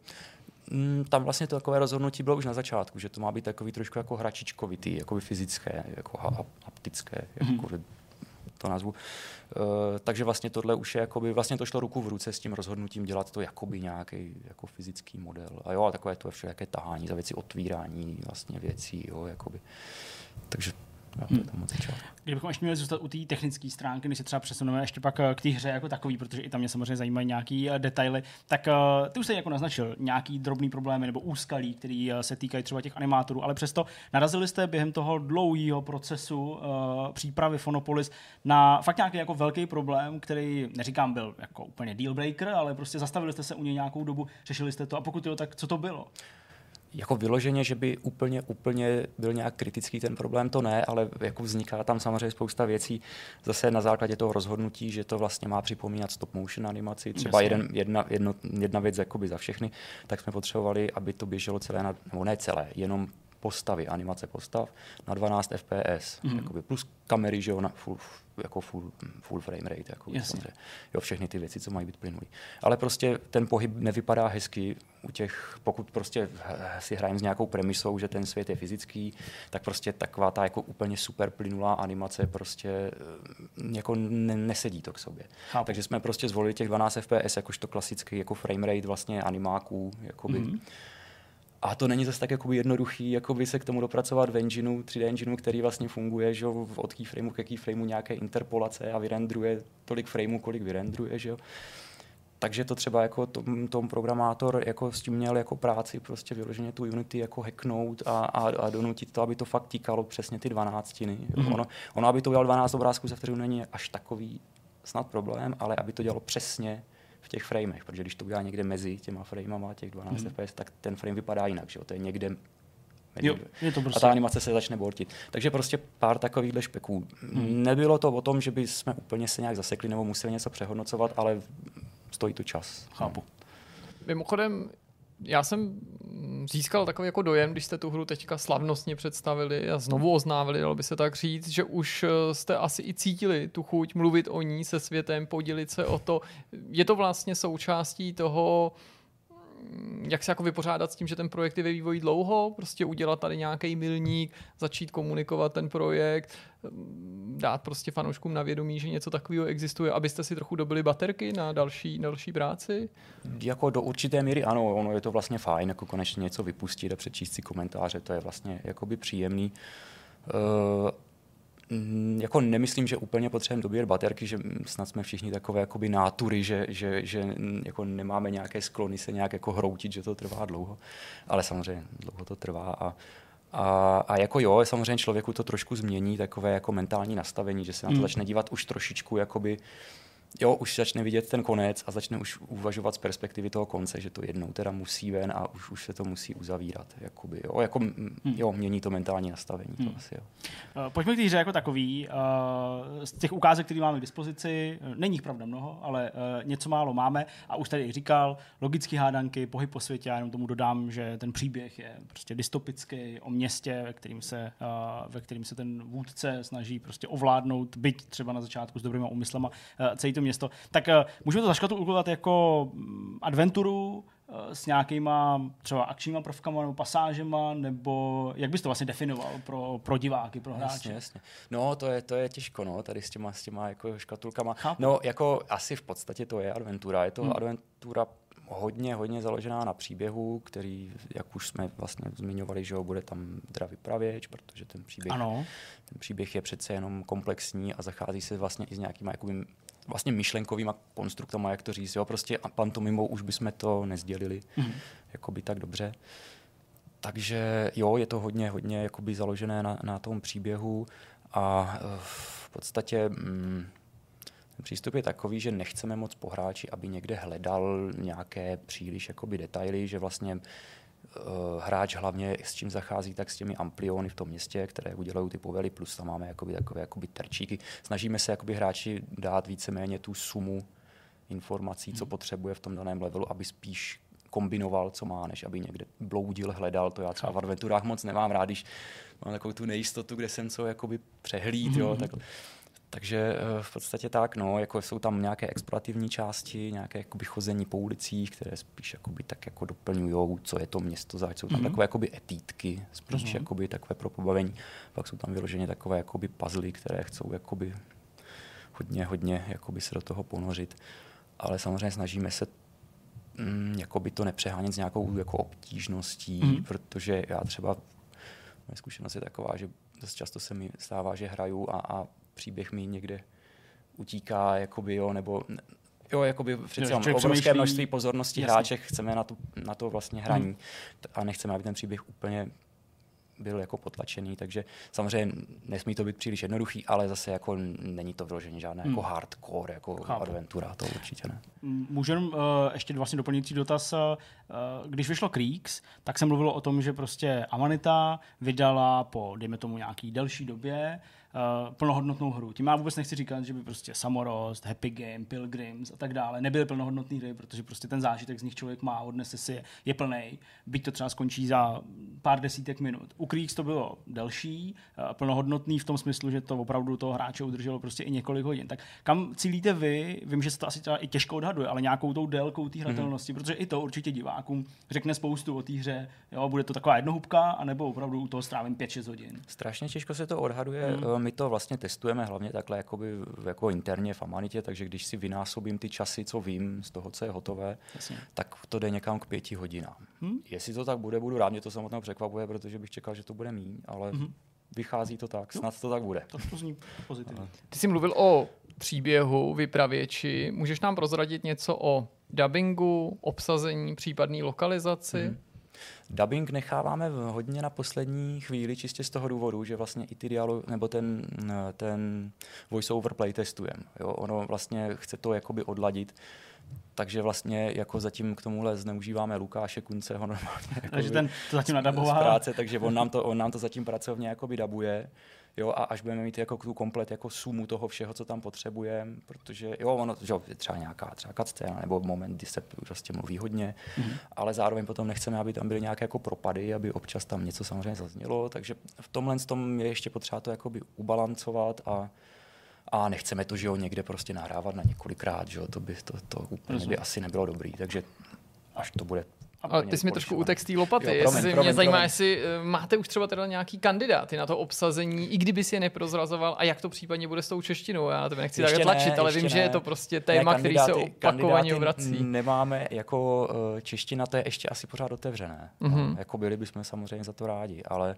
Tam vlastně to takové rozhodnutí bylo už na začátku, že to má být takový trošku jako hračičkovitý, jako fyzické, jako haptické, jako to nazvu. Takže vlastně tohle už je jakoby, vlastně to šlo ruku v ruce s tím rozhodnutím dělat to jakoby nějaký jako fyzický model. A jo, a takové to je všelijaké tahání za věci, otvírání vlastně věcí, jo, jakoby. Takže Kdybychom ještě měli zůstat u té technické stránky, když se třeba přesuneme ještě pak k té hře jako takový, protože i tam mě samozřejmě zajímají nějaký detaily, tak ty už jsi jako naznačil nějaký drobný problémy nebo úskalí, který se týkají třeba těch animátorů, ale přesto narazili jste během toho dlouhého procesu přípravy Phonopolis na fakt nějaký jako velký problém, který neříkám byl jako úplně deal breaker, ale prostě zastavili jste se u něj nějakou dobu, řešili jste to a pokud jo, tak co to bylo? Jako vyloženě, že by úplně byl nějak kritický ten problém, to ne, ale jako vzniká tam samozřejmě spousta věcí zase na základě toho rozhodnutí, že to vlastně má připomínat stop motion animaci, třeba jedna věc jakoby za všechny, tak jsme potřebovali, aby to běželo celé, nebo ne celé, jenom postavy, animace postav na 12 FPS, jakoby plus kamery, že jo, na full frame rate, jako jo, všechny ty věci, co mají být plynulý. Ale prostě ten pohyb nevypadá hezky u těch, pokud prostě si hrajeme s nějakou premisou, že ten svět je fyzický, tak prostě taková ta jako úplně super plynulá animace prostě jako nesedí to k sobě. Takže jsme prostě zvolili těch 12 FPS jakožto klasický jako frame rate vlastně animáků, jakoby. A to není zase tak jakoby jednoduchý jakoby se k tomu dopracovat v engineu, 3D engineu, který vlastně funguje, že jo, od keyframeu ke keyframeu nějaké interpolace a vyrendruje tolik frameů, kolik vyrendruje, že jo. Takže to třeba jako tom programátor jako s tím měl jako práci prostě vyloženě tu Unity jako hacknout a donutit to, aby to fakt tíkalo přesně ty 12. Ono, aby to udělalo 12 obrázků za vteřinu, není až takový snad problém, ale aby to dělalo přesně v těch framech, protože když to udělá někde mezi těma framama těch 12 FPS, tak ten frame vypadá jinak, že jo, to je někde je to prostě... a ta animace se začne bortit. Takže prostě pár takovýchhle špeků. Nebylo to o tom, že by jsme úplně se nějak zasekli nebo museli něco přehodnocovat, ale stojí to čas. Chápu. Mimochodem, já jsem získal takový jako dojem, když jste tu hru teďka slavnostně představili a znovu oznámili, dalo by se tak říct, že už jste asi i cítili tu chuť mluvit o ní se světem, podělit se o to. Je to vlastně součástí toho, jak se jako vypořádat s tím, že ten projekt je ve vývoji dlouho, prostě udělat tady nějaký milník, začít komunikovat ten projekt, dát prostě fanouškům na vědomí, že něco takového existuje, abyste si trochu dobili baterky na další práci? Jako do určité míry ano, ono je to vlastně fajn, jako konečně něco vypustit a přečíst si komentáře, to je vlastně jakoby příjemný. Jako nemyslím, že úplně potřebujeme dobíjet baterky, že snad jsme všichni takové jakoby nátury, že jako nemáme nějaké sklony se nějak jako hroutit, že to trvá dlouho, ale samozřejmě dlouho to trvá a jako jo, samozřejmě člověku to trošku změní takové jako mentální nastavení, že se na to začne dívat už trošičku jakoby jo, už začne vidět ten konec a začne už uvažovat z perspektivy toho konce, že to jednou teda musí ven a už se to musí uzavírat. Jakoby, jo, jako, jo, mění to mentální nastavení. To asi, jo. Pojďme k té hře jako takový. Z těch ukázek, které máme k dispozici, není jich pravda mnoho, ale něco málo máme a už tady říkal, logické hádanky, pohyb po světě, já jenom tomu dodám, že ten příběh je prostě dystopický o městě, ve kterým se ten vůdce snaží prostě ovládnout, byť třeba na začátku s dobrýma úmyslama, celý to město. Tak můžeme to zaškatulkovat jako adventuru s nějakýma třeba akčníma prvkama nebo pasážema, nebo jak bys to vlastně definoval pro diváky, pro hráče? Jasně. No, to je těžko, no, tady s těma jako škatulkama. Chápu. No, jako asi v podstatě to je adventura. Je to adventura hodně založená na příběhu, který, jak už jsme vlastně zmiňovali, že bude tam vypravěč, protože ten příběh je přece jenom komplexní a zachází se vlastně i s nějakýma jakoby vlastně myšlenkovýma konstruktama, jak to říct, jo, prostě pantomimou už bychom to nezdělili jakoby tak dobře. Takže jo, je to hodně jakoby založené na tom příběhu a v podstatě ten přístup je takový, že nechceme moc po hráči, aby někde hledal nějaké příliš jakoby detaily, že vlastně hráč hlavně s čím zachází, tak s těmi ampliony v tom městě, které udělají ty povely, plus tam máme takové terčíky. Snažíme se hráči dát víceméně tu sumu informací, co potřebuje v tom daném levelu, aby spíš kombinoval, co má, než aby někde bloudil, hledal. To já třeba v adventurách moc nemám rád, když mám takovou tu nejistotu, kde jsem co přehlíd. Jo, takže v podstatě tak, no, jako jsou tam nějaké explorativní části, nějaké chození po ulicích, které spíš tak doplňujou, co je to město zač. Jsou tam takové etýdky, spíš takové pro pobavení. Pak jsou tam vyloženě takové puzzly, které chcou hodně se do toho ponořit. Ale samozřejmě snažíme se to nepřehánět s nějakou obtížností, protože já třeba, moje zkušenost je taková, že dost často se mi stává, že hraju a příběh mi někde utíká, nebo přece obrovské množství pozornosti hráče, chceme na to vlastně hraní a nechceme, aby ten příběh úplně byl potlačený, takže samozřejmě nesmí to být příliš jednoduchý, ale zase není to vyloženě žádná hardcore, adventura, to určitě ne. Můžeme ještě vlastně doplňující dotaz. Když vyšlo Creeks, tak se mluvilo o tom, že prostě Amanita vydala po, dejme tomu, nějaký delší době plnohodnotnou hru. Tím já vůbec nechci říkat, že by prostě Samorost, Happy Game, Pilgrims a tak dále nebyly plnohodnotné hry, protože prostě ten zážitek z nich člověk má, odnese si je plnej, byť to třeba skončí za pár desítek minut. U Creeks to bylo delší, plnohodnotný v tom smyslu, že to opravdu toho hráče udrželo prostě i několik hodin. Tak kam cílíte vy? Vím, že se to asi třeba i těžko odhaduje, ale nějakou tou délkou té hratelnosti, protože i to určitě divákům řekne spoustu o té hře. Jo, bude to taková jednohubka, anebo opravdu u toho strávím 5-6 hodin. Strašně těžko se to odhaduje. My to vlastně testujeme hlavně takhle jako interně v Amanitě, takže když si vynásobím ty časy, co vím z toho, co je hotové, tak to jde někam k 5 hodinám. Jestli to tak bude, budu rád, mě to samotného překvapuje, protože bych čekal, že to bude míň, ale vychází to tak, snad to tak bude. To zní pozitivně. Ty jsi mluvil o příběhu, vypravěči. Můžeš nám prozradit něco o dubbingu, obsazení, případné lokalizaci? Dubbing necháváme hodně na poslední chvíli, čistě z toho důvodu, že vlastně i ty dialog, nebo ten voice-over play testujeme. Ono vlastně chce to jakoby odladit, takže vlastně jako zatím k tomuhle zneužíváme Lukáše Kunceho normálně. Takže ten to zatím nadabová. Z práce, takže on nám to zatím pracovně jakoby dabuje. Jo, a až budeme mít jako tu komplet jako sumu toho všeho, co tam potřebujeme, protože jo, ono že je třeba nějaká cutscéna nebo moment, kdy se prostě mluví hodně, ale zároveň potom nechceme, aby tam byly nějaké jako propady, aby občas tam něco samozřejmě zaznělo, takže v tomhle je ještě potřeba to jakoby ubalancovat a nechceme to, že jo, někde prostě nahrávat na několikrát, že jo, to úplně by asi nebylo dobrý, takže až to bude. Ale ty jsi mi trošku utek z té lopaty. Mě zajímá, jestli máte už třeba teda nějaký kandidáty na to obsazení, i kdyby si je neprozrazoval, a jak to případně bude s tou češtinou. Já to nechci takhle tlačit, ale vím, že je to prostě téma, který se opakovaně obrací. Nemáme jako čeština, to je ještě asi pořád otevřené. No, jako byli bychom samozřejmě za to rádi, ale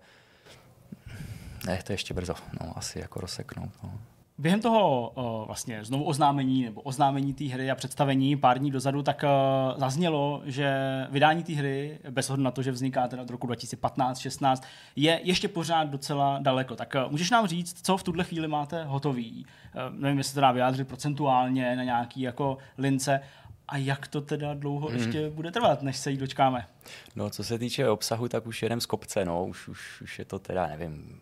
ne, to je ještě brzo. No, asi jako rozseknout. No. Během toho vlastně znovu oznámení nebo oznámení té hry a představení pár dní dozadu, tak zaznělo, že vydání té hry, bez ohledu na to, že vzniká teda od roku 2015-16, je ještě pořád docela daleko. Tak můžeš nám říct, co v tuhle chvíli máte hotový? Nevím, jestli to dá vyjádřit procentuálně na nějaký jako lince. A jak to teda dlouho ještě bude trvat, než se jí dočkáme? No, co se týče obsahu, tak už jedem z kopce, no. Už je to teda, nevím,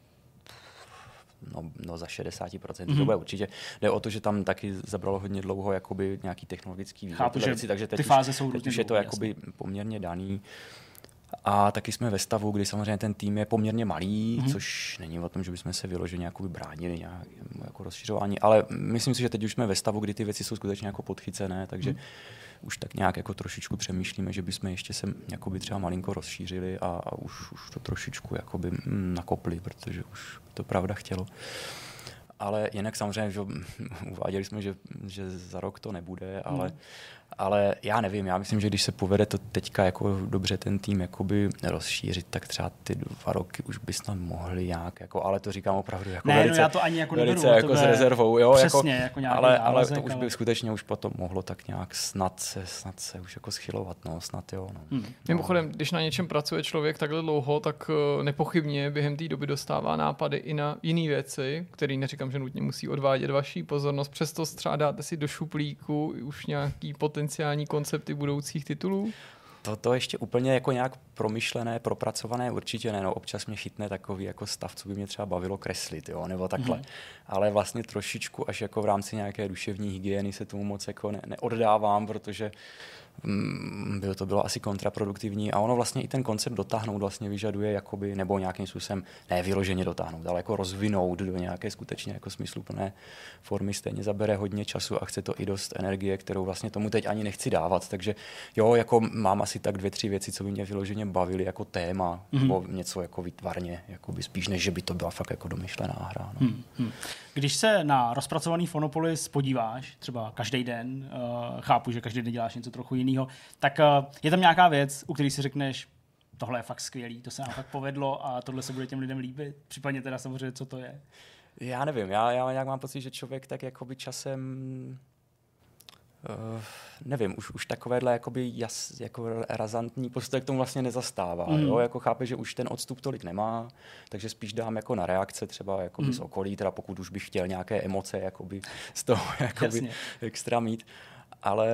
No za 60%, to bude určitě. Jde o to, že tam taky zabralo hodně dlouho jakoby nějaký technologický vývoj. Chápu, věci, takže ty fáze jsou teď už je to jakoby poměrně daný. A taky jsme ve stavu, kdy samozřejmě ten tým je poměrně malý, což není o tom, že bychom se vyloženě bránili nějak jako rozšiřování, ale myslím si, že teď už jsme ve stavu, kdy ty věci jsou skutečně jako podchycené, takže už tak nějak jako trošičku přemýšlíme, že bychom ještě se jakoby třeba malinko rozšířili a už to trošičku jakoby nakopli, protože už to pravda chtělo. Ale jinak samozřejmě, že uváděli jsme, že za rok to nebude, ale já nevím, já myslím, že když se povede to teďka jako dobře ten tým jakoby rozšířit, tak třeba ty 2 roky už by snad mohli nějak, jako, ale to říkám opravdu jako ne, velice, no já to ani jako velice jako s rezervou. Jo, přesně, jako nějaký ale to už by skutečně už potom mohlo tak nějak snad se už jako schylovat, no, snad jo. No. Mimochodem, když na něčem pracuje člověk takhle dlouho, tak nepochybně během té doby dostává nápady i na jiné věci, které neříkám, že nutně musí odvádět vaší pozornost, přesto třeba dáte si do šuplíku už nějaký potenciální koncepty budoucích titulů? To ještě úplně jako nějak promyšlené, propracované určitě ne. No, občas mě chytne takový jako stav, co by mě třeba bavilo kreslit, jo, nebo takhle. Ale vlastně trošičku až jako v rámci nějaké duševní hygieny se tomu moc jako neoddávám, protože to bylo asi kontraproduktivní a ono vlastně i ten koncept dotáhnout vlastně vyžaduje jakoby, nebo nějakým způsobem ne vyloženě dotáhnout, ale jako rozvinout do nějaké skutečně jako smysluplné formy, stejně zabere hodně času a chce to i dost energie, kterou vlastně tomu teď ani nechci dávat, takže jo, jako mám asi tak 2-3 věci, co by mě vyloženě bavily jako téma, nebo něco jako výtvarně, jakoby spíš než, že by to byla fakt jako domyšlená hra. No. Když se na rozpracovaný Phonopolis podíváš, třeba každý den, chápu, že každý den děláš něco trochu jiného, tak je tam nějaká věc, u které si řekneš, tohle je fakt skvělý, to se nám fakt povedlo a tohle se bude těm lidem líbit, případně teda samozřejmě, co to je? Já nevím, já nějak mám pocit, že člověk tak jakoby časem nevím, už takovéhle jakoby jako razantní postoj k tomu vlastně nezastává. Jo? Jako chápe, že už ten odstup tolik nemá, takže spíš dám jako na reakce třeba jakoby z okolí, teda pokud už bych chtěl nějaké emoce jakoby z toho jakoby extra mít. Ale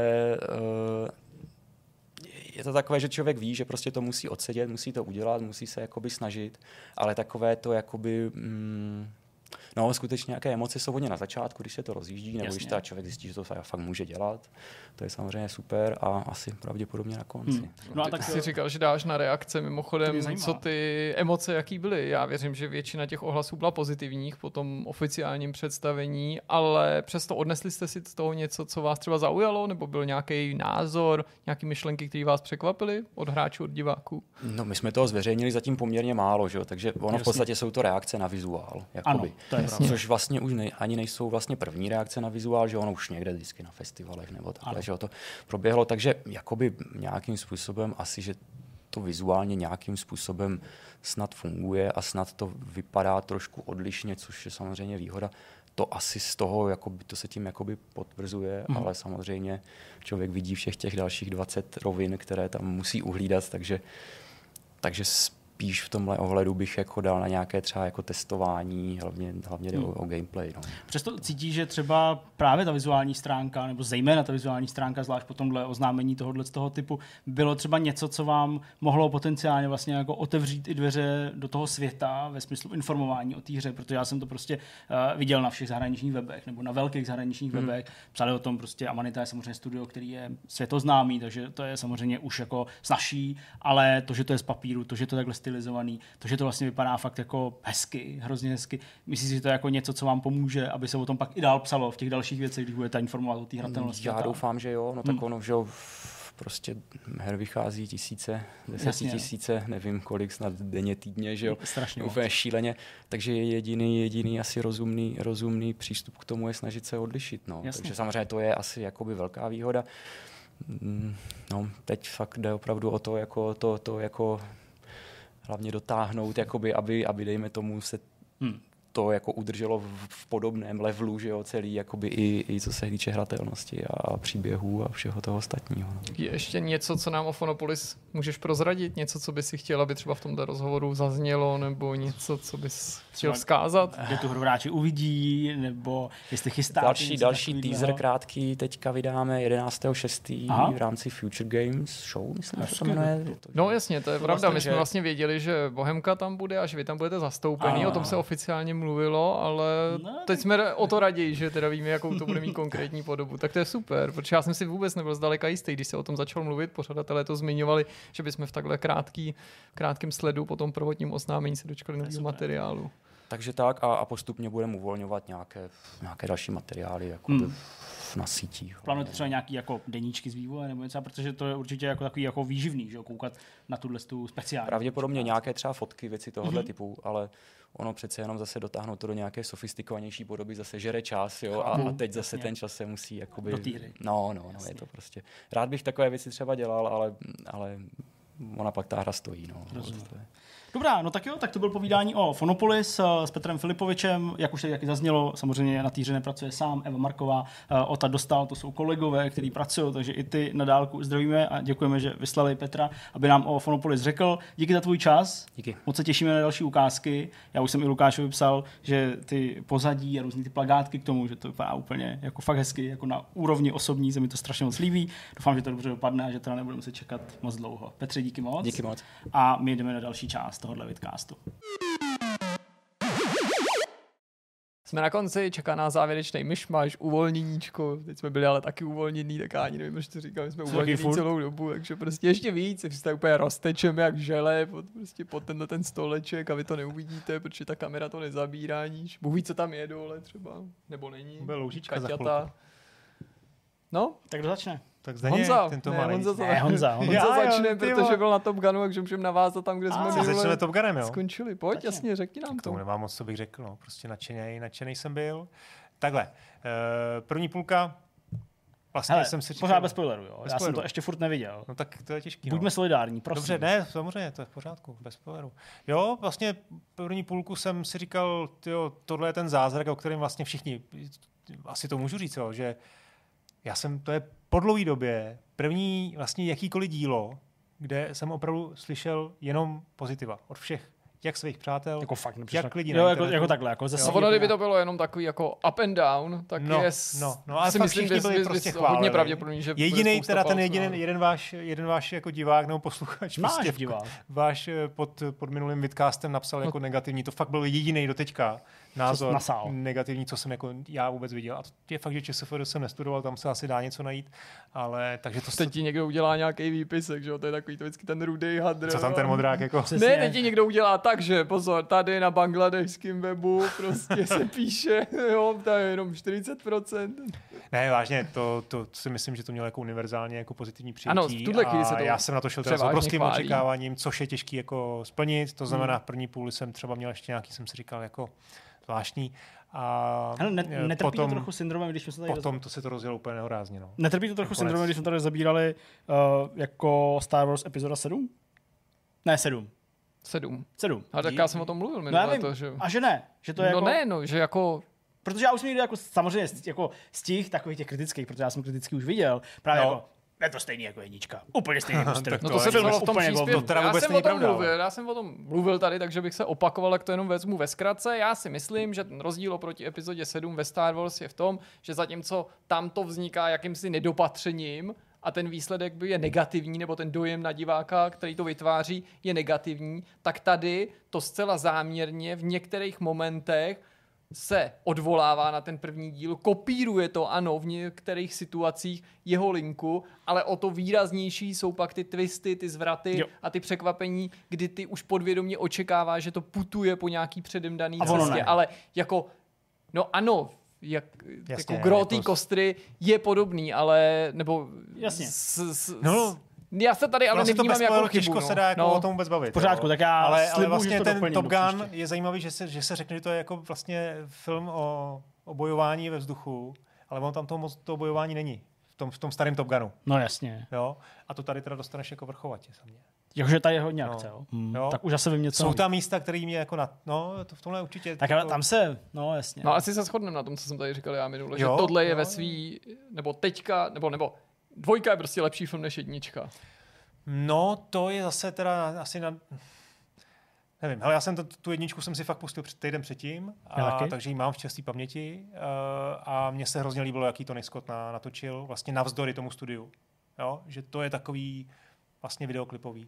je to takové, že člověk ví, že prostě to musí odsedět, musí to udělat, musí se jakoby snažit, ale takové to jakoby No, skutečně nějaké emoce jsou hodně na začátku, když se to rozjíždí, nebo když ta člověk zjistí, že to fakt může dělat. To je samozřejmě super a asi pravděpodobně na konci. No a tak si říkal, že dáš na reakce, mimochodem, co ty emoce, jaký byly. Já věřím, že většina těch ohlasů byla pozitivních po tom oficiálním představení, ale přesto odnesli jste si z toho něco, co vás třeba zaujalo, nebo byl nějaký názor, nějaké myšlenky, které vás překvapily od hráčů, od diváků? No, my jsme toho zveřejnili zatím poměrně málo, že jo? Takže ono v podstatě jsou to reakce na vizuál. Ano, to je což vlastně už ani nejsou vlastně první reakce na vizuál, že ono už někde vždycky na festivalech nebo takhle, že jo, to proběhlo, takže jakoby nějakým způsobem asi, že to vizuálně nějakým způsobem snad funguje a snad to vypadá trošku odlišně, což je samozřejmě výhoda. To asi z toho, jakoby, to se tím jakoby potvrzuje, ale samozřejmě člověk vidí všech těch dalších 20 rovin, které tam musí uhlídat, takže spíš v tomhle ohledu bych jako dal na nějaké třeba jako testování, hlavně o gameplay. No. Přesto cítí, že třeba právě ta vizuální stránka, nebo zejména ta vizuální stránka, zvlášť po tomhle oznámení tohohle z toho typu, bylo třeba něco, co vám mohlo potenciálně vlastně jako otevřít i dveře do toho světa ve smyslu informování o té hře, protože já jsem to prostě viděl na všech zahraničních webech, nebo na velkých zahraničních webech. Psali o tom prostě Amanita je samozřejmě studio, který je světoznámý, takže to je samozřejmě už jako snazší, ale to, že to je z papíru, to, že to takhle stylizovaný, to, že to vlastně vypadá fakt jako hezky, hrozně hezky. Myslím si, že to je jako něco, co vám pomůže, aby se o tom pak i dál psalo v těch dalších věcech, když budete informovat o té hratelnosti. Já doufám, že jo, no tak ono, že jo, prostě her vychází desetitisíce, nevím kolik, snad denně, týdně, že jo, strašně úplně šíleně, takže jediný asi rozumný přístup k tomu je snažit se odlišit, no. Takže samozřejmě to je asi jakoby velká výhoda. No, teď fakt jde opravdu o to, jako to jako hlavně dotáhnout, jakoby, aby dejme tomu se to jako udrželo v podobném levelu, že jo, celý, jakoby i co se týče hratelnosti a příběhů a všeho toho ostatního. Je ještě něco, co nám o Phonopolis můžeš prozradit? Něco, co bys si chtěl, aby třeba v tomto rozhovoru zaznělo, nebo něco, co bys chtěl vzkázat? Kde tu hru hráči uvidí, nebo jestli chystáte další teaser krátký teďka vydáme 11.6. v rámci Future Games Show, myslím, že to jmenuje. No jasně, to je pravda. My jsme vlastně věděli, že Bohemka tam bude a že vy tam budete zastoupený, o tom se oficiálně mluvilo, ale teď jsme o to raději, že teda víme, jakou to bude mít konkrétní podobu. Tak to je super, protože já jsem si vůbec nebyl zdaleka jistý, když se o tom začal mluvit, pořadatelé to zmiňovali, že bychom v takhle krátkém sledu po tom prvotním oznámení se dočkali nového materiálu. Takže tak a postupně budeme uvolňovat nějaké další materiály jako na sítích. Plánujete třeba nějaký jako deníčky z vývoje nebo něco, protože to je určitě jako takový jako výživný, že jo, koukat na tuhle speciální. Pravděpodobně nějaké třeba fotky, věci tohohle typu, ale ono přece jenom zase dotáhnout to do nějaké sofistikovanější podoby zase žere čas, jo, a teď zase ten čas se musí jakoby... Do té hry. No, je to prostě... Rád bych takové věci třeba dělal, ale ona pak ta hra stojí, no. Dobrá, no tak jo, tak to byl povídání o Phonopolis s Petrem Filipovičem, jak už tady taky zaznělo, samozřejmě na té hře nepracuje sám, Eva Marková, Ota Dostal, to jsou kolegové, kteří pracují, takže i ty na dálku zdravíme a děkujeme, že vyslali Petra, aby nám o Phonopolis řekl. Díky za tvůj čas. Díky. Moc se těšíme na další ukázky. Já už jsem i Lukášovi psal, že ty pozadí a různý ty plakátky k tomu, že to vypadá úplně jako fakt hezky, jako na úrovni osobní, se mi to strašně moc líbí. Doufám, že to dobře dopadne a že teda nebudeme se čekat moc dlouho. Petře, díky moc. Díky moc. A my jdeme na další část tohohle vidcastu. Jsme na konci, čeká nás závěrečný myšmaš, uvolněníčko. Teď jsme byli ale taky uvolnění, tak já ani nevím, že to říkám, jsme uvolnění celou dobu, takže prostě ještě víc, takže se úplně roztečeme jak žele pod ten stoleček a vy to neuvidíte, protože ta kamera to nezabírá níž. Bůh ví, co tam je dole třeba, nebo není. Bude loužička za Kaťata. No, tak kdo začne? Tak Honza, Honza začne, protože byl na Top Gunu, takže můžeme navázat tam, kde jsme začneme Top Gunem, jo? Skončili. Pojď, jasně, řekni nám to. K tomu nemám moc, co bych řekl, no. Prostě nadšenej jsem byl. Takhle, první půlka, vlastně hele, jsem si říkal... Pořád bez spoileru, jo? Já jsem to ještě furt neviděl. No tak to je těžký. Buďme solidární, prosím. Dobře, ne, samozřejmě, to je v pořádku, bez spoileru. Jo, vlastně první půlku jsem si říkal, tyjo, tohle je ten zázrak, o kterém vlastně všichni, asi to můžu říct, jo, že to je po dlouhé době první vlastně jakýkoliv dílo, kde jsem opravdu slyšel jenom pozitiva od všech, jak svých přátel, jako fakt jak lidí jo, jako takhle, jako ze ono, kdyby to bylo jenom takový jako up and down, tak ale si myslím, že byli prostě chválili. Hodně pravděpodobný, že jediný teda ten jeden váš jako divák nebo posluchač, divák. Váš pod minulým vidcastem napsal jako negativní, to fakt byl jediný doteďka, názor nasál. negativní, co jsem jako já vůbec viděl. A to je fakt, že ČSFD jsem nestudoval, tam se asi dá něco najít, ale takže to... Teď ti někdo udělá nějaký výpisek, že jo, to je takový to vždycky ten rudý hadr. Co tam ten modrák jako... Ne, teď ti někdo udělá tak, že pozor, tady na bangladešském webu prostě se píše, jo, to je jenom 40%. Ne, vážně, to si myslím, že to mělo jako univerzálně jako pozitivní přijetí. Ano, v tuhle chvíli se to já jsem na to šel teda s obrovským chválí. očekáváním, což je těžký jako splnit, to znamená v první půli jsem třeba měl ještě nějaký, jsem si říkal, jako zvláštní. A netrpí to trochu syndromem, když jsme se tady potom to se to rozjelo úplně nehorázně. No. Netrpí to trochu syndromem, když jsme tady zabírali jako Star Wars epizoda 7? Ne, 7. 7. A tak já jsem o tom mluvil minule. To, že... A že ne? Že to je no jako... že jako... Protože já už jsem někdy jako samozřejmě jako z těch takových těch kritických, protože já jsem kriticky už viděl, právě jako je to stejný jako jednička. Úplně stejný jako styl. No to se bylo v tom příspěvku. Já jsem o tom mluvil tady, takže bych se opakoval, jak to jenom vezmu ve zkratce. Já si myslím, že ten rozdíl oproti epizodě 7 ve Star Wars je v tom, že zatímco tam to vzniká jakýmsi nedopatřením a ten výsledek je negativní, nebo ten dojem na diváka, který to vytváří, je negativní, tak tady to zcela záměrně v některých momentech se odvolává na ten první díl, kopíruje to, ano, v některých situacích jeho linku, ale o to výraznější jsou pak ty twisty, ty zvraty a ty překvapení, kdy ty už podvědomě očekáváš, že to putuje po nějaký předem daný cestě, ale jako, no ano, jako gro té kostry je podobný, ale, nebo... Jasně. Já se tady ale nevnímám jako chybu. Těžko se dá jako o tom vůbec bavit. V pořádku, tak já ale vlastně že to ten Top Gun příště. je zajímavý, že se řekne, že to je jako vlastně film o bojování ve vzduchu, ale on tam to bojování není. V tom starém Top Gunu. No jasně. Jo? A to tady teda dostaneš jako vrchovatě za mě. Jakože tady je hodně akce, jo. Tak už zase vím něco. Jsou tam místa, které mě jako to v tomhle určitě... Tak jako... tam se, no jasně. No asi se shodneme na tom, co jsem tady říkal já minule, že tohle je ve svý, nebo teďka, nebo 2 je prostě lepší film než 1. No, to je zase teda asi na... Nevím, hele, já jsem tu 1 jsem si fakt pustil týden předtím, takže ji mám v časté paměti a mně se hrozně líbilo, jaký Tony Scott natočil, vlastně navzdory tomu studiu. Jo? Že to je takový vlastně videoklipový.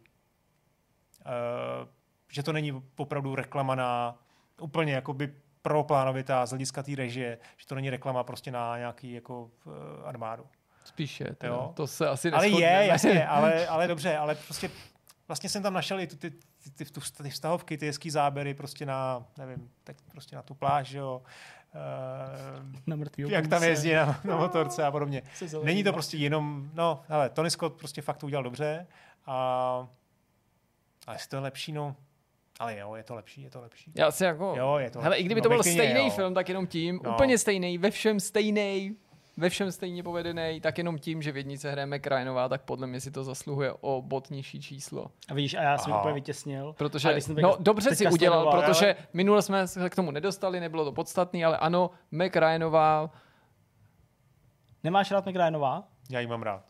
Že to není opravdu reklama na úplně jakoby proplánovitá z hlediska té režie, že to není reklama prostě na nějaký jako armádu. Spíše, to se asi neschodneme. Ale je, jasně, ale dobře, ale prostě vlastně jsem tam našel i ty vztahovky, ty hezký záběry prostě na, nevím, teď prostě na tu pláž, jo. Na mrtvýho jak tam jezdí na motorce a podobně. Není to prostě jenom, no, hele, Tony Scott prostě fakt to udělal dobře a jestli to je lepší, no, ale jo, je to lepší. Já si jako, jo, je to hele, i kdyby to byl stejný film, tak jenom tím, úplně stejný, ve všem stejně povedený, tak jenom tím, že v 1 hraje Mac Ryanová, tak podle mě si to zasluhuje o bod nižší číslo. A vidíš, a já jsem úplně vytěsnil. Protože, dobře si udělal, protože minule jsme se k tomu nedostali, nebylo to podstatný, ale ano, Mac Ryanová. Nemáš rád Mac Ryanová? Já ji mám rád.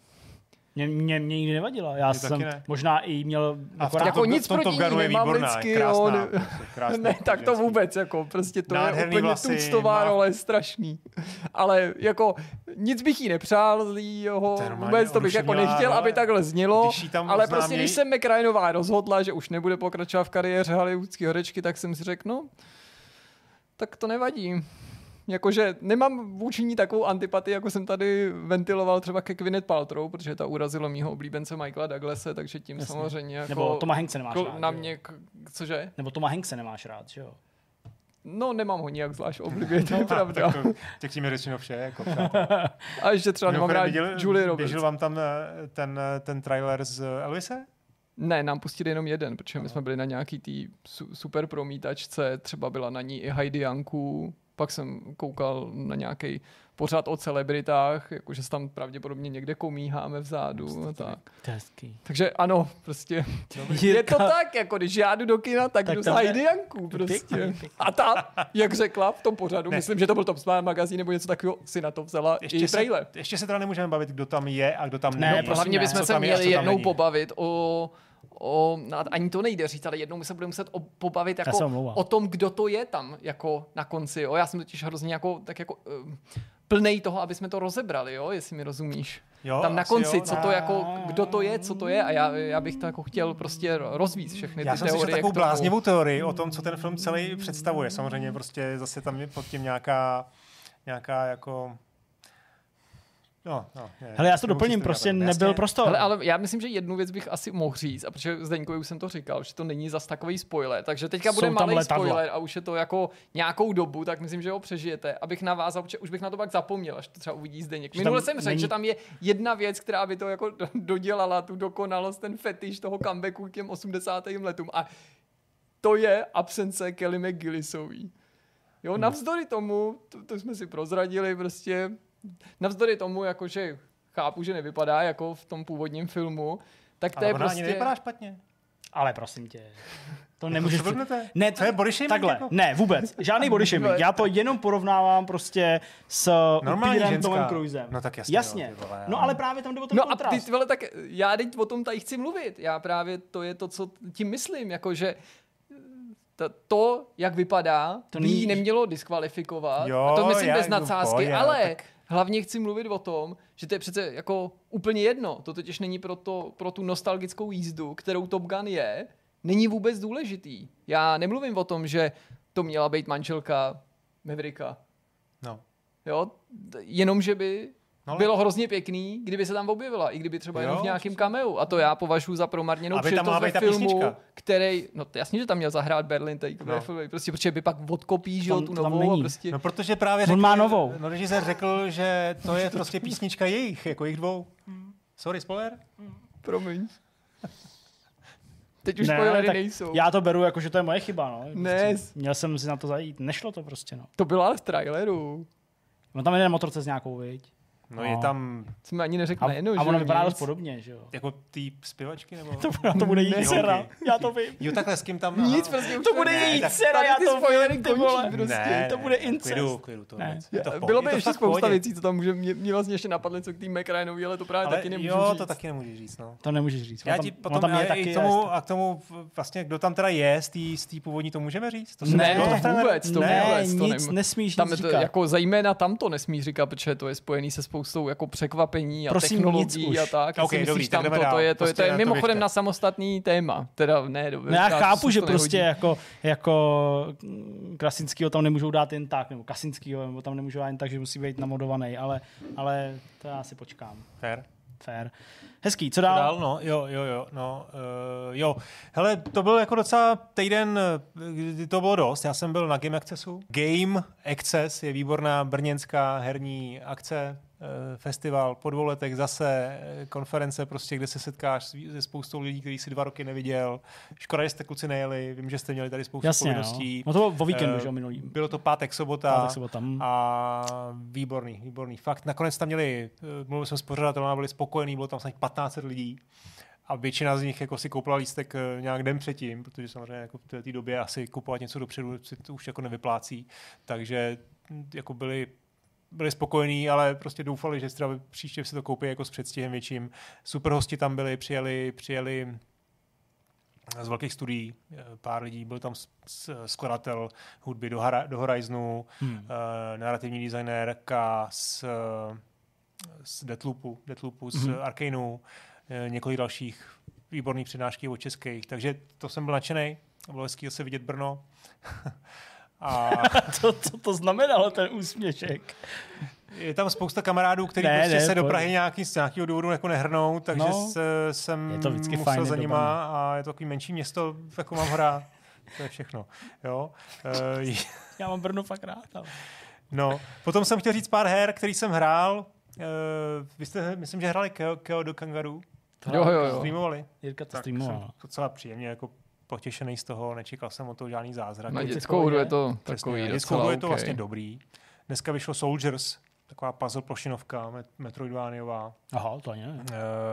Mě nikdy nevadila. Já jsem možná i měl... Jako nic proti ní nemám lidsky, ne, tak to vůbec, jako prostě to je úplně tuctová role, strašný. Ale jako nic bych jí nepřál, vůbec to bych jako nechtěl, aby takhle znělo, ale prostě když se Mac Ryanová rozhodla, že už nebude pokračovat v kariéře hollywoodské herečky, tak jsem si řekl, no, tak to nevadí. Jakože nemám vůči ní takovou antipatii, jako jsem tady ventiloval třeba ke Gwyneth Paltrow, protože ta urazilo mýho oblíbence Michaela Douglase, takže tím samozřejmě jako... Nebo Toma Hankse nemáš rád, na mě, cože? Nebo Toma Hankse nemáš rád, že jo? No, nemám ho nijak zvlášť oblibě, to je pravda. Tak tím je řečeno vše, jako a ještě třeba nemám rád Julie Roberts. Běžel vám tam ten trailer z Elvise? Ne, nám pustili jenom jeden, protože my jsme byli na nějaký tý super promítačce, třeba byla na ní i Heidi Janku, pak jsem koukal na nějaký pořad o celebritách, jakože se tam pravděpodobně někde komíháme vzadu a tak. Takže ano, prostě je to tak, jako když já jdu do kina, tak jdu s Heidi Janku prostě. A ta, jak řekla v tom pořadu, myslím, že to byl Top Spy magazín nebo něco takového, si na to vzala i trailer. Ještě se teda nemůžeme bavit, kdo tam je a kdo tam není. Ne, hlavně bychom se měli jednou pobavit ani to nejde říct, ale jednou my se budeme muset pobavit jako o tom, kdo to je tam jako na konci. Jo? Já jsem totiž hrozně jako, tak jako plnej toho, aby jsme to rozebrali, jo? Jestli mi rozumíš. tam na konci, co to jako, kdo to je, co to je a já bych to jako chtěl prostě rozvíct všechny ty teorie. Já jsem slyšel takovou bláznivou teorii o tom, co ten film celý představuje. Samozřejmě prostě zase tam je pod tím nějaká jako... Hele, já to doplním, prostě nebyl prostor. Hele, ale já myslím, že jednu věc bych asi mohl říct, a protože Zdeňkovi už jsem to říkal, že to není zas takový spoiler, takže teďka bude malý spoiler a už je to jako nějakou dobu, tak myslím, že ho přežijete. Abych navázal, protože už bych na to pak zapomněl, až to třeba uvidí Zdeněk. Minule jsem řekl, že tam je jedna věc, která by to jako dodělala, tu dokonalost, ten fetiš toho comebacku k těm 80. letům. A to je absence Kelly McGillisový. Jo, navzdory tomu, to jsme si prozradili prostě, navzdory tomu, jakože chápu, že nevypadá jako v tom původním filmu, tak to ale je prostě... Ale nevypadá špatně. Ale prosím tě, to nemůžeš... Ne, to je body shaming. Takhle, jako? Ne, vůbec. Žádný body shaming. Já to jenom porovnávám prostě s upírem Tomem Cruisem. No tak jasně. Jasně. No ale právě tam jde o ten kontrast. No a ty vole, tak já teď o tom tady chci mluvit. Já právě to je to, co tím myslím, jakože to, jak vypadá, to by jí nemělo diskvalifikovat. Jo, a to myslím bez nadsázky, ale tak... hlavně chci mluvit o tom, že to je přece jako úplně jedno. To totiž není pro tu nostalgickou jízdu, kterou Top Gun je, není vůbec důležitý. Já nemluvím o tom, že to měla být manželka Mavericka. No. Jo, jenom že by bylo hrozně pěkný, kdyby se tam objevila, i kdyby třeba jenom v nějakém cameu. A to já považuji za promarněnou příležitost ve filmu, který, no jasně, že tam měl zahrát Berlin Takeaway, prostě, protože by pak odkopí, že tu novou. Prostě... No protože právě režisér řekl, že to je prostě písnička jejich, jako jich dvou. Sorry, spoiler? Promiň. Teď už spoilery nejsou. Já to beru jako, že to je moje chyba, no. Ne. Prostě, měl jsem si na to zajít, nešlo to prostě, no. To bylo ale v traileru. No tam je motorce s nějakou, viď? No je tam... Jsme ani neřekli jméno, že? A ono vypadá dost podobně, že jo? Jako ty zpěvačky, nebo? To bude její dcera, já to vím. Jo, takhle s kým tam... Nic, prostě to bude její dcera, já to vím, ty vole. Ne, to bude incest. Klidu to. Bylo by ještě spousta věcí, co tam může, mě vlastně ještě napadly, co k tým McRyanovi, ale to právě taky nemůžu říct. Jo, to taky nemůžeš říct, no. To nemůžeš říct. Já ti potom a k tomu vlastně, kdo tam teda je z té původní, to můžeme říct? Ne, vůbec, to nic nesmíš říkat. Jako zejména tam to nesmíš říkat, protože to je spojený se spoustou jako překvapení a technologií a tak. Okay, dobrý, tam to je mimochodem na samostatný téma. Teda ne, já chápu, že prostě jako Krasinskýho tam nemůžou dát jen tak, nebo Kasinskýho, nebo tam nemůžou dát jen tak, že musí být namodovaný, ale to já si počkám. Fair. Hezký, co dál? No, jo. Hele, to byl jako docela týden, kdy to bylo dost. Já jsem byl na Game Accessu. Game Access je výborná brněnská herní akce, festival po 2 letech zase, konference prostě, kde se setkáš se spoustou lidí, který si 2 roky neviděl. Škoda, že jste kluci nejeli, vím, že jste měli tady spoustu povinností. No to bylo o víkendu, že minulý. Bylo to pátek, sobota. A výborný. Fakt, nakonec tam měli, mluvil jsem s pořadatelem, byli spokojení, bylo tam snad 1500 lidí. A většina z nich jako si koupila lístek nějak den předtím, protože samozřejmě jako v té době asi kupovat něco dopředu si to už jako nevyplácí. Takže jako byli spokojení, ale prostě doufali, že třeba příště si to koupí jako s předstihem větším. Super hosti tam byli, přijeli z velkých studií, pár lidí, byl tam skladatel hudby do Horizonu, narrativní designer z Deathloopu, z Arkaneu, několik dalších výborných přednášky od českých, takže to jsem byl nadšenej, bylo hezký se vidět Brno. A co to znamenalo, ten úsměšek? Je tam spousta kamarádů, kteří se do Prahy z nějakého důvodu jako nehrnou, takže jsem musel za nima a je to takový menší město, jako mám hrát. To je všechno. Jo? Já mám Brno fakt rád. Ale... No, potom jsem chtěl říct pár her, který jsem hrál. Vy jste, myslím, že hráli Keo do Kangaroo. Jo. Streamovali. Jirka to streamovala. Docela příjemně jako potěšený z toho, nečekal jsem o toho žádný zázrak. Na dětskou hru je to takový dětskou hru je to vlastně dobrý. Dneska vyšlo Soldiers, taková puzzle plošinovka, Metroidvaniová. Aha, to ne.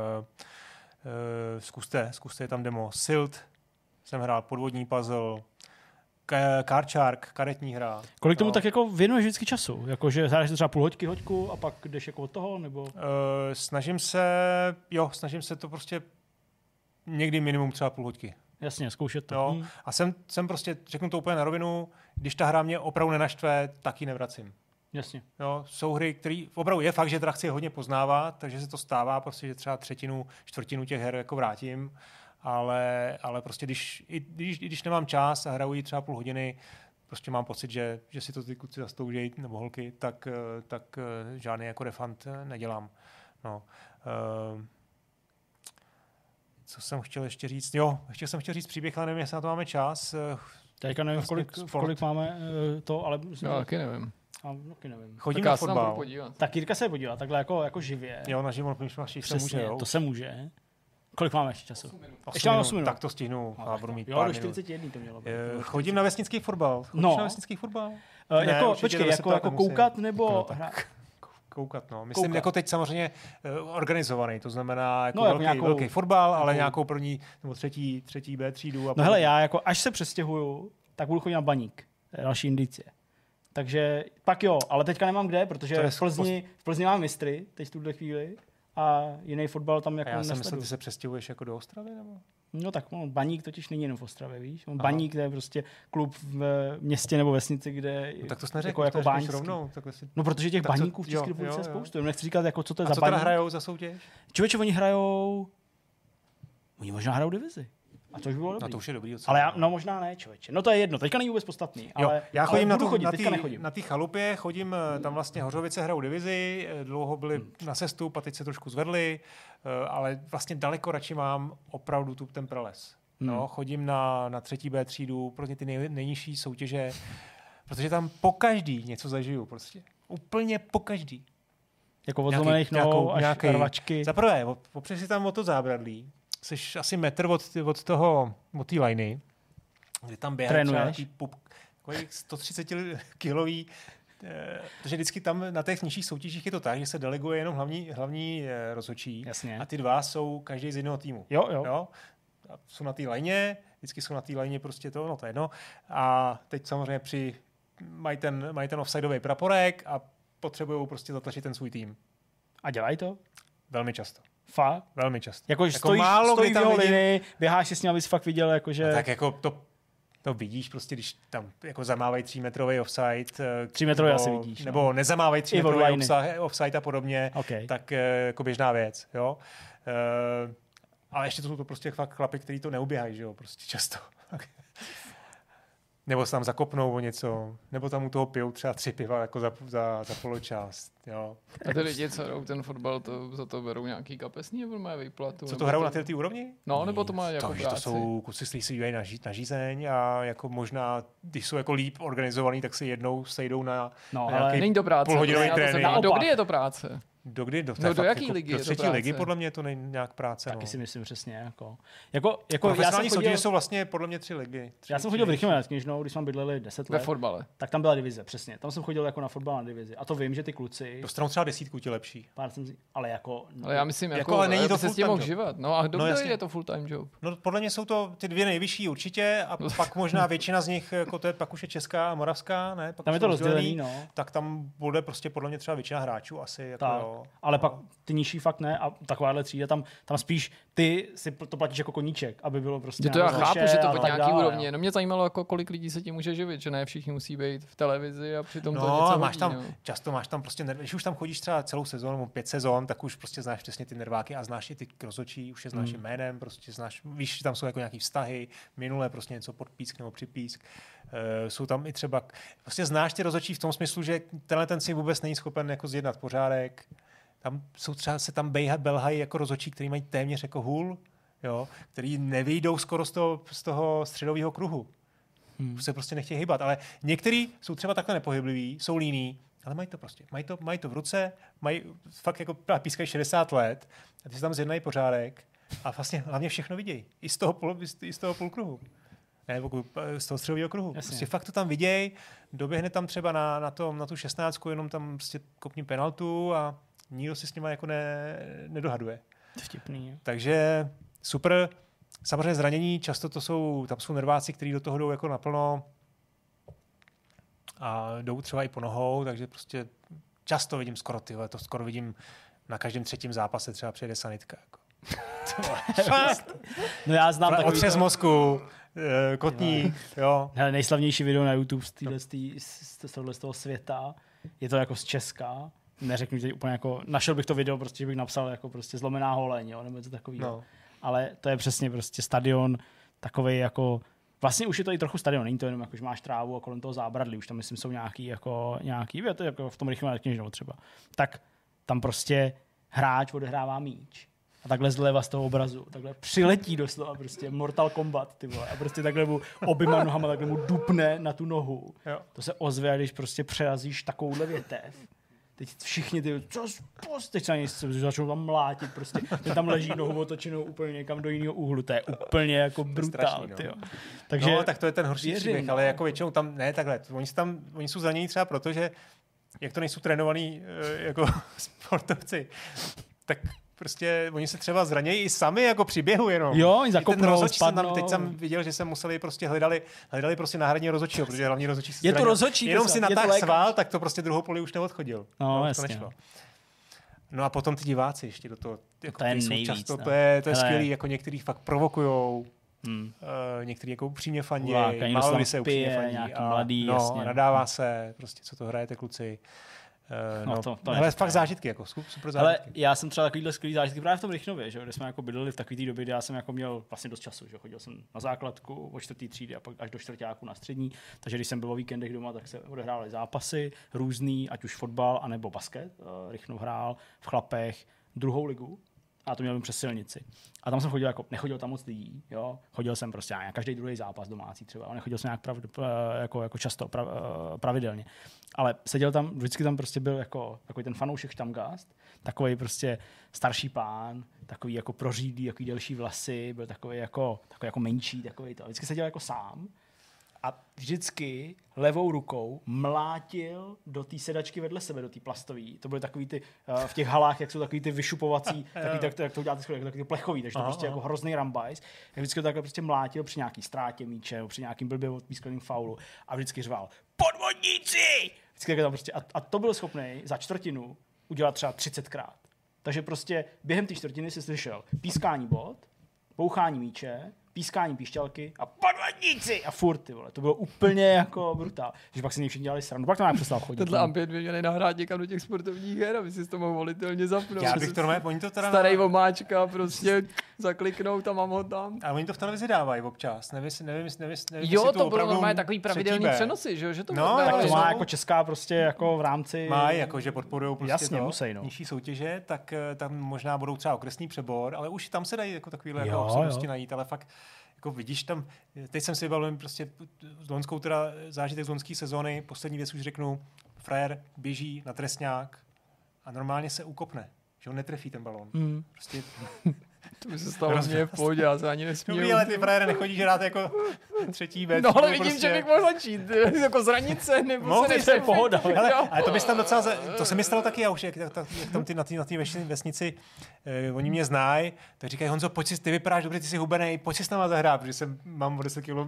Zkuste, je tam demo. Silt jsem hrál, podvodní puzzle. Card Shark, karetní hra. Kolik tomu tak jako věnuješ vždycky času? Jakože hráš třeba půl hoďku a pak jdeš jako od toho? Nebo? Snažím se to prostě někdy minimum třeba půl hoďky. Jasně, zkoušet to. Jo. A jsem prostě, řeknu to úplně na rovinu, když ta hra mě opravdu nenaštve, tak ji nevracím. Jasně. Jo, jsou hry, které opravdu je fakt, že teda chci hodně poznávat, takže se to stává, prostě, že třeba třetinu, čtvrtinu těch her jako vrátím, ale prostě když nemám čas a hraju ji třeba půl hodiny, prostě mám pocit, že si to ty kluci zastoužejí, nebo holky, tak žádný jako refund nedělám. No. Co jsem chtěl ještě říct? Jo, ještě jsem chtěl říct příběh, ale nevím, jestli na to máme čas. Teďka nevím, kolik máme to, ale... Já taky nevím. Taky nevím. Chodím tak na fotbal. Tak Jirka se podívá, takhle jako živě. Jo, na živo, se může, jo. To se může. Kolik máme ještě času? 8 ještě máme 8 minut. Tak to stihnu. A budu mít jo, pár do 41 to mělo být. Chodím na vesnický fotbal. No. Na vesnický fotbal? Počkej, jako koukat nebo... Koukat, no. Myslím, jako teď samozřejmě organizovaný, to znamená jako velký fotbal, ale nějakou první nebo třetí B třídu. No hele, já jako až se přestěhuju, tak budu chodit na Baník. To je další indicie. Takže pak jo, ale teďka nemám kde, protože v Plzni mám mistry, teď v tuhle chvíli, a jiný fotbal tam jako já jsem myslel, ty se přestěhuješ jako do Ostravy, nebo? No tak Baník totiž není jenom v Ostravě, víš? Baník to je prostě klub v městě nebo vesnici, kde no, tak to jsi jako Baníkský. Rovnou, no protože těch Baníků v České republice je spoustu. Nechci říkat, jako, co to je za Baník. A co teda hrajou za soutěž? Člověče, oni možná hrajou divizi. A to už bylo dobrý. No to už je dobrý. Ale možná ne, člověče. No to je jedno, teďka není vůbec podstatný. Ale já chodím na té chalupě, chodím tam vlastně Hořovice hrajou divizi, dlouho byli na sestup a teď se trošku zvedli, ale vlastně daleko radši mám opravdu ten prales. No, chodím na 3. B třídu pro ty nejnižší soutěže, protože tam pokaždý něco zažiju prostě. Úplně pokaždý. Jako od zlomených nohou až rvačky. Za prvé, opřeš si tam o to zábradlí, jsi asi metr od té liney, kde tam běhají třeba 130 kilový, protože vždycky tam na těch nižších soutěžích je to tak, že se deleguje jenom hlavní rozhodčí. Jasně. A ty dva jsou každý z jednoho týmu. Jo. A jsou na té lině, vždycky jsou na té lině prostě to je jedno. A teď samozřejmě mají ten offsideový praporek a potřebují prostě zatlačit ten svůj tým. A dělají to? Velmi často. Fakt? Velmi často. Jako stojí v jeho linii, běháš si s ním, abys fakt viděl, jakože... No, tak jako to vidíš prostě, když tam jako zamávají 3metrový offside. 3metrový asi vidíš. Nebo nezamávají 3metrový offside a podobně, tak jako běžná věc, jo. Ale ještě to jsou to prostě fakt chlapy, kteří to neuběhají, že jo, prostě často. Nebo se tam zakopnou o něco, nebo tam u toho pijou třeba 3 piva jako za poločást. Jo. A ty lidi, co hrajou ten fotbal, za to berou nějaký kapesný nebo mají výplatu? Co to hrajou na té úrovni? No, nebo to má jako práci? To jsou kluci, kteří si dívají na žízeň a jako možná, když jsou jako líp organizovaný, tak se jednou sejdou na není to práce, půlhodinový trénink. A dokdy je to práce? Do jaký jako ligy? Do 3. ligy podle mě to není nějak práce. Taky si myslím přesně. Jako profesionální soutěže jsou vlastně podle mě 3 ligy. Já jsem chodil v Rychle na Kněžnou, když jsme bydleli 10 let. Ve fotbale. Tak tam byla divize, přesně. Tam jsem chodil jako na fotbal na divizi. A to vím, že ty kluci... Dostanou třeba 10 ti lepší. Ale jako... Ale já myslím, ale není to se s tím mohl živat. No a kdo je to full time job? No podle mě jsou to ty 2 nejvyšší určitě a pak možná většina z nich, jako to je pak už je česká a moravská, ne? Pak tam je to rozdělený, no. Tak tam bude prostě podle mě třeba většina hráčů asi. Jako tak, ale pak ty nižší fakt ne a takováhle třída, tam spíš ty si to platíš jako koníček, aby bylo prostě... To já chápu, že to v nějaký úrovni. No mě zajímalo, jako kolik lidí se tím může živit, že ne všichni musí být v televizi a přitom to něco máš tam, často máš tam prostě, když už tam chodíš třeba celou sezónu nebo 5 sezon, tak už prostě znáš přesně ty nerváky a znáš i ty rozhodčí, už je znáš jménem, prostě znáš, víš, že tam jsou jako nějaký vztahy, minule prostě něco podpísk nebo připísk. Jsou tam i třeba, prostě znáš ty rozhodčí v tom smyslu, že tenhle ten si vůbec není schopen jako zjednat pořádek. Tam jsou třeba se tam belhají jako rozhodčí, který mají téměř jako hůl, jo, který nevyjdou skoro z toho středového kruhu. Už se prostě nechtějí hýbat, ale některý jsou třeba takhle nepohybliví, jsou líní, ale mají to prostě. Mají to v ruce, mají fakt jako pískají 60 let a ty si tam zjednají pořádek a vlastně hlavně všechno vidějí. I z toho půlkruhu. Ne, z toho středového kruhu. Prostě fakt to tam vidějí, doběhne tam třeba na tu 16, jenom tam prostě kopní penaltu a nikdo si s nima jako nedohaduje. Vtipný. Takže super. Samozřejmě zranění, často tam jsou nerváci, kteří do toho jdou jako naplno a jdou třeba i po nohou, takže prostě často vidím skoro vidím na každém 3. zápase třeba přijede sanitka. Jako. No já znám takový... Otřes mozku, kotník, jo. Nejslavnější video na YouTube z toho světa je to jako z Česka, neřeknu teď úplně jako, našel bych to video, prostě, že bych napsal jako prostě zlomená holeň, jo, nebo něco takového. No. Ale to je přesně prostě stadion takovej jako, vlastně už je to i trochu stadion, není to jenom jako, že máš trávu a kolem toho zábradlí, už tam myslím jsou nějaký, to je jako v tom rychlém kněžnou třeba. Tak tam prostě hráč odehrává míč. A takhle zleva z toho obrazu, takhle přiletí doslova prostě Mortal Kombat, ty vole, a prostě takhle mu oběma nohama takhle mu dupne na tu nohu. Jo. To se ozve, když prostě přerazíš takovouhle větev. Teď všichni ty, teď se na něj začnou tam mlátit, prostě ten tam leží nohu otočenou úplně někam do jiného úhlu, to je úplně jako brutál, no. Tyjo. Takže no, tak to je ten horší příběh, ale jako většinou tam, ne takhle, oni jsou za něj třeba proto, že jak to nejsou trénovaný jako sportovci, tak prostě oni se třeba zranějí i sami jako při běhu jenom. Jo, oni zakopnou, spadnou. Teď jsem viděl, že jsem museli prostě hledali prostě náhradní rozhodčího, protože hlavní rozhodčí se je to rozhodčí, jenom si natáhl sval, tak to prostě druhou poli už neodchodil. No, jasně. To no a potom ty diváci ještě do toho. Jako to je nejvíc. Často, to je skvělý, jako některý fakt provokujou. Některý jako upřímně fandí, málo kdy se upřímně fandí. Mladý, jasně. Nadává se, prostě co to hrajete kluci. Ale fakt zážitky, jako super zážitky. Ale já jsem třeba takovýhle skvělý zážitky právě v tom Rychnově, že, kde jsme jako bydleli v takové té době, kdy já jsem jako měl vlastně dost času, že chodil jsem na základku od 4. třídy a pak až do čtvrťáku na střední, takže když jsem byl o víkendech doma, tak se odehrávaly zápasy různý, ať už fotbal anebo basket. Rychnov hrál v chlapech 2. ligu. A to měl přes silnici. A tam jsem chodil, jako, nechodil tam moc lidí, jo. Chodil jsem prostě na každý druhý zápas domácí třeba, ale nechodil jsem nějak jako často, pravidelně. Ale seděl tam, vždycky tam prostě byl jako takový ten fanoušek štamgast, takový prostě starší pán, takový jako prořídlý, takový delší vlasy, byl takový jako menší, takový to. Vždycky seděl jako sám. A vždycky levou rukou mlátil do té sedačky vedle sebe, do té plastové. To byly takový ty, v těch halách, jak jsou takový ty vyšupovací, jak to uděláte, jako takový ty plechový, takže to prostě jako hrozný rambajs. Jak vždycky to takhle prostě mlátil při nějaký ztrátě míče, nebo při nějakým blbě odpísklaným faulu a vždycky řval podvodníci! Vždycky tam prostě, a to byl schopný za čtvrtinu udělat třeba 30krát. Takže prostě během té čtvrtiny si slyšel pískání bod, bouchání míče, pískání píšťalky a podvodníci a furt, ty vole. To bylo úplně jako brutál. Že pak si všichni dělali srandu, pak to nějak přestal chodit. Tenhle ambient by měli nahrát někam do těch sportovních her, aby si to mohl volitelně zapnout. Já bych to oni to teda starý omáčka, prostě zakliknout a mám ho tam. A oni to v televizi dávají občas. Nevím, jo, to bylo normálně takový pravidelný přenosy, že to no, tak to má jako česká prostě jako v rámci má jako že podporují prostě jasně, musí, no. nižší soutěže, tak tam možná budou třeba okresní přebor, ale už tam se dají jako takovýhle jako osobnosti najít, ale fakt jako vidíš tam, teď jsem si vybavil prostě s loňskou teda zážitek z loňské sezóny, poslední věc už řeknu, frajer běží na trestňák a normálně se ukopne, že on netrefí ten balón. Prostě to by se stalo mě v pohodě, já se ani nesmím. Dobrý, ale ty frajere nechodí žrát jako třetí věc. No ale vidím, prostě že bych mohl začít, jako zranice, nebo se nechce pohoda. Ale to bys tam docela, to se mi stalo taky, já už, jak tam ty na té vesnici, oni mě znají, tak říkají, Honzo, pojď si, ty vypadáš dobře, ty jsi hubenej, pojď si s náma zahrát, protože mám o 10 kilo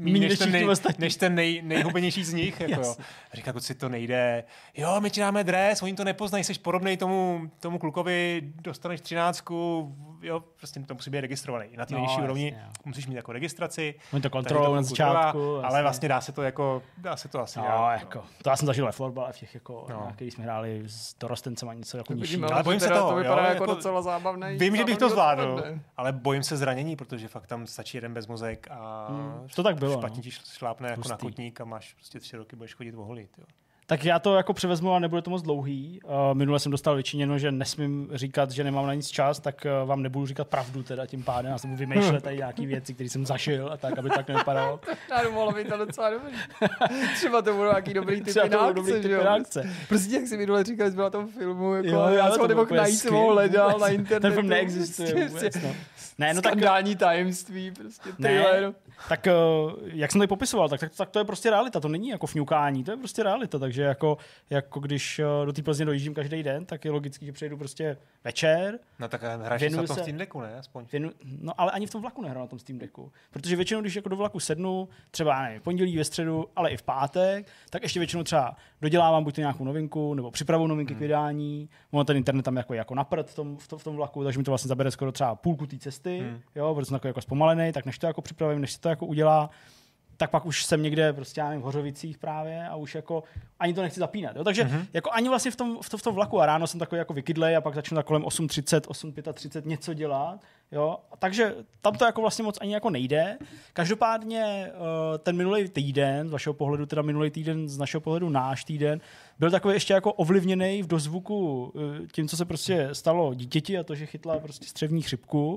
než ten nejhubenější z nich. Jako, jo. A říká, si to nejde. Jo, my ti dáme dres, oni to nepoznají, jsi podobnej tomu klukovi, dostaneš 13, jo, prostě to musí být registrovaný. I na té nejnižší úrovni musíš mít jako registraci. Oni to kontrolují na začátku. Ale vlastně dá se to asi. No, jako. To já jsem zažil ve florbale, v těch jako, když jsme hráli s dorostencem a něco jako nižší. Ale bojím se toho. To vypadá jako docela zábavný. Vím, že bych to zvládl, ale bojím se zranění, protože fakt tam stačí jeden bezmozek a to tak bylo. Špatně ti šlápne jako na kotník a máš prostě 3 roky budeš chodit oholit. Tak já to jako převezmu a nebude to moc dlouhý. Minule jsem dostal vyčiněno, že nesmím říkat, že nemám na nic čas, tak vám nebudu říkat pravdu teda tím pádem. Já jsem budu vymýšlet tady nějaký věci, které jsem zažil a tak, aby tak nevypadalo. Já mohlo být to docela dobrý. Třeba to budou nějaký dobrý typy na akce. Prostě jak jsi minule říkal, jsi byl na tom filmu, jako, já jsem ho nemohl najít, jsem ho hledal na internetu. Ten film neexistuje vůbec, no. Ne, no skandální tajemství, prostě trailer. Tak jak jsem tady popisoval, tak to je prostě realita, to není jako fňukání, to je prostě realita, takže jako když do té Plzně dojíždím každý den, tak je logický, že přejdu prostě večer. No tak hráš na tom Steam Decku, ne? Aspoň. No ale ani v tom vlaku nehraju na tom Steam Decku, protože většinou, když jako do vlaku sednu, třeba nevím, v pondělí, ve středu, ale i v pátek, tak ještě většinou třeba dodělávám buď to nějakou novinku, nebo připravu novinky k vydání. Ono ten internet tam jako napřed v tom vlaku, takže mi to vlastně zabere skoro třeba půlku té cesty, jo, protože jsem takový jako zpomalený, tak než to jako připravím, než se to jako udělá, tak pak už jsem někde prostě já nevím, v Hořovicích právě a už jako ani to nechci zapínat. Jo? Takže jako ani vlastně v tom vlaku a ráno jsem takový jako vykydlej a pak začnu tak kolem 8:30, 8:35 něco dělat. Jo? Takže tam to jako vlastně moc ani jako nejde. Každopádně ten minulý týden, z vašeho pohledu teda minulý týden, z našeho pohledu náš týden, byl takový ještě jako ovlivněný v dozvuku tím, co se prostě stalo dítěti a to, že chytla prostě střevní chřipku.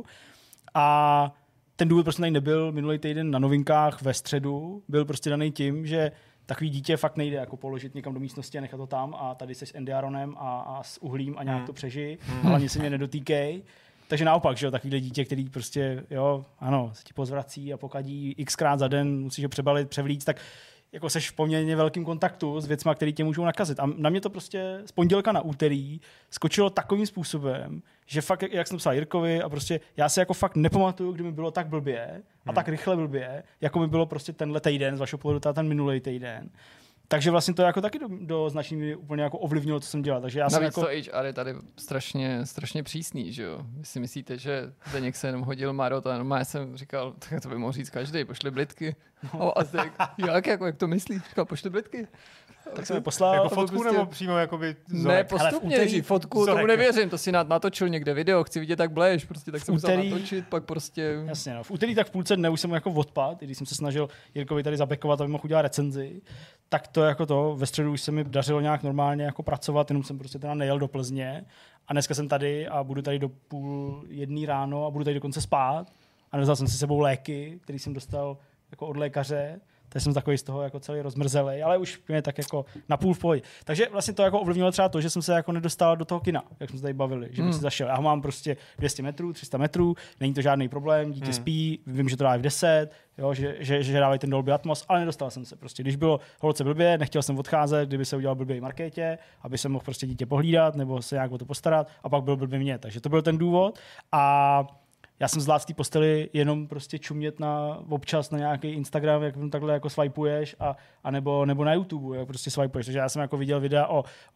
A ten důvod prostě tady nebyl minulý týden na novinkách ve středu, byl prostě daný tím, že takový dítě fakt nejde jako položit někam do místnosti a nechat to tam a tady se s Endiaronem a s uhlím a nějak to přežij, ale nic se mě nedotýkej. Takže naopak, že jo, takovýhle dítě, který prostě, jo, ano, se ti pozvrací a pokadí xkrát za den, musíš ho přebalit, převlíct, tak jako seš v poměrně velkým kontaktu s věcma, které tě můžou nakazit. A na mě to prostě z pondělka na úterý skočilo takovým způsobem, že fakt, jak jsem psal Jirkovi, a prostě já si jako fakt nepamatuju, kdy mi bylo tak blbě a tak rychle blbě, jako mi bylo prostě tenhle týden, z vašeho pohledu ten minulý týden. Takže vlastně to jako taky do značné míry úplně jako ovlivnilo, co jsem dělal. Takže já jsem navíc jako... to HR je tady strašně přísný, že jo? Vy si myslíte, že Zdeněk se jenom hodil Marot a normálně jsem říkal, tak to by mohl říct každý, pošli blitky. A Zdeněk, jak to myslíš? Říkal, pošli blitky. Tak jsem je poslal. Jako fotku prostě... nebo přímo jakoby zorek? Ne, postupně, fotku, zorek. Tomu nevěřím, to si natočil někde video, chci vidět, jak bleješ, prostě tak jsem musel natočit, pak prostě... Jasně, no. V úterý tak v půlce dne už jsem jako odpad, když jsem se snažil Jirkovi tady zabekovat, aby mohl udělat recenzi, tak to jako to, ve středu už se mi dařilo nějak normálně jako pracovat, jenom jsem prostě teda nejel do Plzně a dneska jsem tady a budu tady do 12:30 ráno a budu tady dokonce spát a nevzal jsem si sebou léky, který jsem dostal jako od lékaře. Takže jsem takový z toho jako celý rozmrzelej, ale už mě tak jako napůl v pohodě. Takže vlastně to jako ovlivnilo třeba to, že jsem se jako nedostal do toho kina, jak jsme se tady bavili, že bych si zašel. Já ho mám prostě 200 metrů, 300 metrů, není to žádný problém, dítě spí, vím, že to dá v 10, jo, že dávají ten Dolby Atmos, ale nedostal jsem se prostě. Když bylo holce blbě, nechtěl jsem odcházet, kdyby se udělal blbě i Markétě, aby se mohl prostě dítě pohlídat nebo se nějak o to postarat a pak byl blbě mě. Takže to byl ten důvod a já jsem zvládl z té posteli jenom prostě čumět občas na nějaký Instagram, jak takhle jako swipeuješ a nebo na YouTube, jak prostě swipeuješ. Takže já jsem jako viděl videa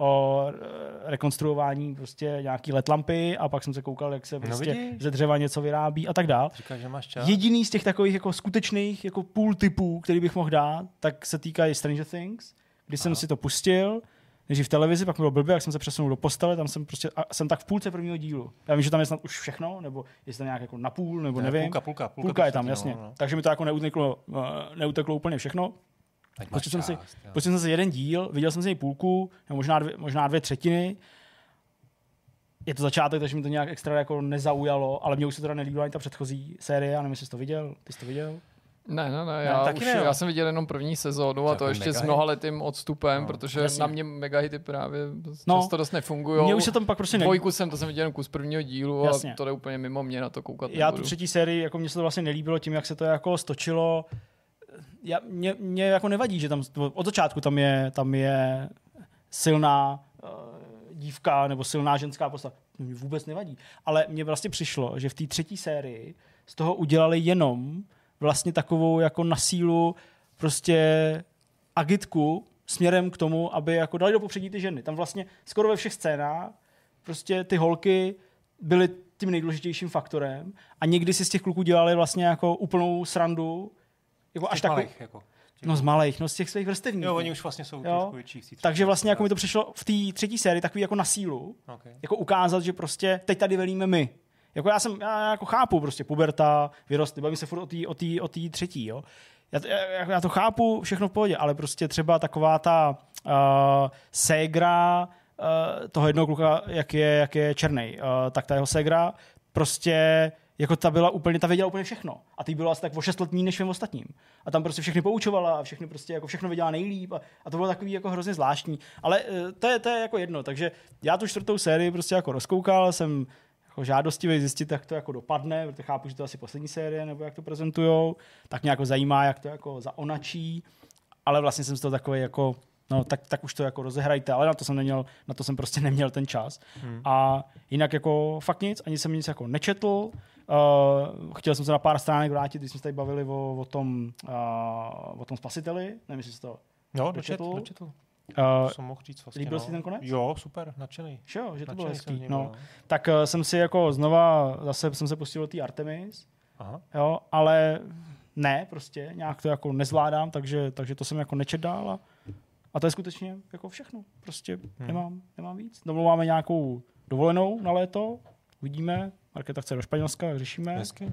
o rekonstruování prostě nějaký LED lampy a pak jsem se koukal, jak se prostě ze dřeva něco vyrábí a tak dál. Říkáš, že máš čas? Jediný z těch takových jako skutečných jako půl typů, který bych mohl dát, tak se týkají Stranger Things, kdy jsem si to pustil, než v televizi, pak mi bylo blbě, jak jsem se přesunul do postele, tam jsem prostě, jsem tak v půlce prvního dílu. Já vím, že tam je snad už všechno, nebo jestli tam nějak jako na půl, nebo nevím. Půlka je tam, jasně. No. Takže mi to jako neuteklo úplně všechno. Pustil jsem si jeden díl, viděl jsem si půlku, nebo možná 2/3. Je to začátek, takže mi to nějak extra jako nezaujalo, ale mě už se teda nelíbila ani ta předchozí série, já nevím, jestli jsi to viděl. Ty jsi to viděl? Ne, já jsem viděl jenom první sezónu a to ještě s mnohaletým odstupem, protože na mě megahity právě často dost nefungujou. Mně už se tam pak prostě Dvojku jsem viděl jenom kus prvního dílu a to jde úplně mimo mě na to koukat. Já tu třetí sérii, jako mně se to vlastně nelíbilo tím, jak se to jako stočilo. Mě jako nevadí, že tam od začátku tam je silná dívka nebo silná ženská postava. Mě vůbec nevadí. Ale mně vlastně přišlo, že v té třetí sérii z toho udělali jenom vlastně takovou jako na sílu prostě agitku směrem k tomu, aby jako dali do popředí ty ženy. Tam vlastně skoro ve všech scénách prostě ty holky byly tím nejdůležitějším faktorem a někdy si z těch kluků dělali vlastně jako úplnou srandu. Jako až takový. Jako. No z malých, no z těch svých vrstevníků. Jo, oni už vlastně jsou trošku větší. Takže vlastně jako mi to přišlo v té třetí sérii takový jako na sílu. Okay. Jako ukázat, že prostě teď tady velíme my. Jako já jako chápu prostě puberta, vyrostly, bavím se furt o té třetí, jo. Já to chápu, všechno v pohodě, ale prostě třeba taková ta ségra toho jednoho kluka, jak je černej, tak ta jeho ségra prostě jako ta věděla úplně všechno. A ty bylo asi tak o 6 let méně než všem ostatním. A tam prostě všechny poučovala a všechno věděla nejlíp a to bylo takový jako hrozně zvláštní. Ale to je jako jedno, takže já tu 4. sérii prostě jako rozkoukal, jsem jako žádostivý zjistit, jak to jako dopadne, protože chápu, že to je asi poslední série, nebo jak to prezentujou, tak mě jako zajímá, jak to jako zaonačí, ale vlastně jsem z toho takový jako, no tak už to jako rozehrajte, ale na to jsem prostě neměl ten čas. A jinak jako fakt nic, ani jsem nic jako nečetl, chtěl jsem se na pár stránek vrátit, když jsme se tady bavili o tom Spasiteli, nevím, jestli jsi to dočetl. Jsem mohl říct vlastně, líbil si ten konec? Jo, super, nadšený. Že to bylo hezký. No. Tak jsem si jako znova, zase jsem se pustil do té Artemis, jo, ale ne, prostě nějak to jako nezvládám, takže to jsem jako nečet dál a to je skutečně jako všechno. Prostě nemám víc. Domluváme nějakou dovolenou na léto, uvidíme, Markéta chce do Španělska, řešíme. Hezky.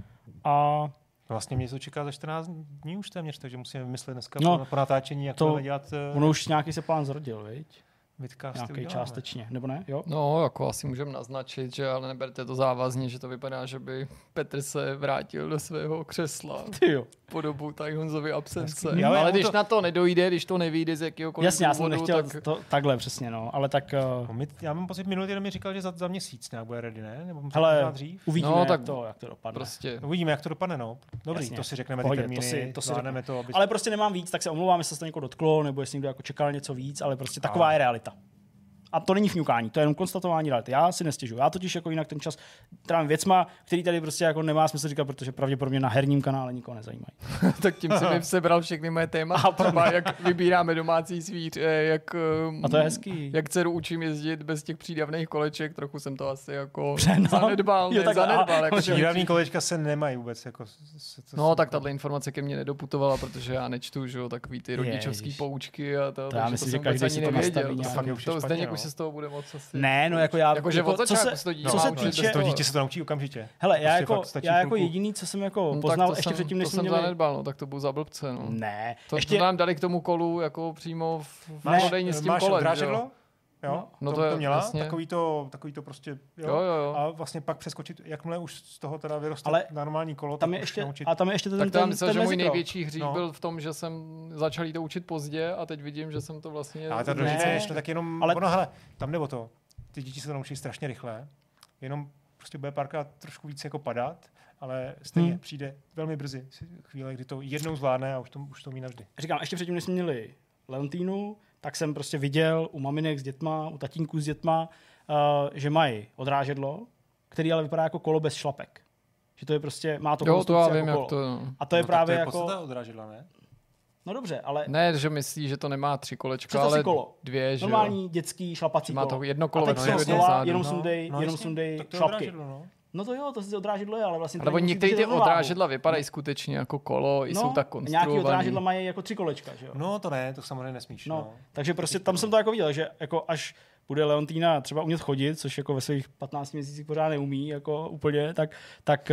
A vlastně mě to čeká za 14 dní už téměř, takže musíme vymyslet dneska po natáčení, jak to budeme dělat. Ono už nějaký se plán zrodil, viď? Nějaký částečně, nebo ne? Jo? No, jako asi můžeme naznačit, že ale neberte to závazně, že to vypadá, že by Petr se vrátil do svého křesla po dobu tady Honzovy absence. Ale když na to nedojde, když to nevyjde z jakýhokoliv jasně, já jsem nechtěl tak... to takhle přesně, no, ale tak... Já mám pocit, minulý týden mi říkal, že za měsíc nějak bude ready, ne? Nebo hele, dřív? Uvidíme, no, jak to dopadne. Prostě. Uvidíme, jak to dopadne, no. Dobrý, jasně, to si řekneme ty termíny, to zvládneme to, aby... Ale prostě nemám víc, tak se omlouvám, jestli se to někoho dotklo, nebo jestli někdo jako čekal něco víc, ale prostě taková je realita. A to není fňukání, to je jenom konstatování reality. Já si nestěžuju. Já totiž jako jinak ten čas trávím věcma, který tady prostě jako nemá smysl říkat, protože pravděpodobně na herním kanále nikoho nezajímají. Tak tím si mi sebral všechny moje témata. Třeba jak vybíráme domácí zvíře, jak a to je hezký. Jak dceru učím jezdit bez těch přídavných koleček, trochu jsem to asi jako zanedbal. Přídavný kolečka se nemají vůbec. Jako, no tak tato informace ke mně nedoputovala, protože já nečtu, že jo, takový ty rodičovský poučky a to já myslím, že každý si to nastaví. To Zdeněk už se z toho bude moc asi... Ne, no jako já... Jakože od začátku se to dítě... Co se týče... To dítě se to naučí okamžitě. Hele, já jako jediný, co jsem jako poznal ještě předtím, než jsme měli... To jsem zanedbal, no, tak to byl za blbce, no. Ne. To nám dali k tomu kolu jako přímo v prodejně s tím kolem, máš odrážedlo? Jo, no to měla, vlastně... takový to prostě, jo. A vlastně pak přeskočit, jakmile už z toho teda vyroste na normální kolo, tam je ještě, a tam je ještě ten tak myslel, že můj největší hřích byl v tom, že jsem začal jí to učit pozdě a teď vidím, že jsem to vlastně... Ale ta družice ještě tak jenom, ono, hele, tam nebo to, ty děti se to naučí strašně rychle, jenom prostě bude párkrát trošku víc jako padat, ale stejně přijde velmi brzy chvíle, kdy to jednou zvládne a už to mí navždy. Říkám, ještě předtím, než jsme měli Leontínu, tak jsem prostě viděl u maminek s dětma, u tatínků s dětma, že mají odrážedlo, který ale vypadá jako kolo bez šlapek. Že to je prostě, má to konstrukci jako kolo. To... A to je právě to je jako... podstata odrážedla, ne? No dobře, ale... Ne, že myslí, že to nemá 3 kolečka, ale kolo. 2, že normální dětský šlapací kolo. Má to jedno kolo, a teď jenom sundej šlapky. No to jo, to si odrážedlo je, ale vlastně... Ale některé ty odrážedla vypadají skutečně jako kolo, i jsou tak konstruovaný. Nějaký odrážedla mají jako 3 kolečka, že jo? No to ne, to samozřejmě nesmíš. No. Takže prostě tam jsem to jako viděl, že jako až bude Leontína třeba umět chodit, což jako ve svých 15 měsících pořád neumí jako úplně, tak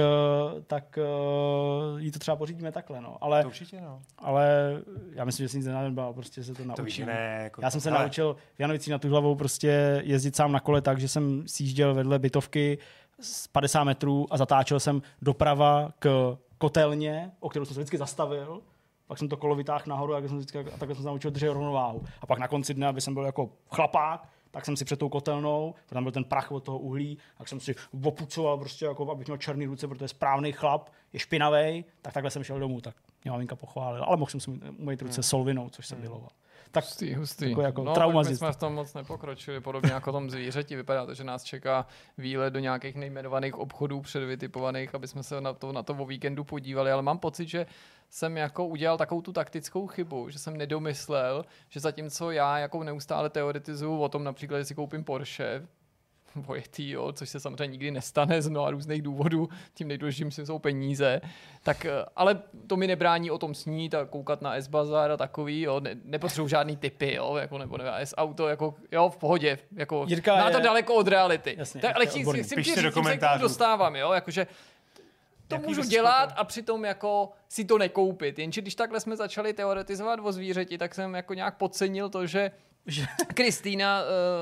jí to třeba pořídíme takhle, no. Ale, to určitě, no. Ale já myslím, že si nic nenadbal, prostě se to naučím. Já jsem se naučil v Janovicích na Tuhlavou prostě jezdit sám na kole tak, že jsem sjížděl vedle bytovky z 50 metrů a zatáčel jsem doprava k kotelně, o kterou jsem se vždycky zastavil. Pak jsem to kolo vytáhl nahoru a takhle jsem se naučil držet rovnováhu. A pak na konci dne, aby jsem byl jako chlapák, tak jsem si před tou kotelnou, tam byl ten prach od toho uhlí, tak jsem si opucoval prostě, jako, abych měl černý ruce, protože je správný chlap, je špinavej, tak takhle jsem šel domů, tak mě maminka pochválila, ale mohl jsem si umýt ruce solvinou, což jsem miloval. Tak hustý. Jako no, tak my jsme v tom moc nepokročili, podobně jako tom zvířeti. Vypadá to, že nás čeká výlet do nějakých nejmenovaných obchodů předvytipovaných, aby jsme se na to o víkendu podívali, ale mám pocit, že jsem jako udělal takovou tu taktickou chybu, že jsem nedomyslel, že zatímco já jako neustále teoretizuju o tom například, že si koupím Porsche, vojetý, jo, což se samozřejmě nikdy nestane z mnoha různých důvodů, tím nejdůležitějším jsou peníze, tak, ale to mi nebrání o tom snít a koukat na S-Bazar a takový, jo, nepotřebuji žádný typy, jo, jako, nebo S-Auto, jako, jo, v pohodě, jako, má to daleko od reality. Jasně, tak, ale chci říct, tím se k tomu dostávám, jo, jakože to můžu dělat a přitom jako si to nekoupit, jenže když takhle jsme začali teoretizovat o zvířeti, tak jsem jako nějak podcenil to, že Kristýna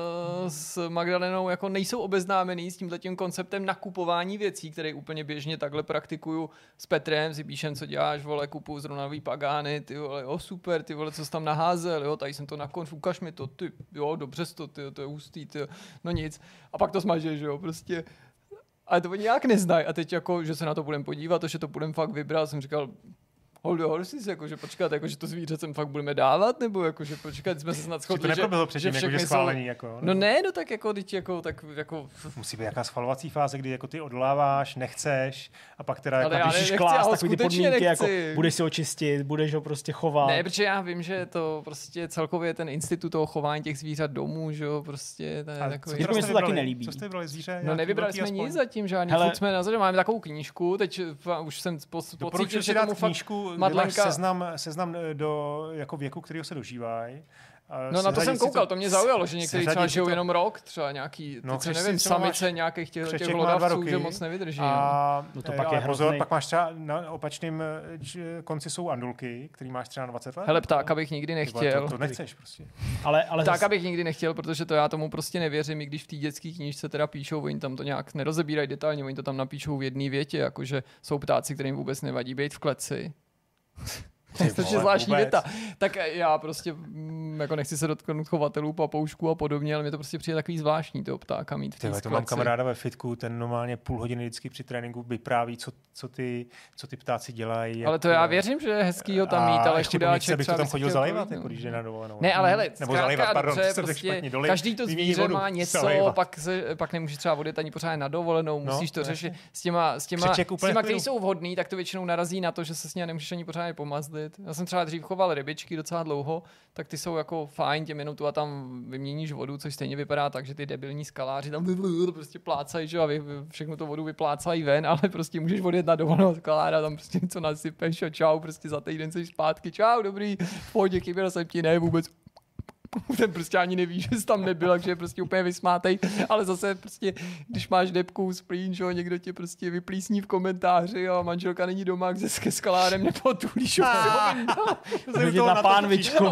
s Magdalenou jako nejsou obeznámený s tímhletím konceptem nakupování věcí, které úplně běžně takhle praktikuju s Petrem, si píšem, co děláš, vole, kupuju zrovna nový Pagány, ty vole, jo, super, ty vole, co jsi tam naházel, jo, tady jsem to nakonec, ukaž mi to, ty, jo, dobře to, ty, to je hustý, ty, no nic. A pak to smažeš, jo, prostě. Ale to oni nějak neznají a teď jako, že se na to budeme podívat a že to budeme fakt vybrat, jsem říkal, hold jako, že počkat, jako, že to zvíře sem fakt budeme dávat, nebo jako, že počkat, jsme se snad shodli, že to neproběhlo předtím, jako, že schválení, jako, no ne, no tak jako, teď jako, tak jako... Musí být jaká schvalovací fáze, kdy jako ty odoláváš, nechceš a pak teda jako, když klást takový ty podmínky, jako budeš si ho čistit, budeš ho prostě chovat. Ne, protože já vím, že to prostě celkově ten institut toho chování těch zvířat domů, že jo, prostě to je takový... Jirko, mi se to taky nelíbí. Co jste vybrali zvíře? No nevybrali jsme nic zatím, žádný furt jsme na zadě, máme takovou knížku, teď už jsem pocítil, že tomu fakt... Madlenka. Seznam do jako věku, kterého se dožívají. No na to jsem koukal, to mě zaujalo, že někteří třeba žijou jenom rok, třeba nějaký, nevím, samice nějakých těch hlodavců, že moc nevydrží. No to pak je hrozný. Pak máš třeba na opačném konci jsou andulky, který máš třeba 20 let. Hele, ptáka bych nikdy nechtěl. To nechceš prostě. Ale ptáka bych nikdy nechtěl, protože to já tomu prostě nevěřím, i když v té dětské knížce teda píšou, oni tam to nějak nerozebírají detailně, oni to tam napíšou v jedné větě, jakože jsou ptáci, kterým vůbec nevadí být v kleci. To je strašně zvláštní věta. Tak já prostě jako nechci se dotknout chovatelů, papoušků a podobně, ale mě to prostě přijde takový zvláštní toho ptáka mít v té to mám kamaráda ve fitku, ten normálně půl hodiny vždycky při tréninku vypráví, co ty ptáci dělají. Ale to já věřím, že je hezký ho tam mít, ale chudáček bych to tam chodil zalévat, jako když jde na dovolenou. Ne, ale hele, nebo zalévat, pardon, prostě každý to zvíře má něco, pak nemůžeš třeba odjet ani pořád na dovolenou, musíš to řešit s těma, kteří jsou vhodný, tak to většinou narazí na to, že se s ním nemůžeš ani pořádně pomazlit. Já jsem třeba dřív choval rybičky docela dlouho, tak ty jsou jako fajn, tě minutu a tam vyměníš vodu, což stejně vypadá tak, že ty debilní skaláři tam prostě plácají, že a všechno to vodu vyplácají ven, ale prostě můžeš odjet na dovolenou skalára, tam prostě něco nasypeš a čau, prostě za týden jsi zpátky, čau, dobrý, v pohodě, chyběl jsem ti, ne, vůbec. Ten prostě ani neví, že jsi tam nebyl, takže je prostě úplně vysmátej, ale zase prostě, když máš depku, splín, že někdo tě prostě vyplísní v komentáři a manželka není doma, kde s skalárem nepotulíš. Vidět na pánvičku.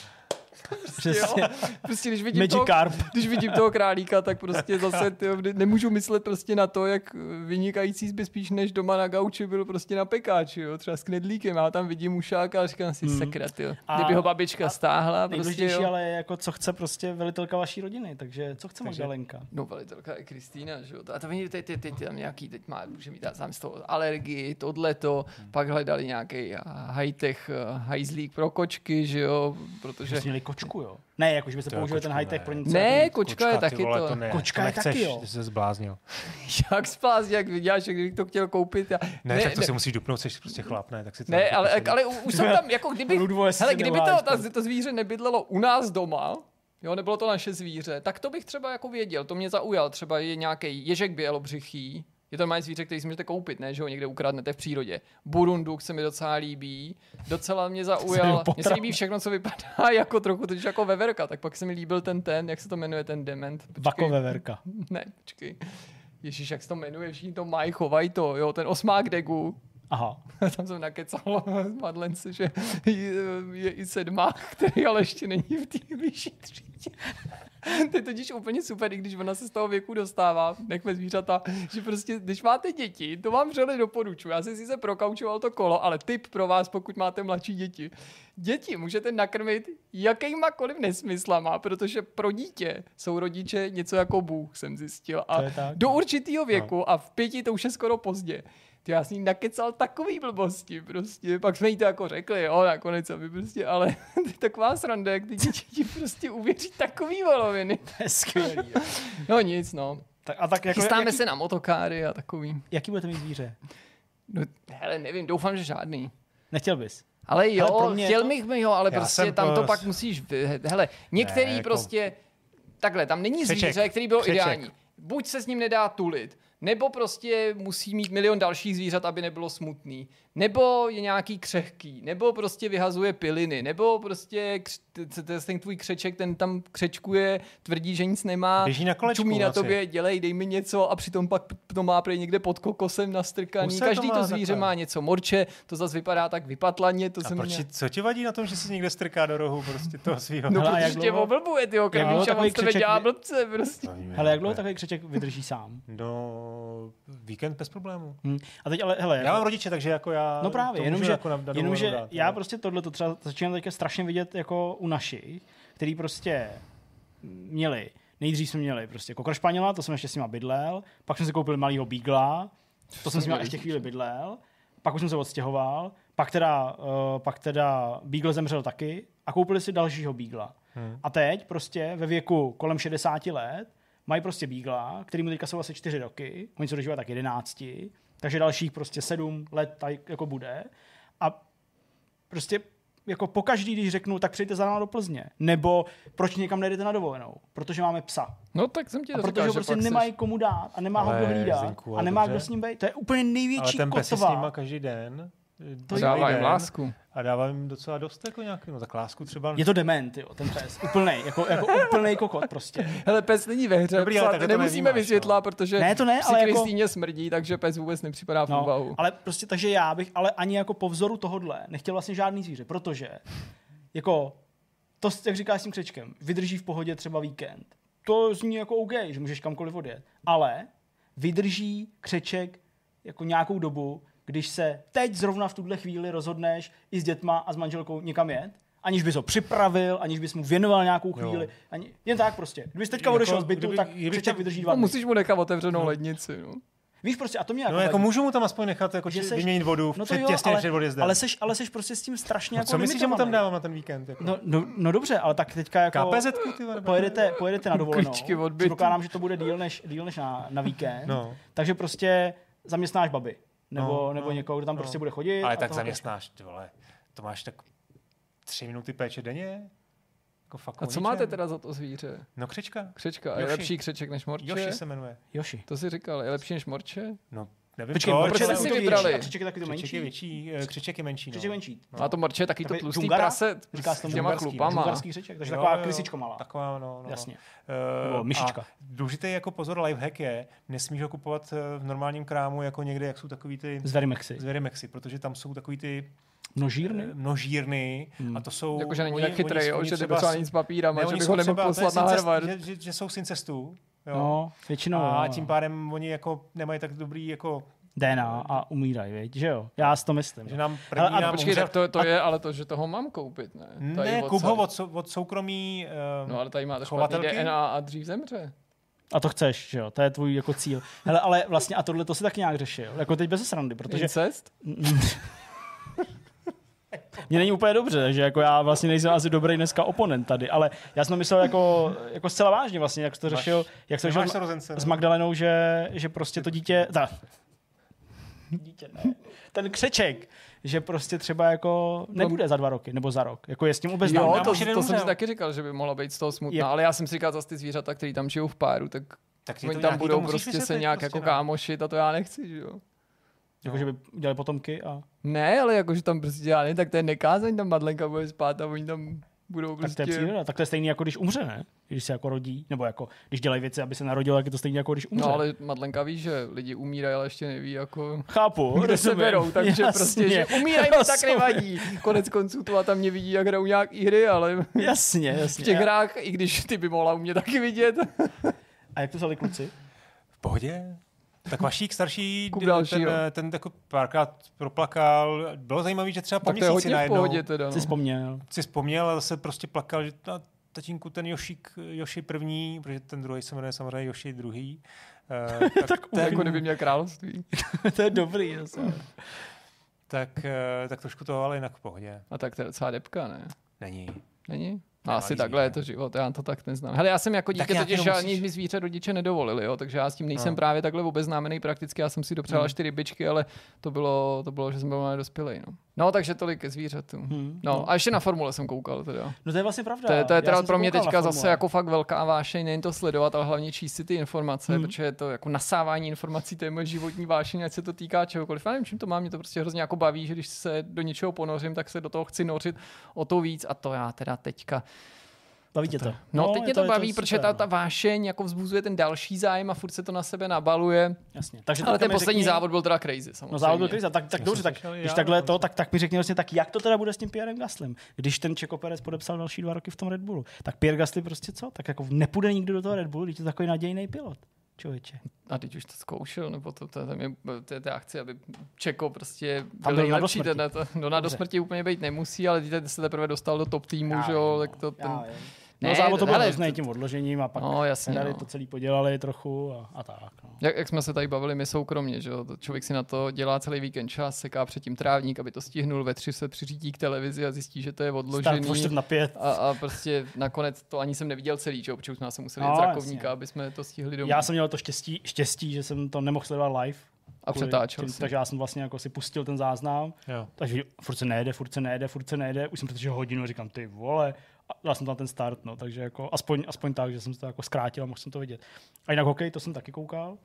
Prostě když vidím toho králíka, tak prostě zase nemůžu myslet prostě na to, jak vynikající zby spíš než doma na gauči byl prostě na pekáči, jo, třeba s knedlíkem. Já tam vidím ušáka a říkám si sekret, jo. Kdyby ho babička stáhla, prostě jo. Ale jako co chce prostě velitelka vaší rodiny, takže co chce Magdalenka? No velitelka je Kristýna, že jo. A to vidíte, teď tam nějaký, teď může mít tam z toho alergii, tohleto, pak hledali nějaký high-tech hajzlík pro kočky, že jo, protože kočku, jo? Ne, jakože by se použil ten high-tech pro něco. Ne, kočka je taky to. Kočka je taky, jo. Ty jsi se zbláznil. Jak zbláznil, jak viděl, že kdybych to chtěl koupit. Ne, tak to si musíš dupnout, jsi prostě chlap, ne? Tak si to ne, ale už jsem tam, jako kdyby to zvíře nebydlelo u nás doma, jo, nebylo to naše zvíře, tak to bych třeba jako věděl, to mě zaujal, třeba je nějaký ježek bělobřichý, je to malý zvíře, který si můžete koupit, ne, že ho někde ukradnete v přírodě. Burunduk se mi docela líbí, docela mě zaujal. Mně se líbí všechno, co vypadá jako trochu, totiž jako veverka, tak pak se mi líbil ten, jak se to jmenuje, ten dement. Vako veverka. Ne, počkej. Ježíš, jak se to jmenuje, všichni to mají, chovají to, jo, ten osmák degu. Aha. Tam jsem nakecal Madlence, že je i sedmák, který ale ještě není v té vyšší třídě. To je totiž úplně super, i když ona se z toho věku dostává, nechme zvířata, že prostě, když máte děti, to vám vřele doporučuji. Já jsem si se prokaučoval to kolo, ale tip pro vás, pokud máte mladší děti. Děti můžete nakrmit jakýmakoliv nesmyslama, protože pro dítě jsou rodiče něco jako Bůh, jsem zjistil. A do určitého věku a v 5 to už je skoro pozdě. Já jsem jí nakecal takový blbosti prostě, pak jsme jí to jako řekli, jo, nakonec, aby prostě, ale to je taková sranda, jak ty děti prostě uvěří takový voloviny. To je skvělý. No nic, no. Tak jako, chystáme se na motokáry a takový. Jaký budete mít zvíře? No, hele, nevím, doufám, že žádný. Nechtěl bys? Ale jo, chtěl bych mi ho, ale prostě tam to pak musíš, hele, některý ne, jako... prostě, takhle, tam není zvíře, který bylo ideální. Buď se s ním nedá tulit, nebo prostě musí mít milion dalších zvířat, aby nebylo smutný. Nebo je nějaký křehký, nebo prostě vyhazuje piliny, nebo prostě ten tvůj křeček, ten tam křečkuje, tvrdí, že nic nemá, čumí na tobě, dělej, dej mi něco a přitom pak to má prý někde pod kokosem nastrkaný. Každý to zvíře má něco, morče, to zase vypadá tak vypatlaně. Co ti vadí na tom, že si někde strká do rohu prostě toho svýho? No, protože tě oblbuje, tyho krvíča, on z tebe dělá blbce prostě. Hele, jak dlouho takový křeček vydrží sám? Víkend bez problémů. A teď ale, hele, já mám rodiče, takže jako já... No právě, jenomže dát, já prostě tohleto třeba začínám teďka strašně vidět jako u našich, který prostě měli, nejdřív jsme měli prostě kokra španěla, to jsem ještě s nima bydlel, pak jsem si koupil malýho beagla, to jsem s nima ještě chvíli bydlel, pak už jsem se odstěhoval, pak teda beagle zemřel taky a koupili si dalšího beagla. A teď prostě ve věku kolem 60 let mají prostě beagla, který mu teďka jsou asi 4 roky, oni se dožívají tak 11, takže dalších prostě 7 let tady jako bude. A prostě jako pokaždý, když řeknu, tak přijďte za náma do Plzně. Nebo proč někam nejdete na dovolenou? Protože máme psa. No tak jsem ti to říkal, protože ho prostě nemají komu dát a nemá ho kdo hlídat a nemá kdo s ním být. To je úplně největší kotva. Ale ten pes je s nima každý den. to dává jim lásku. A dává jim docela dost jako nějaký, no tak lásku třeba. Je to dement, jo, ten pes. Úplnej, jako úplnej kokot prostě. Hele, pes není ve hře, Dobrý, ale nemusíme vysvětlat, protože ne, to ne, ale jako... Kristýně smrdí, takže pes vůbec nepřipadá v úvahu. Ale prostě, takže já bych, ale ani jako po vzoru tohodle nechtěl vlastně žádný zvíře, protože jako to, jak říkáš s tím křečkem, vydrží v pohodě třeba víkend. To zní jako OK, že můžeš kamkoliv odjet. Ale vydrží křeček jako nějakou dobu, když se teď zrovna v tuhle chvíli rozhodneš i s dětma a s manželkou někam jet, aniž bys ho připravil, aniž bys mu věnoval nějakou chvíli. Jen tak prostě. Kdybys teďka odešel z bytu, tak křeček vydrží 2 dny. Musíš mu nechat otevřenou lednici. No. Víš prostě, a to mě jako... No jako můžu mu tam aspoň nechat jako vyměnit vodu těsně před odjezdem. Ale seš prostě s tím strašně jako co myslíš, že mu tam dávám na ten víkend? Jako? No dobře, ale tak teďka jako pojedete na dovolenou. Předpokládám, že to bude díl než na víkend. No. Takže prostě zaměstnáš babi. Nebo někoho, kdo tam prostě bude chodit. Ale tak zaměstnáš, ty vole. To máš tak 3 minuty péče denně? A co máte teda za to zvíře? No křečka. Křečka. A je lepší křeček než morče? Joši se jmenuje. Joši. To jsi říkal, je lepší než morče? No, nevím. Počkej, proč jste si vybrali? Křeček je taky to menší. Křeček je menší. Křeček menší. No. A to morče je taky to tlustý prase s těma chlupama. Džungarský křeček, takže taková krysičko malá. Taková, no. Jasně. Nebo myšička. Důležitý jako pozor, lifehack je, nesmíš ho kupovat v normálním krámu, jako někde, jak jsou takový ty... Zverimexy, protože tam jsou takový ty množírny a to jsou... Jakože není tak chytrý, že ty potřeba nic s papírama, že bych ho nemohl poslat na Harvard. Že jsou z incestu. No, většinou. A tím pádem oni jako nemají tak dobrý jako... DNA a umírají, věď, že jo? Já si to myslím. Že nám počkej, tak to je ale to, že toho mám koupit, ne? Ne, kup ho od soukromí no ale tady máte špatný DNA a dřív zemře. A to chceš, že jo? To je tvůj jako cíl. Hele, ale vlastně a tohle to si taky nějak řešil. Jako teď bez srandy, protože... Incest? Mně není úplně dobře, takže jako já vlastně nejsem asi dobrý dneska oponent tady, ale já jsem to myslel jako zcela vážně vlastně, jak jsi to řešil, s Magdalenou, že prostě to dítě ne, ten křeček, že prostě třeba jako nebude za 2 roky, nebo za rok, jako je s tím obeznámen. Jo, to jsem si taky říkal, že by mohla být z toho smutná, ale já jsem si říkal zase ty zvířata, který tam žijou v páru, tak oni tam budou prostě se nějak prostě jako kámošit a to já nechci, že jo. Jakože by dělali potomky a... Ne, ale jakože tam prostě dělali, tak to je nekázaň, tam Madlenka bude spát a oni tam budou prostě... Tak to je příroda, tak to je stejný jako když umře, ne? Když se jako rodí, nebo jako když dělají věci, aby se narodilo, tak je to stejný jako když umře. No ale Madlenka ví, že lidi umírají, ale ještě neví jako... Chápu, kde se berou, takže jasně, prostě, že umírají, tak nevadí. Konec konců to a tam mě vidí, jak hrajou nějaký hry, ale... Jasně. V těch hrách, i když ty by mohla umět taky vidět. A jak to vzali kluci? V pohodě. Tak Vašík starší, ten jako párkrát proplakal. Bylo zajímavé, že třeba po měsíci najednou... v pohodě teda, no. Si vzpomněl, ale zase prostě plakal, že tatínku ten Joši první, protože ten druhý se jmenuje samozřejmě Joši druhý. Tak ten, jako kdyby měl království. To je dobrý. Tak trošku to, ale jinak v pohodě. A tak to je docela depka, ne? Není? No, asi takhle je to život, já to tak neznám. Hele, já jsem jako dítě totiž žádný mi zvíře rodiče nedovolili, jo, takže já s tím nejsem právě takhle obeznámený prakticky, já jsem si dopřál 4 rybičky, ale to bylo, že jsem byl dospělej, no. No, takže tolik ke zvířatům. No, a ještě na formule jsem koukal teda. No to je vlastně pravda. To je teda pro mě teďka zase jako fakt velká vášeň, nejen to sledovat, ale hlavně číst si ty informace, protože to jako nasávání informací, to je moje životní vášeň, ať se to týká čehokoliv. Já nevím, čím to mám, mě to prostě hrozně jako baví, že když se do něčeho ponořím, tak se do toho chci nořit o to víc a to já teda teďka. Baví tě to? No, teď tě to baví, protože ta vášeň jako vzbuzuje ten další zájem a furt se to na sebe nabaluje. Jasně. Takže ale ten poslední závod byl teda crazy, samozřejmě. No závod byl crazy, tak dobře, tak když takhle to, tak mi řekni vlastně, tak jak to teda bude s tím Pierrem Gaslym, když ten Checo Perez podepsal další 2 roky v tom Red Bullu. Tak Pierre Gasly prostě co? Tak jako nepůjde nikdo do toho Red Bullu, když je takový nadějný pilot. Člověče. A teď už to zkoušel, nebo já chci, aby Čeko prostě byl nejlepší. Na do smrti úplně být nemusí, ale teď se teprve dostal do top týmu, že jo, tak to ten... No závod to bylo hrozný tím odložením a pak jasně, to celý podělali trochu a tak. No. Jak jsme se tady bavili my soukromně, že jo, člověk si na to dělá celý víkend čas, seká předtím trávník, aby to stihnul, ve 3 se přiřídí k televizi a zjistí, že to je odložený. Start 4:05. A prostě nakonec to ani jsem neviděl celý, že jo, protože jsme se museli jít z Rakovníka, aby jsme to stihli domů. Já jsem měl to štěstí, že jsem to nemohl sledovat live. A přetáčel si. Takže já jsem vlastně jako si pustil ten záznam. Jo. Takže furt se nejede. Už jsem protože hodinu říkám, ty vole. A dal jsem tam ten start, no, takže jako aspoň tak, že jsem to jako zkrátil a mohl jsem to vidět. A jinak hokej, to jsem taky koukal.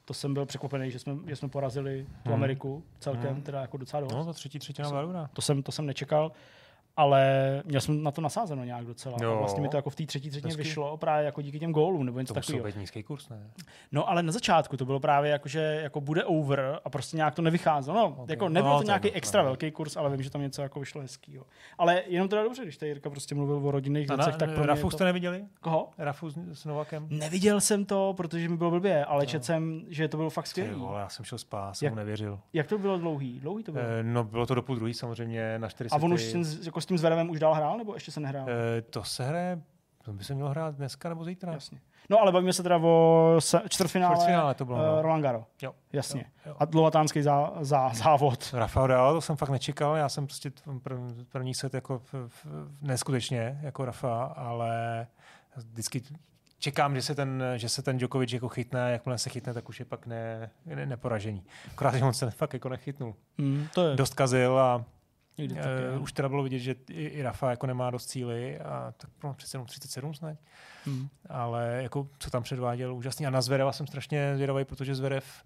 To jsem byl překvapený, že jsme porazili tu Ameriku celkem, teda jako docela dost. No, to třetí třetina byla dobrá. To jsem nečekal. Ale měl jsem na to nasázeno nějak docela. Jo. A vlastně mi to jako v té třetí třetině vyšlo právě jako díky těm gólům nebo něco takového. To musel být nízký kurz, ne? No ale na začátku to bylo právě jako, že jako bude over a prostě nějak to nevycházelo. No, okay. Jako nebyl to nějaký extra velký kurz, ale vím, že tam něco jako vyšlo hezkýho. Ale jenom teda dobře, když tady Jirka prostě mluvil o rodinných věcech, tak pro Rafu jste neviděli? Koho? Rafu s Novakem? Neviděl jsem to, protože mi bylo blbě, ale četl jsem, že to bylo fakt skvělý. Já jsem šel spát, jsem mu nevěřil. Jak to bylo dlouhý? Dlouhý to bylo? No bylo to do půl druhý samozřejmě na 4 sety. A on už jako s tím Zverevem už dál hrál, nebo ještě se nehrál? To se hraje, to by se mělo hrát dneska nebo zítra. Jasně. No ale bavíme se teda o čtvrtfinále to bylo, no. Roland Garros. Jo. Jasně. Jo. A dlouhatánský závod. Rafael Nadal, to jsem fakt nečekal, já jsem prostě první set jako neskutečně jako Rafa, ale vždycky čekám, že se ten Djokovic jako chytne, jakmile se chytne, tak už je pak neporažení. Akorát, že on se fakt jako nechytnul. To je. Dost kazil a už teda bylo vidět, že i Rafa jako nemá dost cíly a tak přece jenom 37 snad. Ale jako co tam předváděl, úžasný. A na Zvereva jsem strašně zvědavý, protože Zverev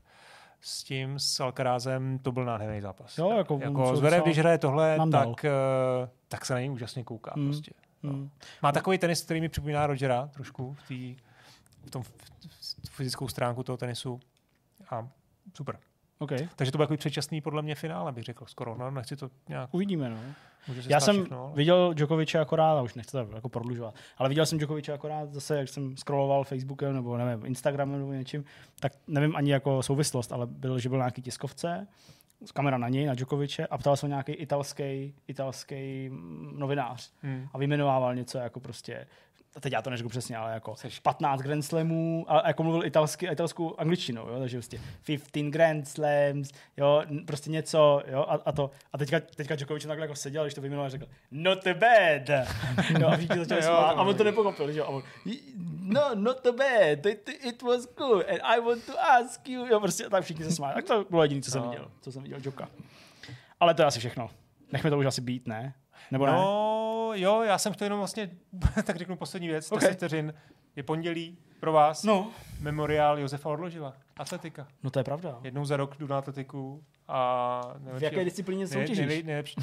s Alcarazem to byl nádherný zápas. Jo, jako Zverev, když hraje tohle, tak se na něj úžasně kouká. Prostě. Má takový tenis, který mi připomíná Rogera trošku v tom fyzickou stránku toho tenisu. A super. Okay. Takže to bylo takový předčasný podle mě finále, bych řekl skoro. No, nechci to nějak... Uvidíme, no. Já jsem viděl Djokoviče akorát, už nechci to jako prodlužovat, ale viděl jsem Djokoviče akorát zase, jak jsem scrolloval Facebookem nebo nevím, Instagramem nebo něčím, tak nevím ani jako souvislost, ale že byl nějaký tiskovce, kamera na něj, na Djokoviče a ptal se nějaký italský novinář a vyjmenovával něco jako prostě, teď já to neřeknu přesně, ale jako 15 Grand Slamů, a jako mluvil italskou angličtinou, jo, takže prostě 15 Grand Slams, jo, prostě něco, jo, a teďka Djokovic takhle jako seděl, když to vyjmenoval, řekl, not bad, jo, a všichni začali smát, a on to nepochopil, že jo, a on, no, not bad, it was good, and I want to ask you, jo, prostě tak všichni se smáli, tak to bylo jediné, co jsem viděl Djoka. Ale to je asi všechno. Nechme to už asi být, ne? Nebo ne? No, jo, já jsem chtěl jenom vlastně, tak řeknu poslední věc, 10 vteřin, je pondělí pro vás, memoriál Josefa Orložila, atletika. No to je pravda. Jednou za rok jdu na atletiku a... V jaké disciplíně soutěžíš? Nejlepší.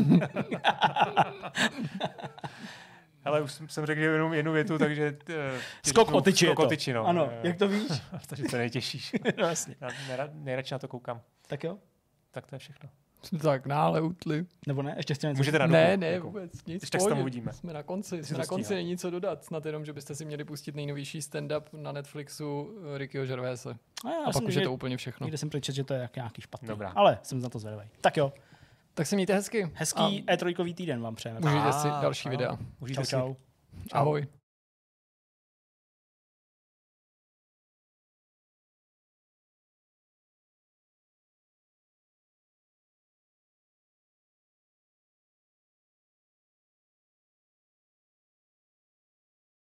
Ale už jsem řekl, že jenom jednu větu, takže... Skok o tyči je to. Tyči, no. Ano, jak to víš? Takže se nejtěšíš. Vlastně. Nejradši na to koukám. Tak jo? Tak to je všechno. Tak nále utli. Nebo ne? Ještě chtěl něco? Můžete na Ne, jako, vůbec. Nic. Tak se tam uvidíme. Jsme na konci, není co dodat. Snad jenom, že byste si měli pustit nejnovější stand-up na Netflixu Rickyho Gervaise. A pak už je to úplně všechno. Někde jsem přečet, že to je nějaký špatný. Dobrá. Ale jsem za to zvědavý. Tak jo. Tak se mějte hezky. Hezký E3 týden vám přejeme. Užijte si další videa. Čau. Ahoj.